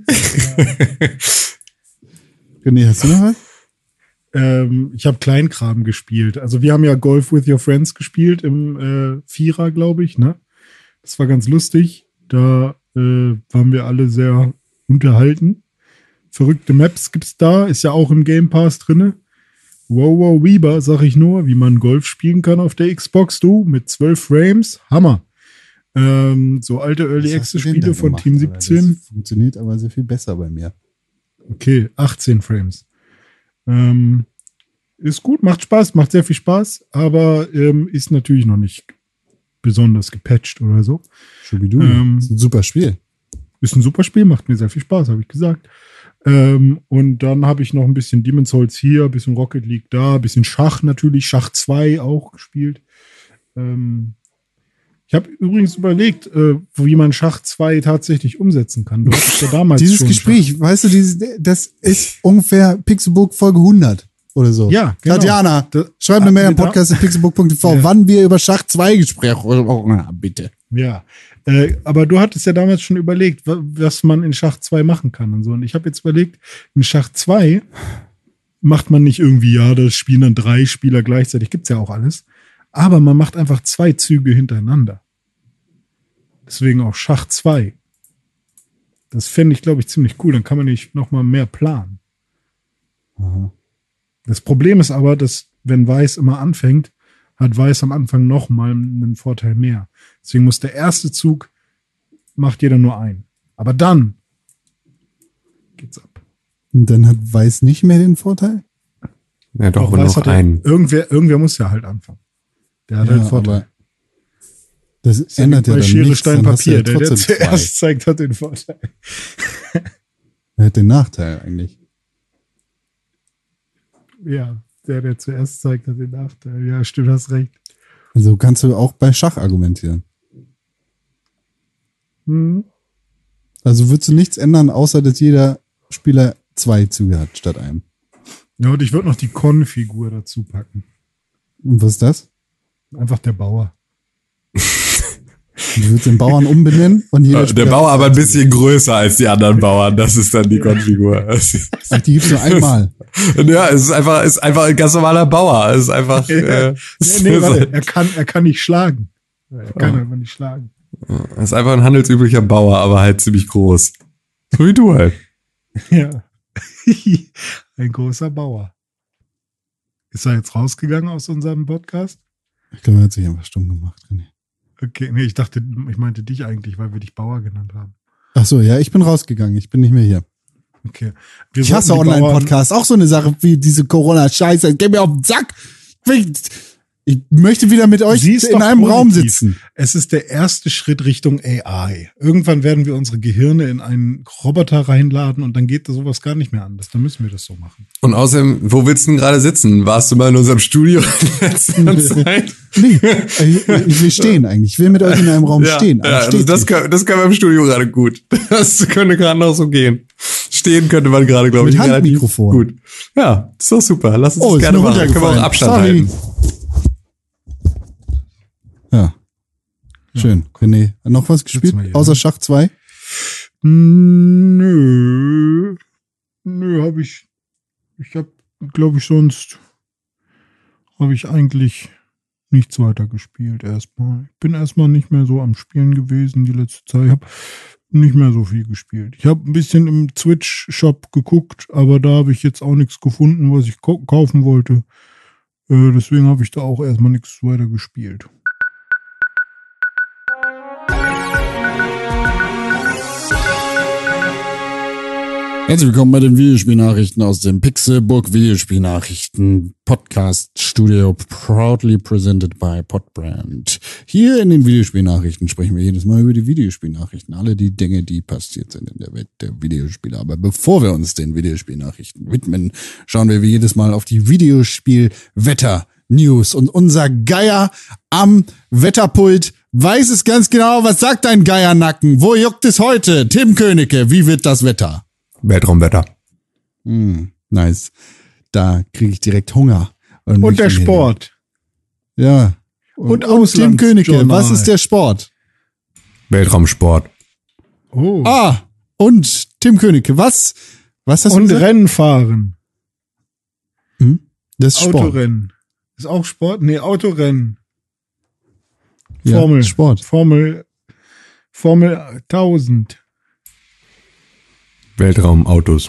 René, hast du noch was? Ich habe Kleinkram gespielt. Also wir haben ja Golf with Your Friends gespielt im Vierer, glaube ich, ne? Das war ganz lustig. Da waren wir alle sehr unterhalten. Verrückte Maps gibt's da, ist ja auch im Game Pass drinne. Wow, wow, Weber, sag ich nur, wie man Golf spielen kann auf der Xbox, du, mit 12 Frames. Hammer. So alte Early Was hast du Access denn Spiele da von gemacht, Team Alter? 17. Das funktioniert aber sehr viel besser bei mir. Okay, 18 Frames. Ist gut, macht Spaß, macht sehr viel Spaß, aber ist natürlich noch nicht besonders gepatcht oder so. Schubidu. Ist ein super Spiel. Ist ein super Spiel, macht mir sehr viel Spaß, habe ich gesagt. Und dann habe ich noch ein bisschen Demon's Souls hier, ein bisschen Rocket League da, ein bisschen Schach natürlich, Schach 2 auch gespielt. Ich habe übrigens überlegt, wie man Schach 2 tatsächlich umsetzen kann. Du hattest ja damals Dieses schon Gespräch, weißt du, das ist ungefähr Pixelbook Folge 100 oder so. Ja, genau. Tatjana, Das- schreib eine Mail am da- podcast.pixelbook.tv, Ja. wann wir über Schach 2 gesprochen haben, bitte. Ja, aber du hattest ja damals schon überlegt, was man in Schach 2 machen kann und so. Und ich habe jetzt überlegt, in Schach 2 macht man nicht irgendwie, ja, da spielen dann 3 Spieler gleichzeitig, gibt's ja auch alles. Aber man macht einfach 2 Züge hintereinander. Deswegen auch Schach 2. Das fände ich, glaube ich, ziemlich cool. Dann kann man nicht noch mal mehr planen. Aha. Das Problem ist aber, dass wenn Weiß immer anfängt, hat Weiß am Anfang noch mal einen Vorteil mehr. Deswegen muss der erste Zug, macht jeder nur einen. Aber dann geht's ab. Und dann hat Weiß nicht mehr den Vorteil? Ja, doch, Auch und Weiß noch hat ja- einen. Irgendwer muss ja halt anfangen. Der hat halt Vorteil. aber das ist ja ändert wie ja bei dann Schere, nichts. Stein, Dann hast du ja Papier. Der trotzdem zwei. zuerst zeigt, hat den Vorteil. Er hat den Nachteil eigentlich. Ja. der zuerst zeigt, hat den Nachteil. Ja, stimmt, hast recht. Also kannst du auch bei Schach argumentieren. Hm. Also würdest du nichts ändern, außer dass jeder Spieler 2 Züge hat statt einem. Ja, und ich würde noch die Con-Figur dazu packen. Und was ist das? Einfach der Bauer. Du würdest den Bauern umbenennen und jeder Der Spieler Bauer hat aber ein 2 bisschen größer als die anderen Bauern. Das ist dann die Konfigur. Züge. Ach, die gibt's nur einmal. Ja, es ist einfach ein ganz normaler Bauer. Es ist einfach. Nee, warte, er kann nicht schlagen. Er kann einfach nicht schlagen. Es ist einfach ein handelsüblicher Bauer, aber halt ziemlich groß. So wie du halt. Ja. Ein großer Bauer. Ist er jetzt rausgegangen aus unserem Podcast? Ich glaube, er hat sich einfach stumm gemacht, René. Okay, nee, ich meinte dich eigentlich, weil wir dich Bauer genannt haben. Ach so, ja, ich bin rausgegangen. Ich bin nicht mehr hier. Okay. Ich hasse Online-Podcasts. Auch so eine Sache wie diese Corona-Scheiße. Geh mir auf den Sack. Ich möchte wieder mit euch Sie ist in doch einem Raum positiv. sitzen. Es ist der erste Schritt Richtung AI. Irgendwann werden wir unsere Gehirne in einen Roboter reinladen und dann geht sowas gar nicht mehr anders. Dann müssen wir das so machen. Und außerdem, wo willst du denn gerade sitzen? Warst du mal in unserem Studio in letzter Zeit? Nee, ich will stehen eigentlich. Ich will mit euch in einem Raum stehen. Aber steht das können wir im Studio gerade gut. Das könnte gerade noch so gehen. Stehen könnte man gerade, glaube ich, Mit relativ Handmikrofon. gut. Ja, ist doch super. Lass uns Oh, das ist gerne mir machen. Können wir auch runtergefallen. Abstand Sorry. halten. Ja. Schön. René, noch was gespielt? Sitzen wir hier, Außer ne? Schach 2? Nö, habe ich. Ich habe, glaube ich, sonst habe ich eigentlich nichts weiter gespielt erstmal. Ich bin erstmal nicht mehr so am Spielen gewesen die letzte Zeit. Ich habe nicht mehr so viel gespielt. Ich habe ein bisschen im Switch-Shop geguckt, aber da habe ich jetzt auch nichts gefunden, was ich kaufen wollte. Deswegen habe ich da auch erstmal nichts weiter gespielt. Herzlich willkommen bei den Videospielnachrichten aus dem Pixelbook Videospielnachrichten Podcast Studio, proudly presented by Podbrand. Hier in den Videospielnachrichten sprechen wir jedes Mal über die Videospielnachrichten, alle die Dinge, die passiert sind in der Welt der Videospiele. Aber bevor wir uns den Videospielnachrichten widmen, schauen wir wie jedes Mal auf die Videospielwetter-News. Und unser Geier am Wetterpult weiß es ganz genau. Was sagt dein Geiernacken? Wo juckt es heute? Tim Königke, wie wird das Wetter? Weltraumwetter. Nice. Da kriege ich direkt Hunger. Und der Sport. Ja. Und Tim Königke, Auslandsjournal. was ist der Sport? Weltraumsport. Oh. Ah, und Tim Königke, was hast du Und gesagt? Rennen fahren. Das ist Sport. Autorennen. Ist auch Sport? Nee, Autorennen. Ja, Formel. Sport. Formel 1000. Weltraumautos.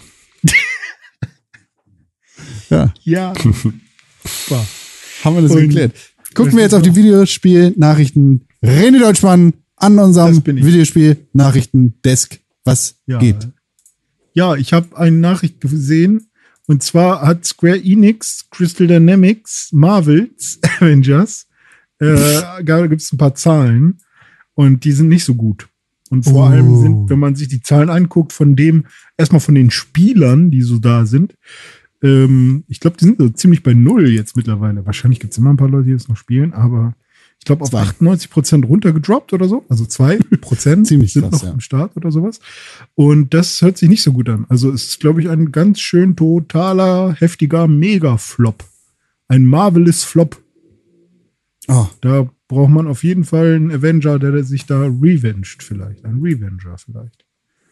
Ja, Ja. Super. haben wir das Und geklärt. Gucken das wir jetzt ist auf die noch- Videospielnachrichten. René Deutschmann an Das unserem bin ich. Videospielnachrichten-Desk. Was Ja. geht? Ja, ich habe eine Nachricht gesehen. Und zwar hat Square Enix, Crystal Dynamics, Marvels, Avengers, da gibt es ein paar Zahlen. Und die sind nicht so gut. Und vor allem sind, wenn man sich die Zahlen anguckt, erstmal von den Spielern, die so da sind, ich glaube, die sind so ziemlich bei 0 jetzt mittlerweile. Wahrscheinlich gibt es immer ein paar Leute, die das noch spielen, aber ich glaube, auf 2. 98% runtergedroppt oder so. Also 2% Ziemlich sind krass, noch ja. im Start oder sowas. Und das hört sich nicht so gut an. Also es ist, glaube ich, ein ganz schön totaler, heftiger Mega-Flop. Ein Marvelous Flop. Oh, Da braucht man auf jeden Fall einen Avenger, der sich da revenged vielleicht. Ein Revenger vielleicht.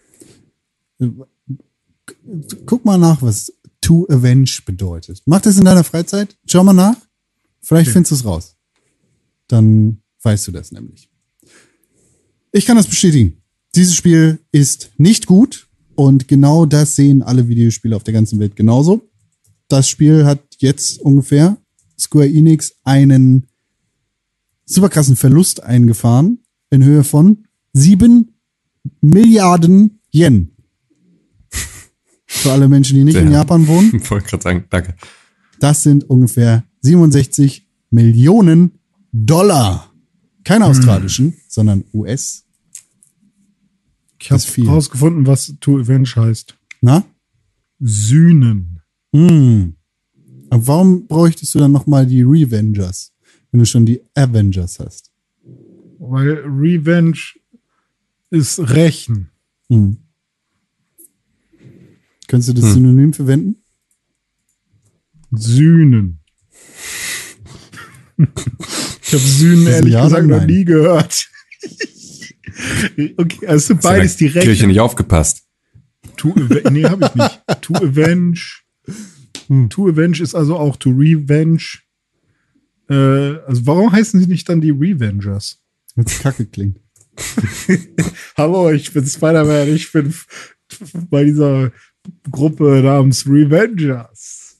guck mal nach, was to avenge bedeutet. Mach das in deiner Freizeit. Schau mal nach. Vielleicht Okay. findest du es raus. Dann weißt du das nämlich. Ich kann das bestätigen. Dieses Spiel ist nicht gut und genau das sehen alle Videospiele auf der ganzen Welt genauso. Das Spiel hat jetzt ungefähr Square Enix einen super krassen Verlust eingefahren in Höhe von 7 Milliarden Yen. Für alle Menschen, die nicht in Ja. Japan wohnen. Ich wollte gerade sagen, danke. Das sind ungefähr 67 Millionen Dollar. Keine australischen, sondern US. Ich Das ist habe viel. rausgefunden, was to avenge heißt. Na? Sühnen. Aber warum bräuchtest du dann nochmal die Revengers, wenn du schon die Avengers hast? Weil Revenge ist Rächen. Könntest du das Synonym verwenden? Sühnen. Ich habe Sühnen ehrlich Ja, gesagt noch nein. nie gehört. Okay, also beides die Kirche Räche. nicht aufgepasst. Nee, habe ich nicht. To avenge. To avenge ist also auch to revenge. Also warum heißen sie nicht dann die Revengers? Weil es kacke klingt. Hallo, ich bin Spider-Man, ich bin bei dieser Gruppe namens Revengers.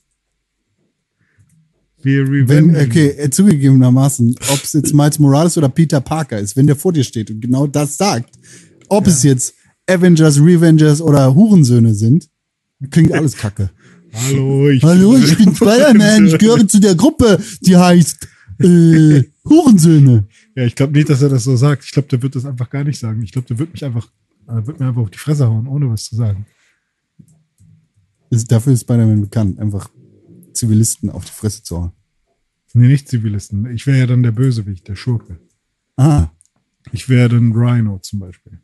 Wir revengen. Okay, zugegebenermaßen, ob es jetzt Miles Morales oder Peter Parker ist, wenn der vor dir steht und genau das sagt, ob es jetzt Avengers, Revengers oder Hurensöhne sind, klingt alles kacke. Hallo, ich bin Spider-Man, ich gehöre zu der Gruppe, die heißt Hurensöhne. Ja, ich glaube nicht, dass er das so sagt. Ich glaube, der wird das einfach gar nicht sagen. Ich glaube, der wird mir einfach auf die Fresse hauen, ohne was zu sagen. Dafür ist Spider-Man bekannt, einfach Zivilisten auf die Fresse zu hauen. Nee, nicht Zivilisten. Ich wäre ja dann der Bösewicht, der Schurke. Ah, Ich wäre dann Rhino zum Beispiel.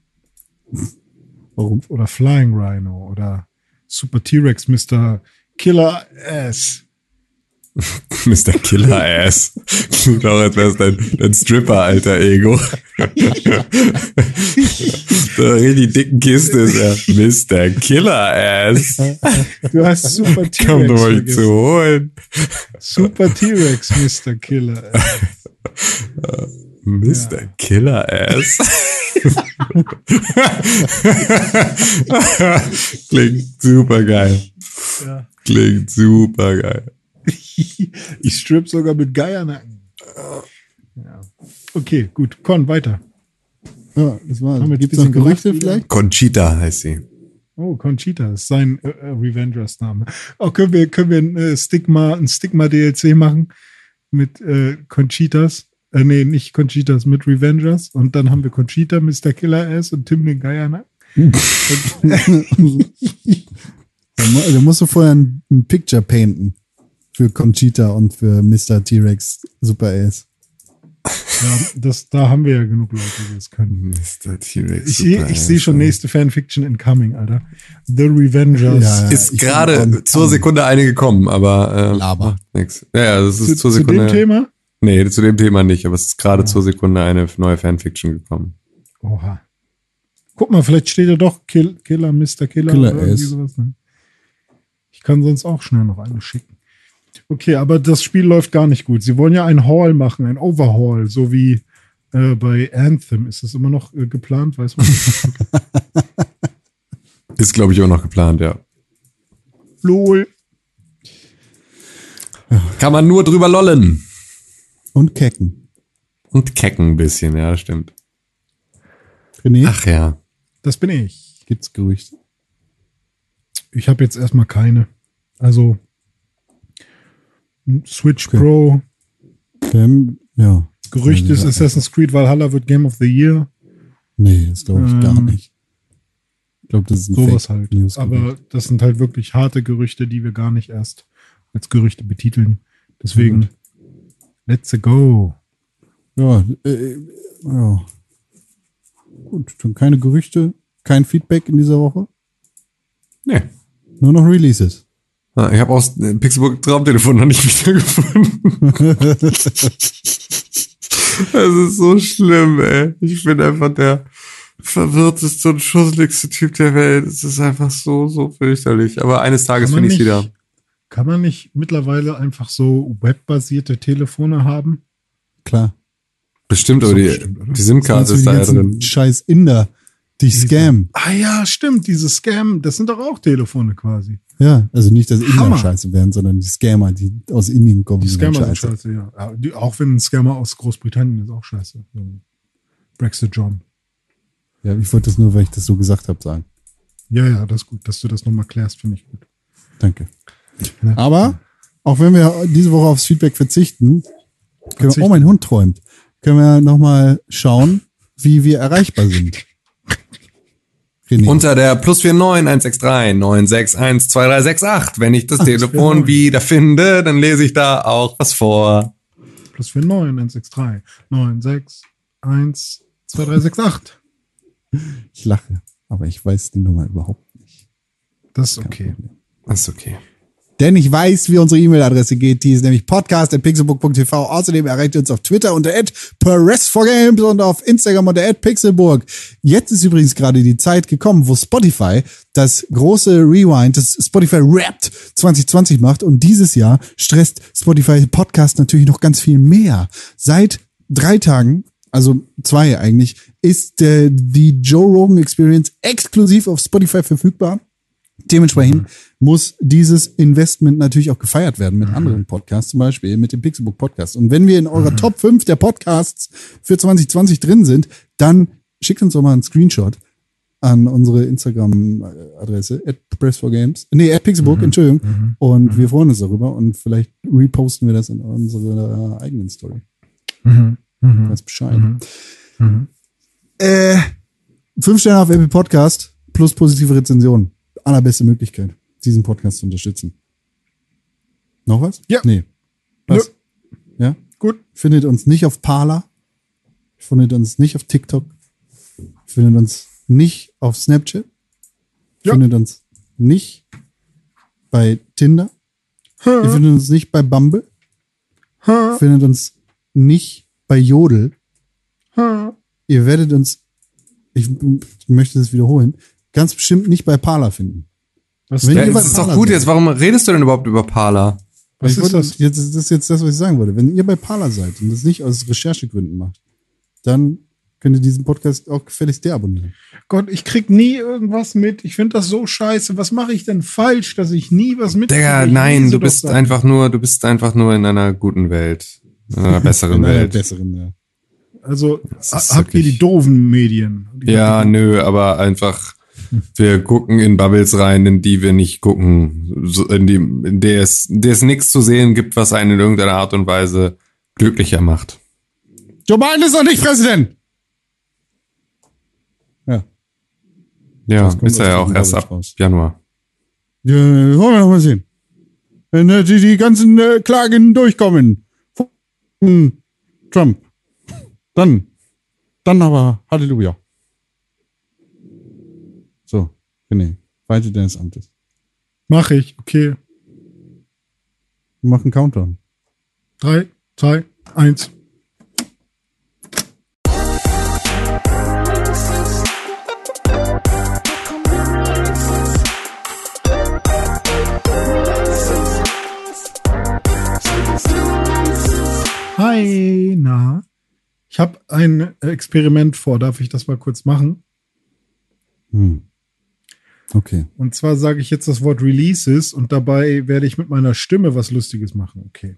warum? Oder Flying Rhino oder Super T-Rex, Mr. Killer Ass. Mr. Killer Ass. Klingt auch, als wär's dein Stripper, alter Ego. So eine richtig dicken Kiste ist er. Mr. Killer Ass. Du hast Super T-Rex Komm doch mal vergessen. zu holen. Super T-Rex, Mr. Killer Ass. Mr. Killer Ass. Klingt super geil. Ja. Klingt super geil. Ich strip sogar mit Geiernacken. Ja. Okay, gut. Con, weiter. Ja, das war's. Haben wir jetzt Gibt's ein noch bisschen Gerüchte gemacht, vielleicht? Conchita heißt sie. Oh, Conchita ist sein Revengers-Name. Oh, können wir ein Stigma-DLC machen mit Conchitas? Nee, nicht Conchitas, mit Revengers. Und dann haben wir Conchita, Mr. Killer Ass und Tim den Geiernacken. Da musst du vorher ein Picture painten. Für Conchita und für Mr. T-Rex Super Ace. Ja, da haben wir ja genug Leute, die das können. Mr. T-Rex. Ich sehe schon nächste Fanfiction incoming, Alter. The Revengers. Ja, Ist ich gerade bin auch- zur Sekunde eine gekommen, aber Laber. macht nix. Ja, das ist Zu zur Sekunde. dem Thema? Nee, zu dem Thema nicht, aber es ist gerade zur Sekunde eine neue Fanfiction gekommen. Oha. Guck mal, vielleicht steht ja doch Killer, Mr. Killer Killer oder irgendwie Ace. sowas. Ne? Ich kann sonst auch schnell noch eine schicken. Okay, aber das Spiel läuft gar nicht gut. Sie wollen ja ein Haul machen, ein Overhaul, so wie bei Anthem. Ist das immer noch geplant? Weiß man nicht. Ist, glaube ich, auch noch geplant, ja. LOL. Kann man nur drüber lollen. Und Kecken. Und kecken ein bisschen, ja, das stimmt. René, Ach ja. Das bin ich. gibt's Gerüchte? Ich habe jetzt erstmal keine. Also Switch Okay. Pro. Ja. Gerücht ist, Assassin's Creed Valhalla wird Game of the Year. Nee, das glaube ich gar nicht. Ich glaube, das ist ein Sowas Fake halt. News. Aber das sind halt wirklich harte Gerüchte, die wir gar nicht erst als Gerüchte betiteln. Deswegen, let's go. Ja, ja. Gut, dann keine Gerüchte, kein Feedback in dieser Woche. Nee. Nur noch Releases. Ich habe auch das Pixelburg Traumtelefon noch nicht wiedergefunden. Das ist so schlimm, ey. Ich bin einfach der verwirrteste und schusseligste Typ der Welt. Es ist einfach so fürchterlich. Aber eines Tages Kann man finde ich wieder. Kann man nicht mittlerweile einfach so webbasierte Telefone haben? Klar. Bestimmt, aber So die, bestimmt, oder? die SIM-Karte Sonst ist da die ja ganzen drin. Scheiß Inder, die scammen. Ah ja, stimmt, diese Scam, das sind doch auch Telefone quasi. Ja, also nicht, dass Inder Hammer. scheiße werden, sondern die Scammer, die aus Indien kommen. Die sind Scammer sind scheiße, ja. Auch wenn ein Scammer aus Großbritannien ist auch scheiße. So ein Brexit John. Ja, ich wollte das nur, weil ich das so gesagt habe, sagen. Ja, das ist gut, dass du das nochmal klärst, finde ich gut. Danke. Ja. Aber auch wenn wir diese Woche aufs Feedback verzichten, können wir, oh, mein Hund träumt, können wir nochmal schauen, wie wir erreichbar sind. René. Unter der +49 163 961 2368. Wenn ich das Telefon wieder finde, dann lese ich da auch was vor. +49 163 961 2368. Ich lache, aber ich weiß die Nummer überhaupt nicht. Das ist okay. Das ist okay. Denn ich weiß, wie unsere E-Mail-Adresse geht. Die ist nämlich podcast@pixelburg.tv. Außerdem erreicht ihr uns auf Twitter unter @press4games und auf Instagram unter @pixelburg. Jetzt ist übrigens gerade die Zeit gekommen, wo Spotify das große Rewind, das Spotify Wrapped 2020 macht. Und dieses Jahr stresst Spotify Podcast natürlich noch ganz viel mehr. Seit 3 Tagen, also 2 eigentlich, ist die Joe Rogan Experience exklusiv auf Spotify verfügbar. Dementsprechend muss dieses Investment natürlich auch gefeiert werden mit anderen Podcasts, zum Beispiel mit dem Pixelbook Podcast. Und wenn wir in eurer Top 5 der Podcasts für 2020 drin sind, dann schickt uns doch mal einen Screenshot an unsere Instagram-Adresse @press4games, @pixelbook, Entschuldigung. Und wir freuen uns darüber und vielleicht reposten wir das in unserer eigenen Story. Weiß Bescheid. 5 Sterne auf Apple Podcast plus positive Rezensionen. Allerbeste Möglichkeit, diesen Podcast zu unterstützen. Noch was? Ja. Nee. Was? Ja? Gut. Findet uns nicht auf Parler. Findet uns nicht auf TikTok. Findet uns nicht auf Snapchat. Ja. Findet uns nicht bei Tinder. Ihr findet uns nicht bei Bumble. Findet uns nicht bei Jodel. Ihr werdet uns, ich möchte das wiederholen, ganz bestimmt nicht bei Parler finden. Was Wenn Ja, ihr bei das ist doch Parler gut seid. jetzt. Warum redest du denn überhaupt über Parler? Was Ich ist wollte- das? Jetzt, das ist jetzt das, was ich sagen wollte. Wenn ihr bei Parler seid und das nicht aus Recherchegründen macht, dann könnt ihr diesen Podcast auch gefälligst deabonnieren. Gott, ich krieg nie irgendwas mit. Ich finde das so scheiße. Was mache ich denn falsch, dass ich nie was mitkriege? Digga, Ich nein, lese du doch bist Sachen. einfach nur in einer guten Welt. In einer besseren In einer Welt. besseren, ja. Also, Das ist habt ihr wirklich- die doofen Medien? Ja, nö, aber einfach, wir gucken in Bubbles rein, in die wir nicht gucken, so, in der es nichts zu sehen gibt, was einen in irgendeiner Art und Weise glücklicher macht. Joe Biden ist doch nicht Präsident! Ja. Ja, Das kommt ist er ja aus auch diesem erst Bubbles ab raus. Januar. Ja, wollen wir noch mal sehen. Wenn die ganzen Klagen durchkommen von Trump, dann aber Halleluja. So, René, weite deines Amtes. Mach ich. Okay. Wir machen einen Countdown. 3, 2, 1. Hi, na. Ich habe ein Experiment vor. Darf ich das mal kurz machen? Okay. Und zwar sage ich jetzt das Wort Releases und dabei werde ich mit meiner Stimme was Lustiges machen. Okay.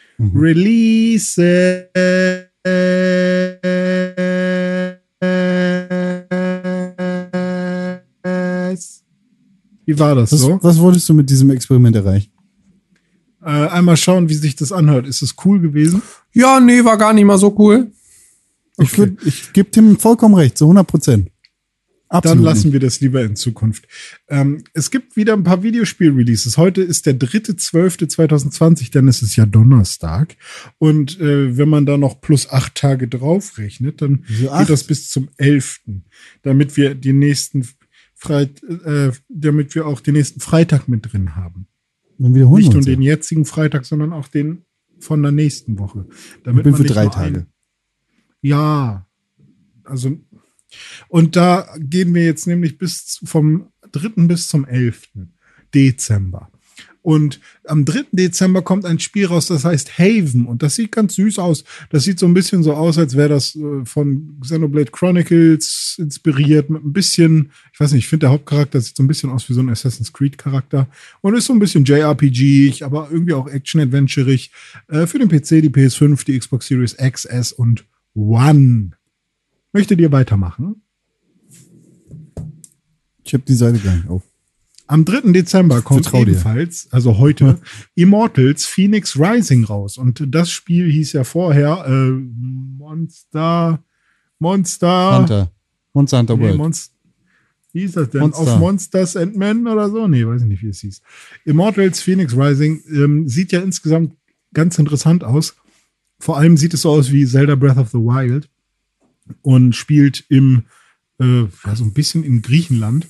Releases. Wie war das so? Was wolltest du mit diesem Experiment erreichen? Einmal schauen, wie sich das anhört. Ist es cool gewesen? Ja, nee, war gar nicht mal so cool. Ich gebe Tim vollkommen recht, zu 100%. Absolut. Dann lassen wir das lieber in Zukunft. Es gibt wieder ein paar Videospiel-Releases. Heute ist der 3.12.2020, dann ist es ja Donnerstag. Und wenn man da noch plus 8 Tage draufrechnet, dann Wieso 8? geht das bis zum 11., damit wir die nächsten damit wir auch den nächsten Freitag mit drin haben. Dann wiederholen Nicht wir nur uns. den jetzigen Freitag, sondern auch den von der nächsten Woche. Ich Damit bin man für nicht 3 nur Tage. Ja, also und da gehen wir jetzt nämlich vom 3. bis zum 11. Dezember. Und am 3. Dezember kommt ein Spiel raus, das heißt Haven. Und das sieht ganz süß aus. Das sieht so ein bisschen so aus, als wäre das von Xenoblade Chronicles inspiriert. Mit ein bisschen, ich weiß nicht, ich finde der Hauptcharakter sieht so ein bisschen aus wie so ein Assassin's Creed Charakter. Und ist so ein bisschen JRPG-ig, aber irgendwie auch Action-Adventurig. Für den PC, die PS5, die Xbox Series X, S und One. Möchtet ihr weitermachen? Ich habe die Seite gar nicht auf. Am 3. Dezember kommt Vertrau dir. ebenfalls, also heute, Immortals Phoenix Rising raus. Und das Spiel hieß ja vorher Monster Hunter. Monster Hunter nee, World. Wie hieß das denn? Monster. Auf Monsters and Men oder so? Nee, weiß ich nicht, wie es hieß. Immortals Phoenix Rising sieht ja insgesamt ganz interessant aus. Vor allem sieht es so aus wie Zelda Breath of the Wild und spielt so ein bisschen in Griechenland.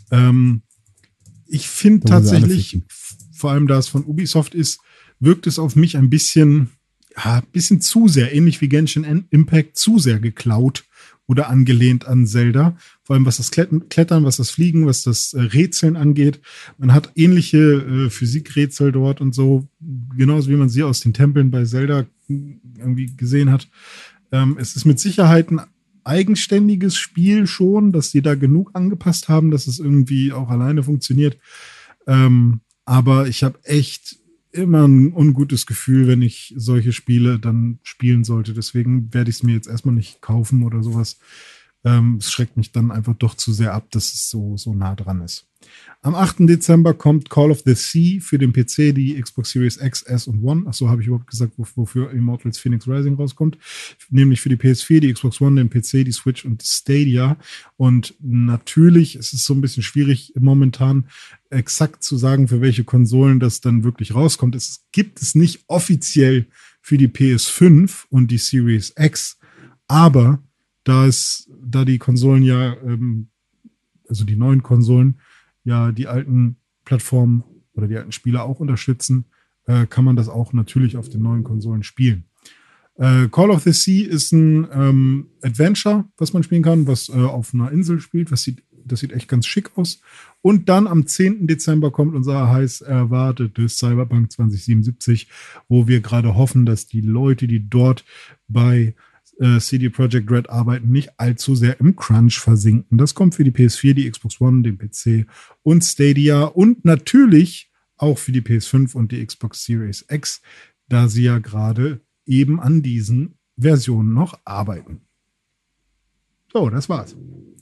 Ich finde Da wollen sie alle tatsächlich, fischen. vor allem da es von Ubisoft ist, wirkt es auf mich ein bisschen zu sehr, ähnlich wie Genshin Impact, zu sehr geklaut oder angelehnt an Zelda. Vor allem was das Klettern, was das Fliegen, was das Rätseln angeht. Man hat ähnliche Physikrätsel dort und so, genauso wie man sie aus den Tempeln bei Zelda irgendwie gesehen hat. Es ist mit Sicherheit ein eigenständiges Spiel schon, dass die da genug angepasst haben, dass es irgendwie auch alleine funktioniert. Aber ich habe echt immer ein ungutes Gefühl, wenn ich solche Spiele dann spielen sollte. Deswegen werde ich es mir jetzt erstmal nicht kaufen oder sowas. Es schreckt mich dann einfach doch zu sehr ab, dass es so nah dran ist. Am 8. Dezember kommt Call of the Sea für den PC, die Xbox Series X, S und One. Achso, habe ich überhaupt gesagt, wofür Immortals Phoenix Rising rauskommt. Nämlich für die PS4, die Xbox One, den PC, die Switch und Stadia. Und natürlich ist es so ein bisschen schwierig momentan exakt zu sagen, für welche Konsolen das dann wirklich rauskommt. Es gibt es nicht offiziell für die PS5 und die Series X, aber da die Konsolen ja, also die neuen Konsolen, ja die alten Plattformen oder die alten Spiele auch unterstützen, kann man das auch natürlich auf den neuen Konsolen spielen. Call of the Sea ist ein Adventure, was man spielen kann, was auf einer Insel spielt. Das sieht echt ganz schick aus. Und dann am 10. Dezember kommt unser heiß erwartetes Cyberpunk 2077, wo wir gerade hoffen, dass die Leute, die dort bei CD Projekt Red arbeiten, nicht allzu sehr im Crunch versinken. Das kommt für die PS4, die Xbox One, den PC und Stadia und natürlich auch für die PS5 und die Xbox Series X, da sie ja gerade eben an diesen Versionen noch arbeiten. So, das war's.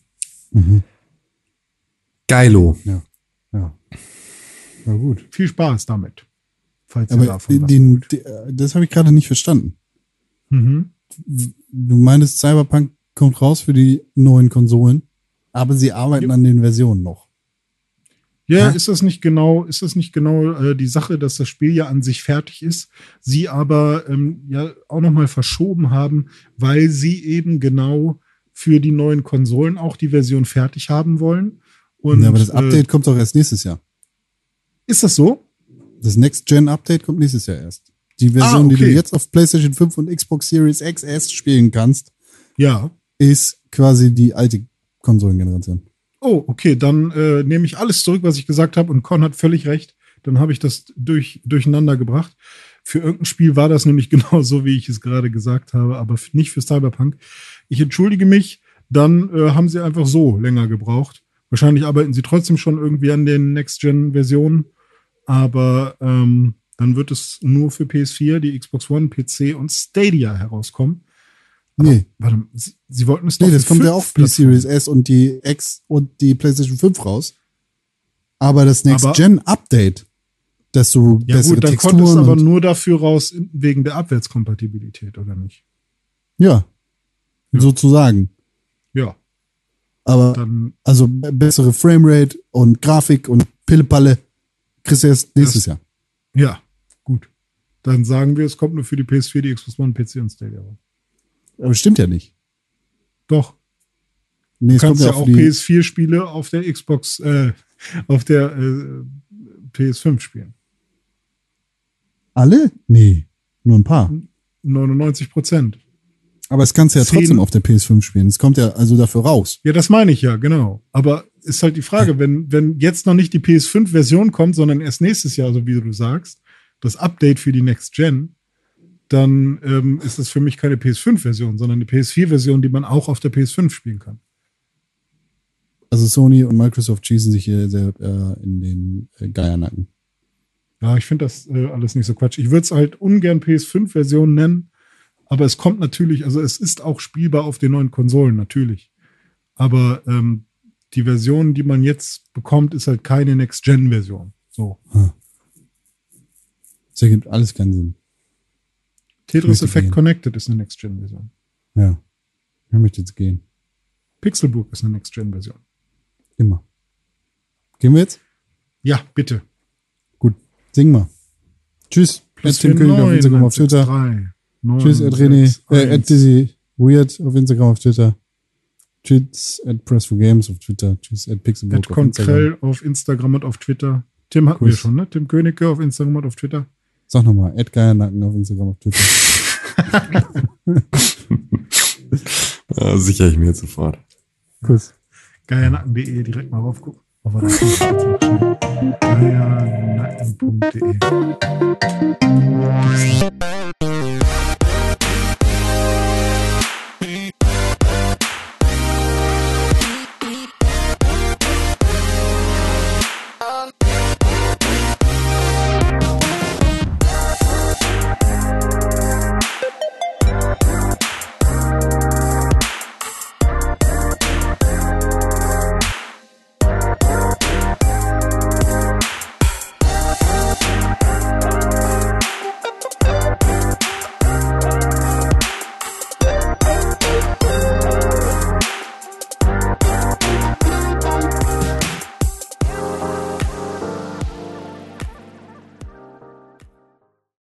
Geilo. Ja. Na gut. Viel Spaß damit. Falls ihr Aber davon was holt. das habe ich gerade nicht verstanden. Mhm. Du meinst, Cyberpunk kommt raus für die neuen Konsolen, aber sie arbeiten an den Versionen noch. Ja, Hä? ist das nicht genau die Sache, dass das Spiel ja an sich fertig ist, sie aber ja auch nochmal verschoben haben, weil sie eben genau für die neuen Konsolen auch die Version fertig haben wollen. Und, Ja, aber das Update kommt doch erst nächstes Jahr. ist das so? Das Next-Gen-Update kommt nächstes Jahr erst. Die Version, die du okay. jetzt auf PlayStation 5 und Xbox Series XS spielen kannst, Ja. ist quasi die alte Konsolengeneration. Oh, okay, dann nehme ich alles zurück, was ich gesagt habe, und Con hat völlig recht. Dann habe ich das durcheinander gebracht. Für irgendein Spiel war das nämlich genau so, wie ich es gerade gesagt habe, aber nicht für Cyberpunk. Ich entschuldige mich, dann haben sie einfach so länger gebraucht. Wahrscheinlich arbeiten sie trotzdem schon irgendwie an den Next-Gen-Versionen, aber dann wird es nur für PS4, die Xbox One, PC und Stadia herauskommen. Nee. Warte, sie wollten es doch Nee, das für kommt ja 5 auch für die Plattformen. Series S und die X und die PlayStation 5 raus. Aber das Aber- Next-Gen-Update, dass du Ja bessere gut, dann Texturen kommt es aber und, nur dafür raus, wegen der Abwärtskompatibilität, oder nicht? ja, Ja. sozusagen. Ja, Aber dann also bessere Framerate und Grafik und Pillepalle kriegst du erst nächstes Jahr. ja, gut. Dann sagen wir, es kommt nur für die PS4, die Xbox One, PC und Stadia raus. Aber stimmt ja nicht. Doch, Nee, du es kommt kannst ja ja auch auch für die, PS4-Spiele auf der Xbox, auf der PS5 spielen. alle? Nee, nur ein paar. 99%. Aber es kannst du ja 10. trotzdem auf der PS5 spielen. Es kommt ja also dafür raus. Ja, das meine ich ja, genau. Aber ist halt die Frage, wenn jetzt noch nicht die PS5-Version kommt, sondern erst nächstes Jahr, so wie du sagst, das Update für die Next Gen, dann ist das für mich keine PS5-Version, sondern die PS4-Version, die man auch auf der PS5 spielen kann. Also Sony und Microsoft schießen sich hier sehr in den Geiernacken. Ja, ich finde das alles nicht so Quatsch. Ich würde es halt ungern PS5-Version nennen, aber es kommt natürlich, also es ist auch spielbar auf den neuen Konsolen, natürlich. Aber die Version, die man jetzt bekommt, ist halt keine Next-Gen-Version. So. Das ergibt alles keinen Sinn. Tetris möchte Effect gehen. Connected ist eine Next-Gen-Version. Ja. Ich möchte jetzt gehen. Pixelbook ist eine Next-Gen-Version. Immer. Gehen wir jetzt? Ja, bitte. Gut. Sing mal. Tschüss. Tim König auf Instagram, auf Twitter. 9, Tschüss, René. 6, 1. Dizzy Weird auf Instagram, auf Twitter. Tschüss, @Press4Games auf Twitter. Tschüss, @Pixelbook auf Instagram. @Contrell auf Instagram und auf Twitter. Tim hatten wir schon, ne? Tim Königke auf Instagram und auf Twitter. Sag nochmal, @Geiernacken auf Instagram, auf Twitter. Sichere ich mir jetzt sofort. Kuss. Geiernacken.de, direkt mal raufgucken. Aber das ist jetzt noch schnell. Geiernacken.de.